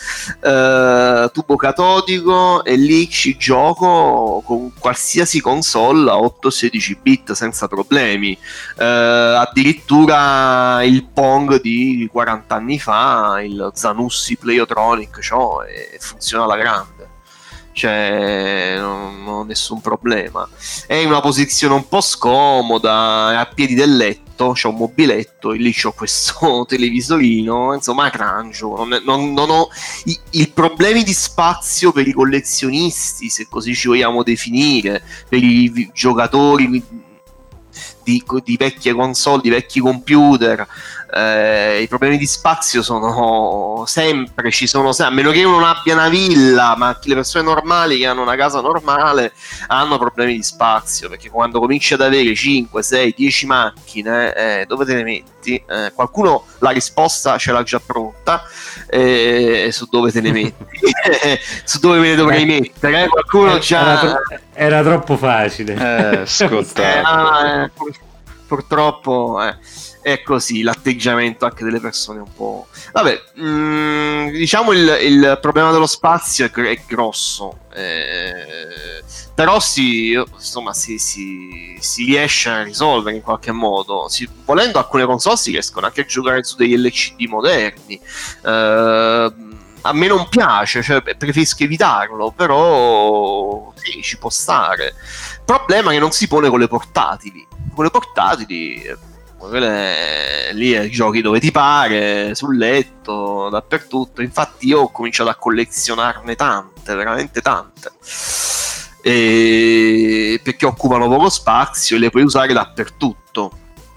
eh, tubo catodico, e lì ci gioco con qualsiasi console a otto sedici bit senza problemi. Eh, addirittura il Pong di quaranta anni fa, il Zanussi Playotronic, c'ho, e funziona alla grande, cioè non, non ho nessun problema. È in una posizione un po' scomoda, è a piedi del letto, c'ho un mobiletto e lì c'ho questo televisorino, insomma arrangio, non, non, non ho i, i problemi di spazio per i collezionisti, se così ci vogliamo definire, per i giocatori di, di vecchie console, di vecchi computer. Eh, i problemi di spazio sono sempre, ci sono sempre, a meno che uno non abbia una villa, ma le persone normali che hanno una casa normale hanno problemi di spazio, perché quando cominci ad avere cinque, sei, dieci macchine, eh, dove te le metti? Eh, qualcuno la risposta ce l'ha già pronta, eh, su dove te le metti, su dove me le dovrei Beh, mettere, eh? Qualcuno era, già... Era, tro- era troppo facile. Eh, ascolta. eh, eh, pur- purtroppo... Eh. È così l'atteggiamento anche delle persone un po'. Vabbè, mh, diciamo il, il problema dello spazio è, è grosso, eh, però si, insomma, si, si, si riesce a risolvere in qualche modo. Si, volendo, alcune console si riescono anche a giocare su degli L C D moderni. Eh, a me non piace, cioè, preferisco evitarlo, però sì, ci può stare. Problema che non si pone con le portatili. Con le portatili. Quelle, lì eh, giochi dove ti pare, sul letto, dappertutto. Infatti io ho cominciato a collezionarne tante, veramente tante, e perché occupano poco spazio e le puoi usare dappertutto.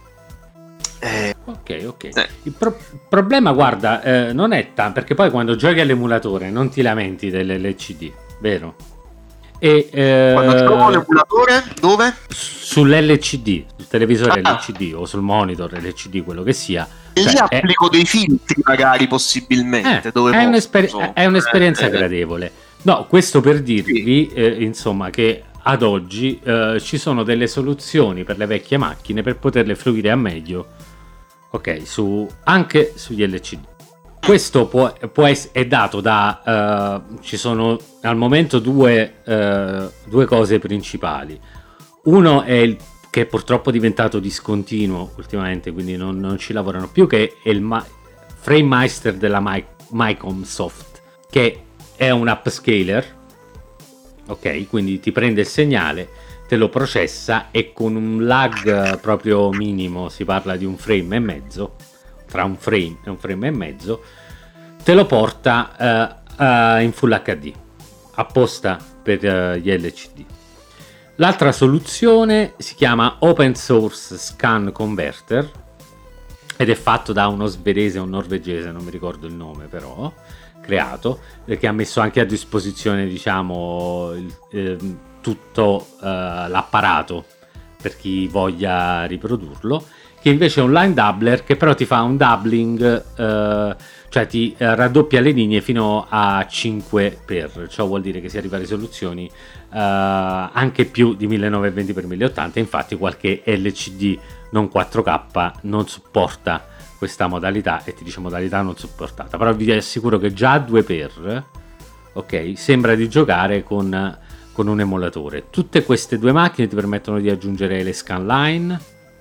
Eh, ok, ok. Eh. Il pro- problema, guarda, eh, non è tanto, perché poi quando giochi all'emulatore non ti lamenti dell'L C D, vero? E, eh, quando gioco all'emulatore dove? Sull'L C D, sul televisore ah. L C D o sul monitor L C D, quello che sia. E cioè, lì applico è... dei filtri magari possibilmente. Eh, dove è, posso, un'esper- è un'esperienza eh, gradevole. No, questo per dirvi, sì. eh, insomma, che ad oggi eh, ci sono delle soluzioni per le vecchie macchine per poterle fruire a meglio, ok, su, anche sugli L C D. Questo può, può essere, è dato da uh, ci sono al momento due, uh, due cose principali. Uno è il che purtroppo è diventato discontinuo ultimamente, quindi non, non ci lavorano più, che è il Ma- FrameMeister della My- Microsoft, che è un upscaler, ok, quindi ti prende il segnale, te lo processa e con un lag proprio minimo, si parla di un frame e mezzo, tra un frame e un frame e mezzo, te lo porta uh, uh, in Full H D apposta per uh, gli L C D. L'altra soluzione si chiama Open Source Scan Converter ed è fatto da uno svedese o un norvegese, non mi ricordo il nome, però creato, che ha messo anche a disposizione, diciamo, il, eh, tutto uh, l'apparato per chi voglia riprodurlo, che invece è un line doubler che però ti fa un doubling, eh, cioè ti eh, raddoppia le linee fino a cinque per, ciò vuol dire che si arriva a risoluzioni eh, anche più di millenovecentoventi per mille ottanta. Infatti qualche L C D non quattro K non supporta questa modalità e ti dice modalità non supportata, però vi assicuro che già a due per, ok, sembra di giocare con, con un emulatore. Tutte queste due macchine ti permettono di aggiungere le scan line,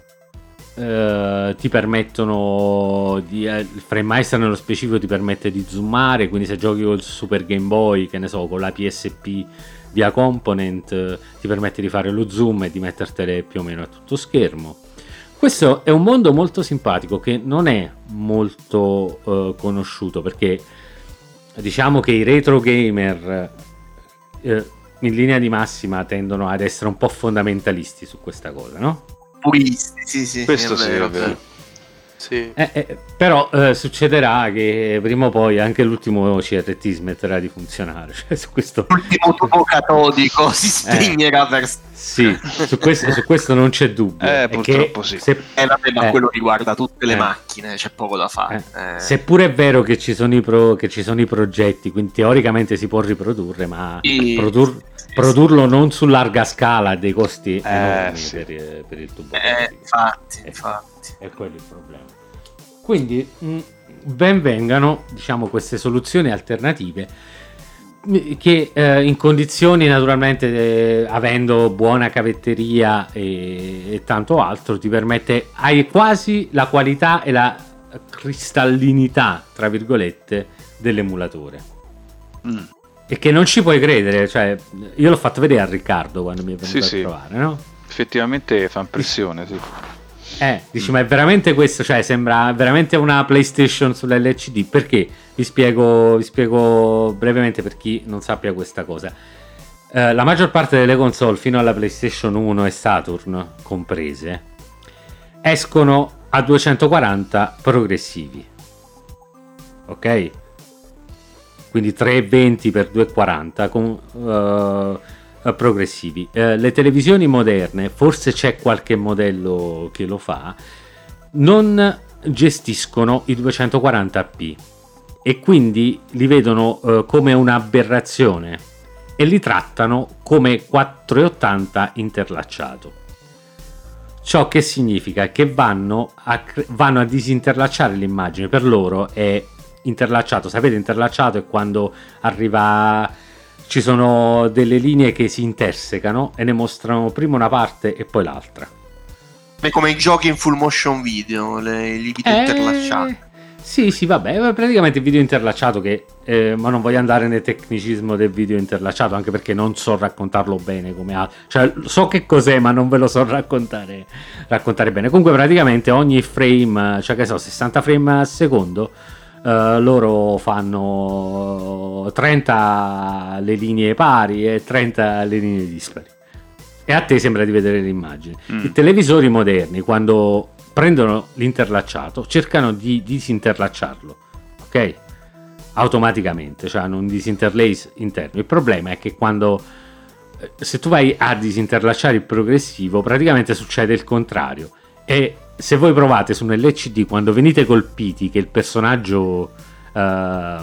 Uh, ti permettono di, uh, il FrameMeister nello specifico ti permette di zoomare, quindi se giochi col Super Game Boy, che ne so, con la P S P via component, uh, ti permette di fare lo zoom e di mettertele più o meno a tutto schermo. Questo è un mondo molto simpatico che non è molto uh, conosciuto, perché diciamo che i retro gamer uh, in linea di massima tendono ad essere un po' fondamentalisti su questa cosa, no? Puristi, sì, sì, questo sì, è vero, sì, è vero. Sì. Eh, eh, però eh, succederà che prima o poi anche l'ultimo C R T smetterà di funzionare, cioè, su questo... l'ultimo tubo catodico si spegnerà eh, per... sì, su questo, su questo non c'è dubbio. Eh, purtroppo sì. Se... Eh, vabbè, ma eh, quello riguarda tutte le eh, macchine, c'è poco da fare. Eh. Eh. Seppure è vero che ci sono i pro, che ci sono i progetti, quindi teoricamente si può riprodurre, ma sì, produr... sì, produrlo sì. non su larga scala, dei costi eh, enormi sì. per, per il tubo. Eh, infatti, eh, infatti. È quello il problema. Quindi mh, ben vengano, diciamo, queste soluzioni alternative che eh, in condizioni naturalmente eh, avendo buona cavetteria e, e tanto altro ti permette, hai quasi la qualità e la cristallinità tra virgolette dell'emulatore, mm. e che non ci puoi credere, cioè io l'ho fatto vedere a Riccardo quando mi è venuto sì, a sì. trovare, no? Effettivamente fa impressione, sì. Eh, dici, ma è veramente questo? Cioè, sembra veramente una PlayStation sull'L C D. Perché? Vi spiego, vi spiego brevemente per chi non sappia questa cosa. Eh, la maggior parte delle console, fino alla PlayStation uno e Saturn comprese, escono a duecentoquaranta progressivi, ok? Quindi trecentoventi per duecentoquaranta con uh, progressivi. Uh, le televisioni moderne, forse c'è qualche modello che lo fa, non gestiscono i duecentoquaranta p e quindi li vedono uh, come un'aberrazione e li trattano come quattrocentottanta interlacciato. Ciò che significa che vanno a, vanno a disinterlacciare l'immagine. Per loro è interlacciato, sapete, interlacciato è quando arriva, ci sono delle linee che si intersecano e ne mostrano prima una parte e poi l'altra. È come i giochi in full motion video, le, i video eh, interlacciati. Sì, sì, vabbè, praticamente il video interlacciato che, eh, ma non voglio andare nel tecnicismo del video interlacciato, anche perché non so raccontarlo bene come altro, cioè so che cos'è ma non ve lo so raccontare, raccontare bene. Comunque praticamente ogni frame, cioè che so, sessanta frame al secondo, Uh, loro fanno trenta le linee pari e trenta le linee dispari e a te sembra di vedere l'immagine. mm. I televisori moderni, quando prendono l'interlacciato, cercano di disinterlacciarlo, ok? Automaticamente, cioè hanno un disinterlace interno. Il problema è che quando se tu vai a disinterlacciare il progressivo, praticamente succede il contrario. E se voi provate su un L C D, quando venite colpiti che il personaggio uh, va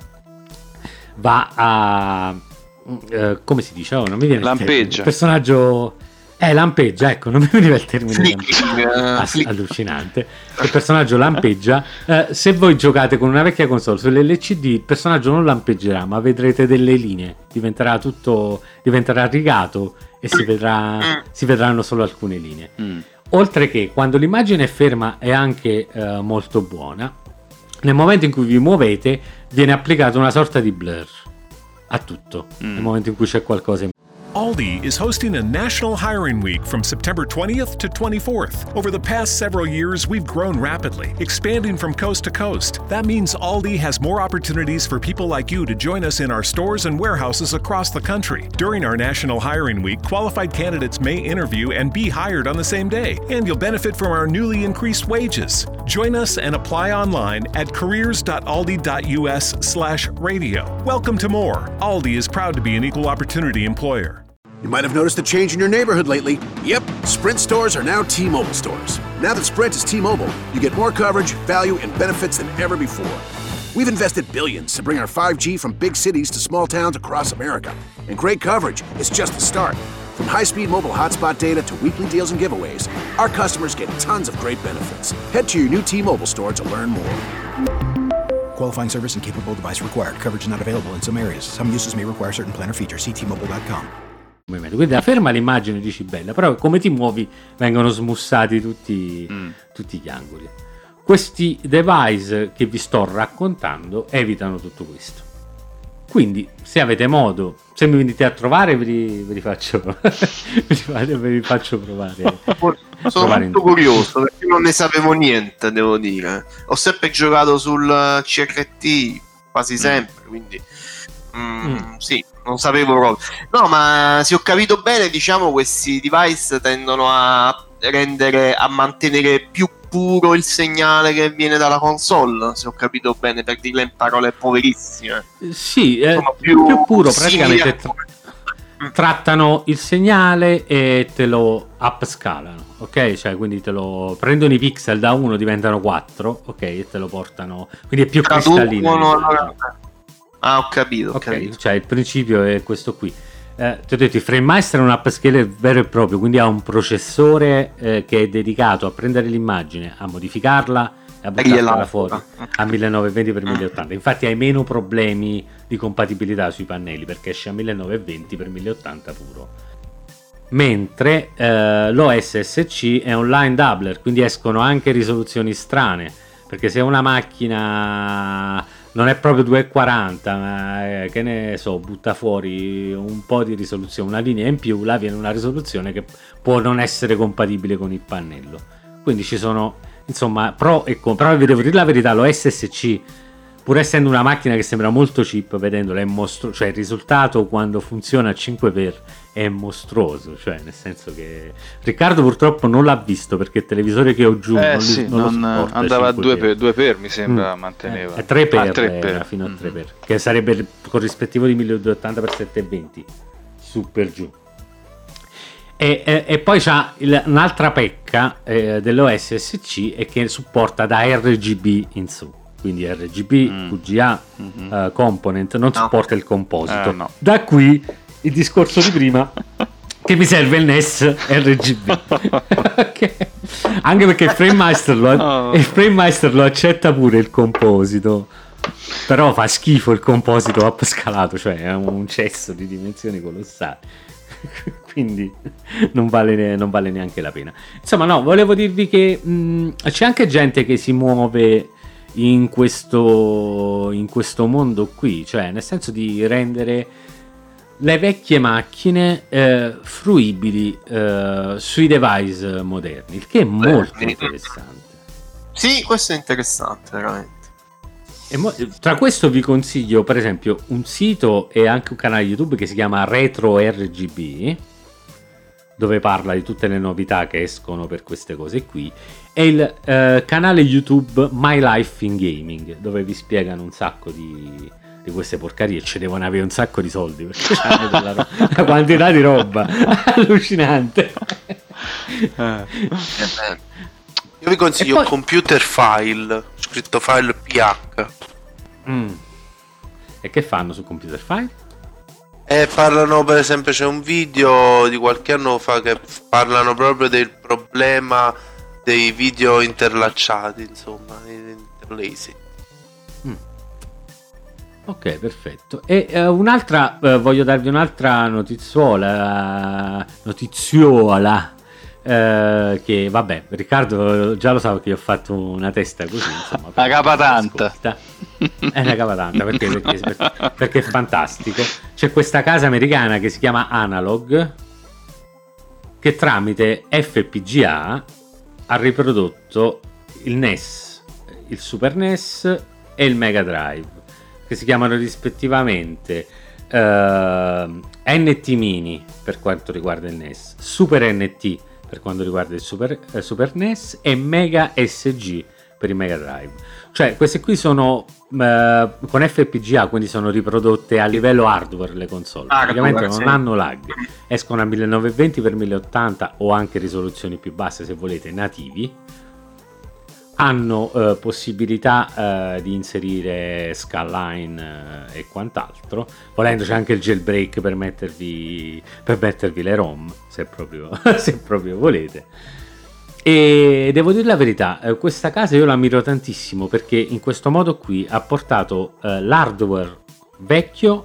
a uh, come si dice? Oh, non mi viene lampeggia. Il personaggio eh lampeggia, ecco, non mi veniva il termine. Ass- allucinante. Il personaggio lampeggia. Uh, se voi giocate con una vecchia console sull'L C D, il personaggio non lampeggerà, ma vedrete delle linee. Diventerà tutto, diventerà rigato e si vedrà, si vedranno solo alcune linee. Mm. Oltre che quando l'immagine è ferma è anche uh, molto buona, nel momento in cui vi muovete viene applicata una sorta di blur a tutto, mm. nel momento in cui c'è qualcosa in Aldi is hosting a National Hiring Week from September twentieth to twenty-fourth. Over the past several years, we've grown rapidly, expanding from coast to coast. That means Aldi has more opportunities for people like you to join us in our stores and warehouses across the country. During our National Hiring Week, qualified candidates may interview and be hired on the same day, and you'll benefit from our newly increased wages. Join us and apply online at careers.aldi.us slash radio. Welcome to more. Aldi is proud to be an equal opportunity employer. You might have noticed a change in your neighborhood lately. Yep, Sprint stores are now T-Mobile stores. Now that Sprint is T-Mobile, you get more coverage, value, and benefits than ever before. We've invested billions to bring our five G from big cities to small towns across America. And great coverage is just the start. From high-speed mobile hotspot data to weekly deals and giveaways, our customers get tons of great benefits. Head to your new T-Mobile store to learn more. Qualifying service and capable device required. Coverage not available in some areas. Some uses may require certain plan or features. See T Mobile dot com. Quindi la ferma l'immagine dici bella, però come ti muovi vengono smussati tutti, mm. tutti gli angoli. Questi device che vi sto raccontando evitano tutto questo. Quindi se avete modo, se mi venite a trovare ve li, ve li faccio ve li faccio provare. Sono provare molto curioso perché non ne sapevo niente, devo dire. Ho sempre giocato sul C R T quasi sempre, mm. quindi mm, mm. sì. Non sapevo proprio. No, ma se ho capito bene, diciamo, questi device tendono a rendere, a mantenere più puro il segnale che viene dalla console, se ho capito bene, per dirle in parole poverissime. Sì, eh, più, più puro, praticamente tra- trattano il segnale e te lo upscalano, ok? Cioè, quindi te lo prendono i pixel da uno, diventano quattro, ok? E te lo portano, quindi è più cristallino. Ah, ho capito, ho okay, capito. Cioè il principio è questo qui. Eh, ti ho detto, il FrameMaster è un upscaler vero e proprio, quindi ha un processore eh, che è dedicato a prendere l'immagine, a modificarla e a buttarla fuori a millenovecentoventi per mille ottanta. Infatti hai meno problemi di compatibilità sui pannelli perché esce a millenovecentoventi per mille ottanta puro. Mentre eh, l'O S S C è un line doubler, quindi escono anche risoluzioni strane, perché se una macchina non è proprio duecentoquaranta, ma eh, che ne so, butta fuori un po' di risoluzione, una linea in più, là viene una risoluzione che può non essere compatibile con il pannello. Quindi ci sono, insomma, pro e contro. Però vi devo dire la verità, lo S S C pur essendo una macchina che sembra molto cheap, vedendola è mostruoso, cioè il risultato quando funziona a cinque per è mostruoso, cioè nel senso che Riccardo purtroppo non l'ha visto perché il televisore che ho giù eh, non, sì, li, non, non lo supporta andava a due per, due per mi sembra mm. manteneva eh, tre per, ah, tre era per. fino a Mm-hmm. tre per, che sarebbe il corrispettivo di milleduecentottanta per settecentoventi su per giù. E, e, e poi c'ha il, un'altra pecca eh, dell'O S S C è che supporta da R G B in su, quindi R G B, mm. V G A, mm-hmm. uh, component, non no. supporta il composito. Eh, no. Da qui il discorso di prima che mi serve il N E S R G B. Okay. Anche perché il FrameMaster lo, oh. il FrameMaster lo accetta pure il composito, però fa schifo il composito upscalato, cioè è un cesso di dimensioni colossali. Quindi non vale, non vale neanche la pena. Insomma, no, volevo dirvi che mh, c'è anche gente che si muove in questo, in questo mondo qui, cioè nel senso di rendere le vecchie macchine eh, fruibili eh, sui device moderni, il che è molto Beh, interessante. Sì, questo è interessante, veramente. E mo- tra questo vi consiglio per esempio un sito e anche un canale YouTube che si chiama Retro R G B, dove parla di tutte le novità che escono per queste cose qui, e il eh, canale YouTube My Life in Gaming, dove vi spiegano un sacco di, di queste porcarie. Ci devono avere un sacco di soldi perché hanno della ro- una quantità di roba allucinante. Eh, Io vi consiglio poi... Computer File, scritto file P H. Mm. E che fanno su Computer File? E parlano, per esempio, c'è un video di qualche anno fa che parlano proprio del problema dei video interlacciati, insomma, interlacing. Mm. Ok, perfetto. E uh, un'altra, uh, voglio darvi un'altra notiziola, notiziola. Uh, che vabbè, Riccardo già lo sa che io ho fatto una testa così, insomma, la capatanta è una capatanta perché, perché, perché, perché è fantastico. C'è questa casa americana che si chiama Analog che tramite F P G A ha riprodotto il N E S, il Super N E S e il Mega Drive, che si chiamano rispettivamente uh, N T Mini per quanto riguarda il N E S, Super N T per quanto riguarda il Super, eh, Super N E S e Mega S G per il Mega Drive. Cioè queste qui sono eh, con F P G A, quindi sono riprodotte a livello hardware le console, ah, praticamente non sì. hanno lag, escono a millenovecentoventi per mille ottanta o anche risoluzioni più basse se volete, nativi. Hanno eh, possibilità eh, di inserire scanline eh, e quant'altro. Volendo c'è anche il jailbreak per mettervi, per mettervi le ROM se proprio, se proprio volete. E devo dire la verità, eh, questa casa io la ammiro tantissimo perché in questo modo qui ha portato eh, l'hardware vecchio,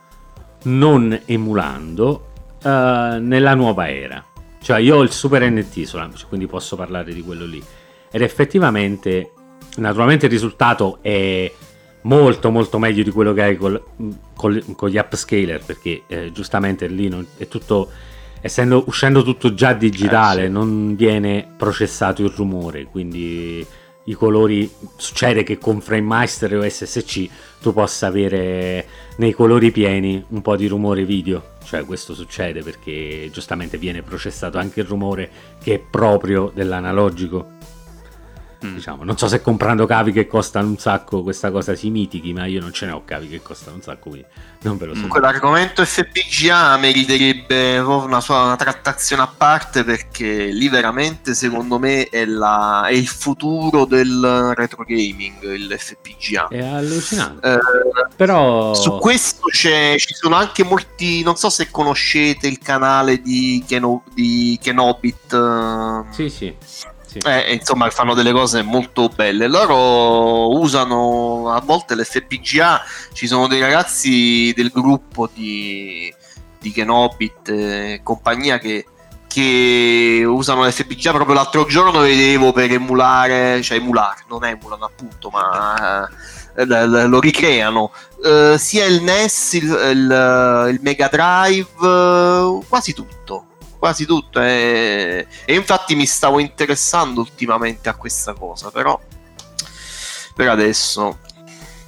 non emulando, eh, nella nuova era. Cioè io ho il Super N T solamente, quindi posso parlare di quello lì. Ed effettivamente, naturalmente il risultato è molto molto meglio di quello che hai col, col, con gli upscaler, perché eh, giustamente lì non, è tutto, essendo uscendo tutto già digitale, eh sì. non viene processato il rumore, quindi i colori, succede che con FrameMaster e O S S C tu possa avere nei colori pieni un po' di rumore video, cioè questo succede perché giustamente viene processato anche il rumore che è proprio dell'analogico. Diciamo, non so se comprando cavi che costano un sacco questa cosa si mitichi, ma io non ce ne ho cavi che costano un sacco, quindi non ve lo so. Comunque l'argomento F P G A meriterebbe una sua una trattazione a parte, perché lì veramente secondo me è, la, è il futuro del retro gaming, il F P G A. È allucinante. Eh, Però su questo c'è, ci sono anche molti, non so se conoscete il canale di, Keno, di Kenobit. Sì, sì. Eh, insomma fanno delle cose molto belle. Loro usano a volte l'F P G A, ci sono dei ragazzi del gruppo di, di Kenobit e compagnia che, che usano l'F P G A. Proprio l'altro giorno vedevo per emulare, cioè emulare, non emulano appunto, ma eh, lo ricreano eh, sia il N E S, il, il, il Mega Drive, quasi tutto quasi tutto e, e infatti mi stavo interessando ultimamente a questa cosa, però per adesso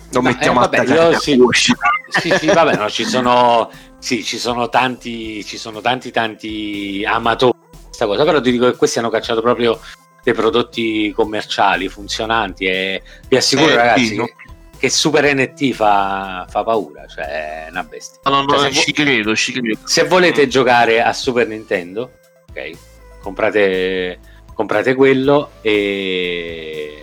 Lo Ma, mettiamo eh, a vabbè, tagliare io sì, sì, sì, vabbè, no, ci sono, sì, ci sono tanti, ci sono tanti, tanti amatori di questa cosa, però ti dico che questi hanno cacciato proprio dei prodotti commerciali, funzionanti, e vi assicuro, Eh, ragazzi, sì, no. che, che Super N T fa, fa paura, cioè è una bestia. No, no, Cioè, no, se, ci vo- credo, ci credo. se volete giocare a Super Nintendo, ok, comprate, comprate quello e...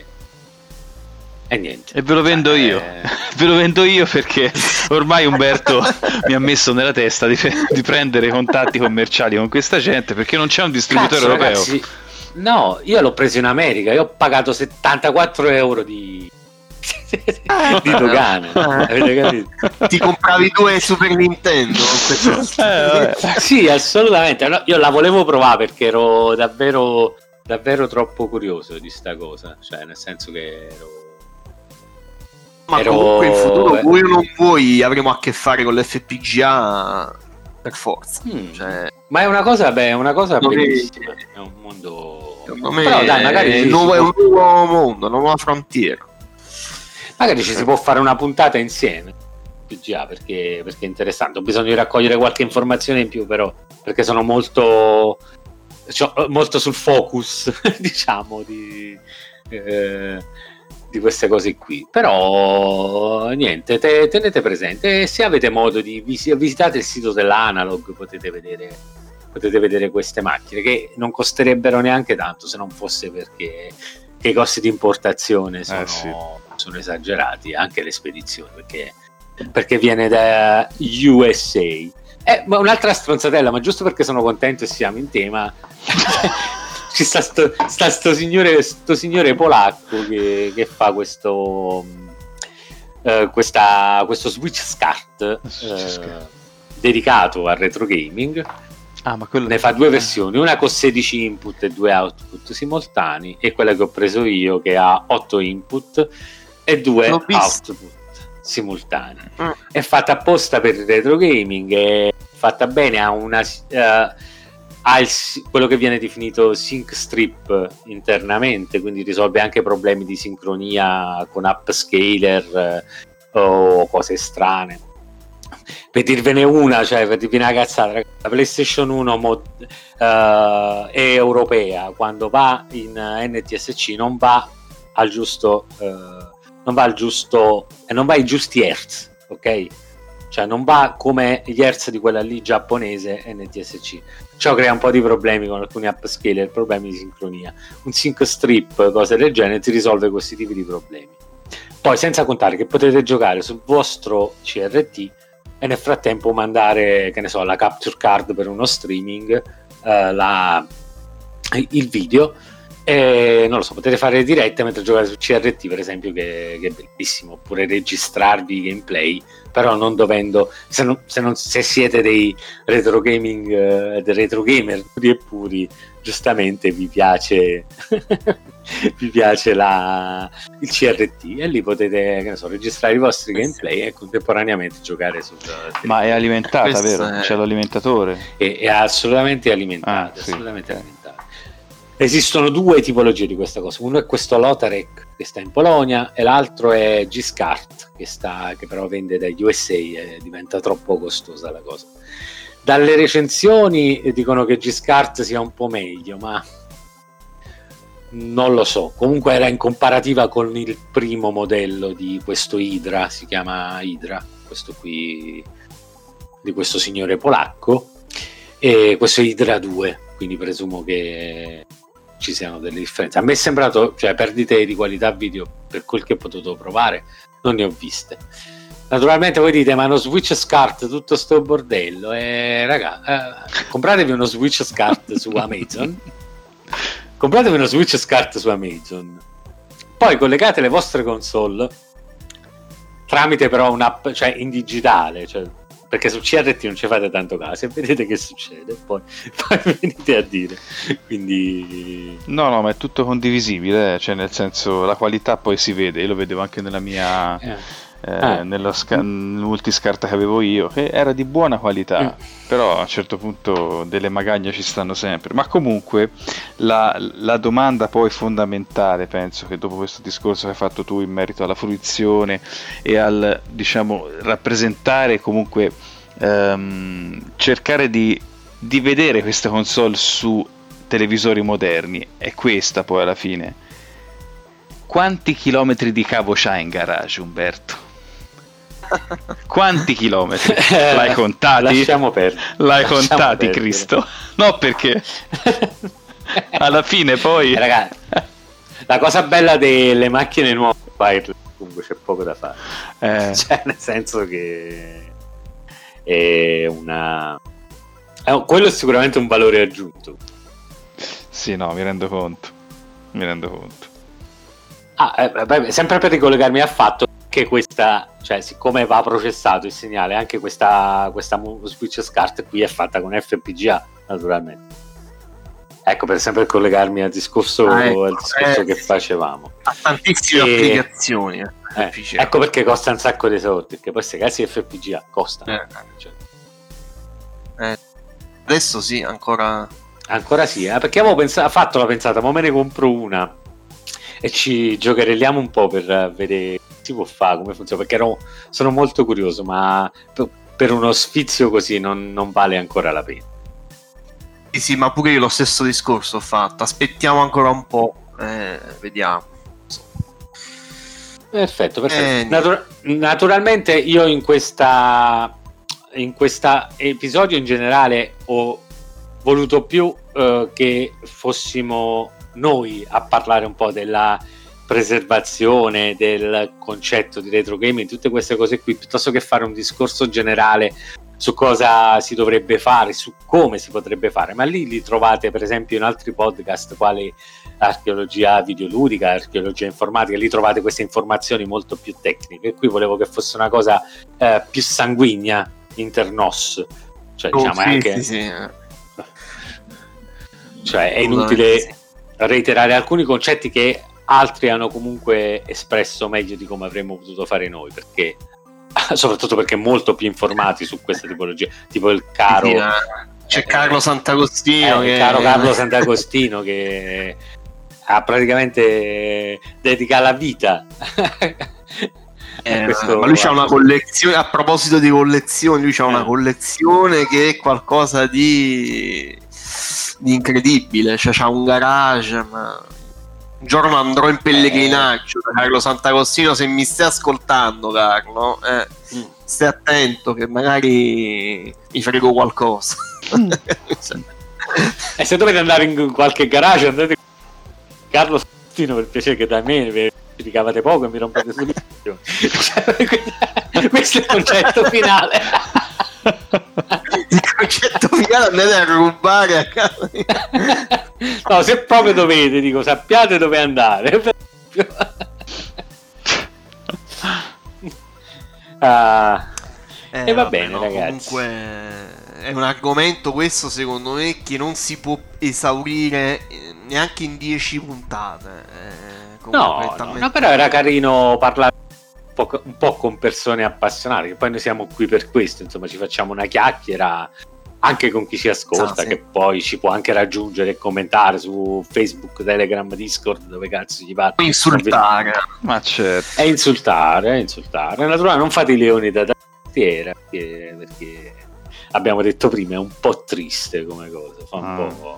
e niente. E ve lo vendo Cioè, io, eh, ve lo vendo io perché ormai Umberto mi ha messo nella testa di, di prendere contatti commerciali con questa gente, perché non c'è un distributore Cazzo, europeo. ragazzi, no, io l'ho preso in America, io ho pagato settantaquattro euro di di dogane, avete capito? Ti compravi due Super Nintendo con questo- Eh, Sì, assolutamente. No, io la volevo provare perché ero davvero davvero troppo curioso di sta cosa, cioè nel senso che ero Ma ero- comunque in futuro eh. vuoi o non vuoi avremo a che fare con l'F P G A per forza. Mm. Cioè, Ma è una cosa, beh, è una cosa Non è- bellissima, è un mondo. secondo me Però dai, magari è, sì, nuovo, si è può- un nuovo mondo, una nuova frontiera. magari ci si può fare una puntata insieme P G A, perché, perché è interessante. Ho bisogno di raccogliere qualche informazione in più, però, perché sono molto cioè, molto sul focus diciamo di, eh, di queste cose qui. Però niente, te, tenete presente, e se avete modo di vis- visitate il sito dell'Analog, potete vedere potete vedere queste macchine che non costerebbero neanche tanto se non fosse perché che i costi di importazione sono, Eh, sì. sono esagerati, anche le spedizioni, perché, perché viene da U S A. Eh, ma un'altra stronzatella, ma giusto perché sono contento e siamo in tema, ci sta sto, sta sto signore, sto signore polacco che, che fa questo mh, eh, questa, questo Switch SCART eh, dedicato al retro gaming. Ah, ma quello Ne fa due versioni, una con sedici input e due output simultanei, e quella che ho preso io che ha otto input e due L'ho visto. output simultanei. Mm. È fatta apposta per il retro gaming, è fatta bene, ha una eh, ha il, quello che viene definito sync strip internamente, quindi risolve anche problemi di sincronia con upscaler eh, o cose strane. Per dirvene una, cioè per dirvi una cazzata, ragazzi, la PlayStation uno mod, eh, è europea, quando va in N T S C non va al giusto eh, non va al giusto e eh, non va ai giusti hertz, ok? Cioè non va come gli hertz di quella lì giapponese N T S C. Ciò crea un po' di problemi con alcuni upscaler, problemi di sincronia. Un sync strip, cose del genere, ti risolve questi tipi di problemi. Poi senza contare che potete giocare sul vostro C R T e nel frattempo mandare, che ne so, la capture card per uno streaming, eh, la, il video, e non lo so, potete fare dirette mentre giocate su C R T, per esempio, che, che è bellissimo, oppure registrarvi gameplay, però non dovendo, se, non, se, non, se siete dei retro gaming, eh, dei retro gamer puri e puri, giustamente vi piace vi piace la, il C R T, e lì potete, che ne so, registrare i vostri gameplay e contemporaneamente giocare sul Ma è alimentata, Questo vero? è- C'è l'alimentatore. è, è assolutamente alimentata, Ah, sì, assolutamente ok. alimentata. Esistono due tipologie di questa cosa, uno è questo Lotarec che sta in Polonia e l'altro è G-Scart che, sta, che però vende da U S A e diventa troppo costosa la cosa. Dalle recensioni dicono che G-Scart sia un po' meglio, ma non lo so. Comunque era in comparativa con il primo modello di questo Hydra, si chiama Hydra, questo qui di questo signore polacco, e questo è Hydra due, quindi presumo che ci siano delle differenze. A me è sembrato, cioè, perdite di qualità video per quel che ho potuto provare non ne ho viste. Naturalmente voi dite, ma uno Switch SCART, tutto sto bordello, e raga, eh, compratevi uno Switch SCART su Amazon, compratevi uno Switch SCART su Amazon, poi collegate le vostre console tramite però un'app, cioè in digitale, cioè, perché su C R T non ci fate tanto caso, e vedete che succede, poi, poi venite a dire, quindi No, no, ma è tutto condivisibile, eh, cioè nel senso la qualità poi si vede, io lo vedevo anche nella mia eh. eh, ah. nello sca- multiscarta che avevo io, che era di buona qualità, mm. però a un certo punto delle magagne ci stanno sempre. Ma comunque la, la domanda poi fondamentale, penso che dopo questo discorso che hai fatto tu in merito alla fruizione e al, diciamo, rappresentare comunque ehm, cercare di, di vedere queste console su televisori moderni, è questa poi alla fine: quanti chilometri di cavo c'hai in garage, Umberto? Quanti chilometri? L'hai contati? Lasciamo perdere. L'hai Lasciamo contati, perdere. Cristo? No, perché alla fine poi... Ragazzi, la cosa bella delle macchine nuove, comunque c'è poco da fare. Eh. Cioè, nel senso che è una... È, quello è sicuramente un valore aggiunto. Sì, no, mi rendo conto. Mi rendo conto. Ah, eh, beh, sempre per ricollegarmi al fatto che questa, cioè siccome va processato il segnale, anche questa, questa switch SCART qui è fatta con F P G A, naturalmente. Ecco, per sempre collegarmi al discorso, ah, ecco, al discorso eh, che facevamo. Ha tantissime e... applicazioni. Eh, ecco perché costa un sacco di soldi, perché poi questi cazzi F P G A costano. Eh. Cioè. Eh, adesso sì, ancora... Ancora sì, eh, perché avevo pensato, fatto la pensata, ma me ne compro una e ci giocherelliamo un po' per vedere si può fare, come funziona, perché ero, sono molto curioso, ma per, per uno sfizio così non, non vale ancora la pena. Sì, sì, ma pure io lo stesso discorso ho fatto, aspettiamo ancora un po', eh, vediamo. Perfetto, perfetto. Eh, Natur- naturalmente io in questa in questo episodio in generale ho voluto più eh, che fossimo noi a parlare un po' della preservazione del concetto di retro gaming, tutte queste cose qui, piuttosto che fare un discorso generale su cosa si dovrebbe fare, su come si potrebbe fare, ma lì li trovate per esempio in altri podcast quali archeologia videoludica, archeologia informatica, lì trovate queste informazioni molto più tecniche, e qui volevo che fosse una cosa eh, più sanguigna, internos, cioè oh, diciamo sì, anche sì, sì. cioè è inutile reiterare alcuni concetti che altri hanno comunque espresso meglio di come avremmo potuto fare noi, perché soprattutto perché molto più informati su questa tipologia, tipo il caro sì, c'è eh, Carlo Sant'Agostino eh, che... il caro Carlo Sant'Agostino che ha praticamente dedica la vita eh, questo... ma lui c'ha una collezione, a proposito di collezioni, lui c'ha eh. una collezione che è qualcosa di di incredibile, cioè c'ha un garage, ma un giorno andrò in pellegrinaggio da Carlo Sant'Agostino, se mi stai ascoltando Carlo, eh, mm. stai attento che magari mi frego qualcosa. Mm. E se dovete andare in qualche garage andate Carlo Sant'Agostino, per piacere, che da me vi ricavate poco e mi rompete sulle cioè, questo è il concetto finale. Il concetto finale, andate a rubare a casa. No, se proprio dovete, dico, sappiate dove andare. ah, eh, e va vabbè, bene, no, ragazzi. Comunque è un argomento questo, secondo me, che non si può esaurire neanche in dieci puntate. Eh, no, no, no, però era carino parlare un po', un po' con persone appassionate, che poi noi siamo qui per questo, insomma ci facciamo una chiacchiera anche con chi ci ascolta, ah, sì. che poi ci può anche raggiungere e commentare su Facebook, Telegram, Discord, dove cazzo gli va. Insultare, ma certo. È insultare, è insultare. Naturalmente non fate i leoni da tastiera, perché, perché abbiamo detto prima è un po' triste come cosa, fa un ah. po'...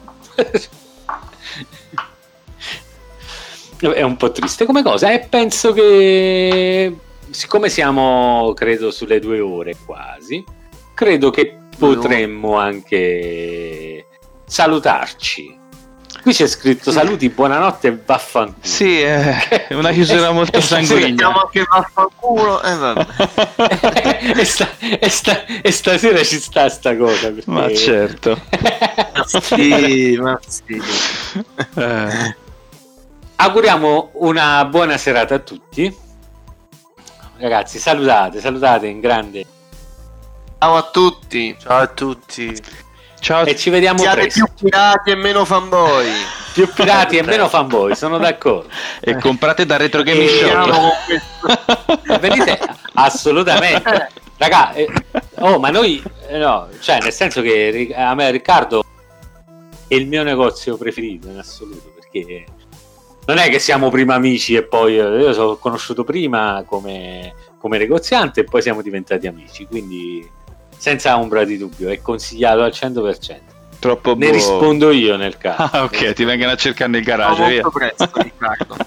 è un po' triste come cosa, e penso che siccome siamo credo sulle due ore quasi, credo che potremmo anche salutarci. Qui c'è scritto saluti, buonanotte e vaffanculo. Sì, è una chiusura molto sanguigna. Anche vaffanculo, eh, vabbè. e, sta, e, sta, e stasera ci sta sta cosa, perché... ma certo. sì, ma sì. Eh. Auguriamo una buona serata a tutti, ragazzi. Salutate, salutate in grande. Ciao a tutti. Ciao a tutti. Ciao. E ci vediamo Siate presto. Più pirati e meno fanboy. Più pirati e meno fanboy, sono d'accordo. E comprate da Retro Gaming Shop. Venite, Assolutamente. Raga, eh, oh, ma noi eh, no, cioè nel senso che a me Riccardo è il mio negozio preferito in assoluto, perché non è che siamo prima amici e poi io sono conosciuto prima come, come negoziante e poi siamo diventati amici, quindi senza ombra di dubbio è consigliato al cento per cento. Troppo ne boh. rispondo io nel caso. Ah, ok, ti vengono a cercare nel garage. No, via. molto presto, Riccardo.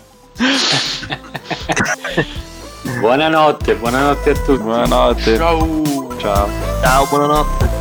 Buonanotte, buonanotte a tutti. Buonanotte. Ciao. Ciao. Ciao, buonanotte.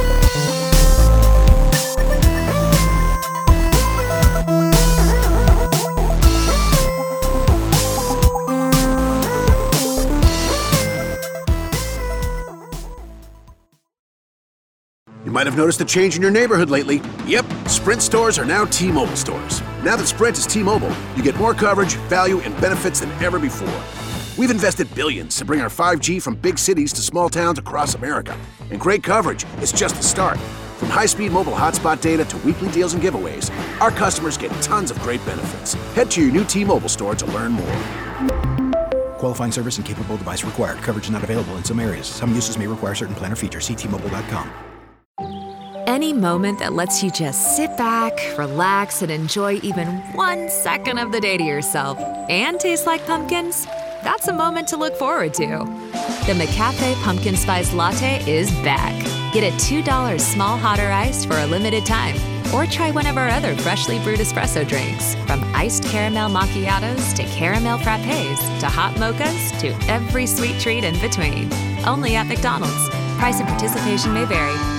You might have noticed a change in your neighborhood lately. Yep, Sprint stores are now T-Mobile stores. Now that Sprint is T-Mobile, you get more coverage, value, and benefits than ever before. We've invested billions to bring our five G from big cities to small towns across America. And great coverage is just the start. From high-speed mobile hotspot data to weekly deals and giveaways, our customers get tons of great benefits. Head to your new T-Mobile store to learn more. Qualifying service and capable device required. Coverage not available in some areas. Some uses may require certain plan or features. See T Mobile dot com. Any moment that lets you just sit back, relax, and enjoy even one second of the day to yourself and taste like pumpkins, that's a moment to look forward to. The McCafe Pumpkin Spice Latte is back. Get a two dollars small hot or iced for a limited time. Or try one of our other freshly brewed espresso drinks. From iced caramel macchiatos to caramel frappes to hot mochas to every sweet treat in between. Only at McDonald's. Price and participation may vary.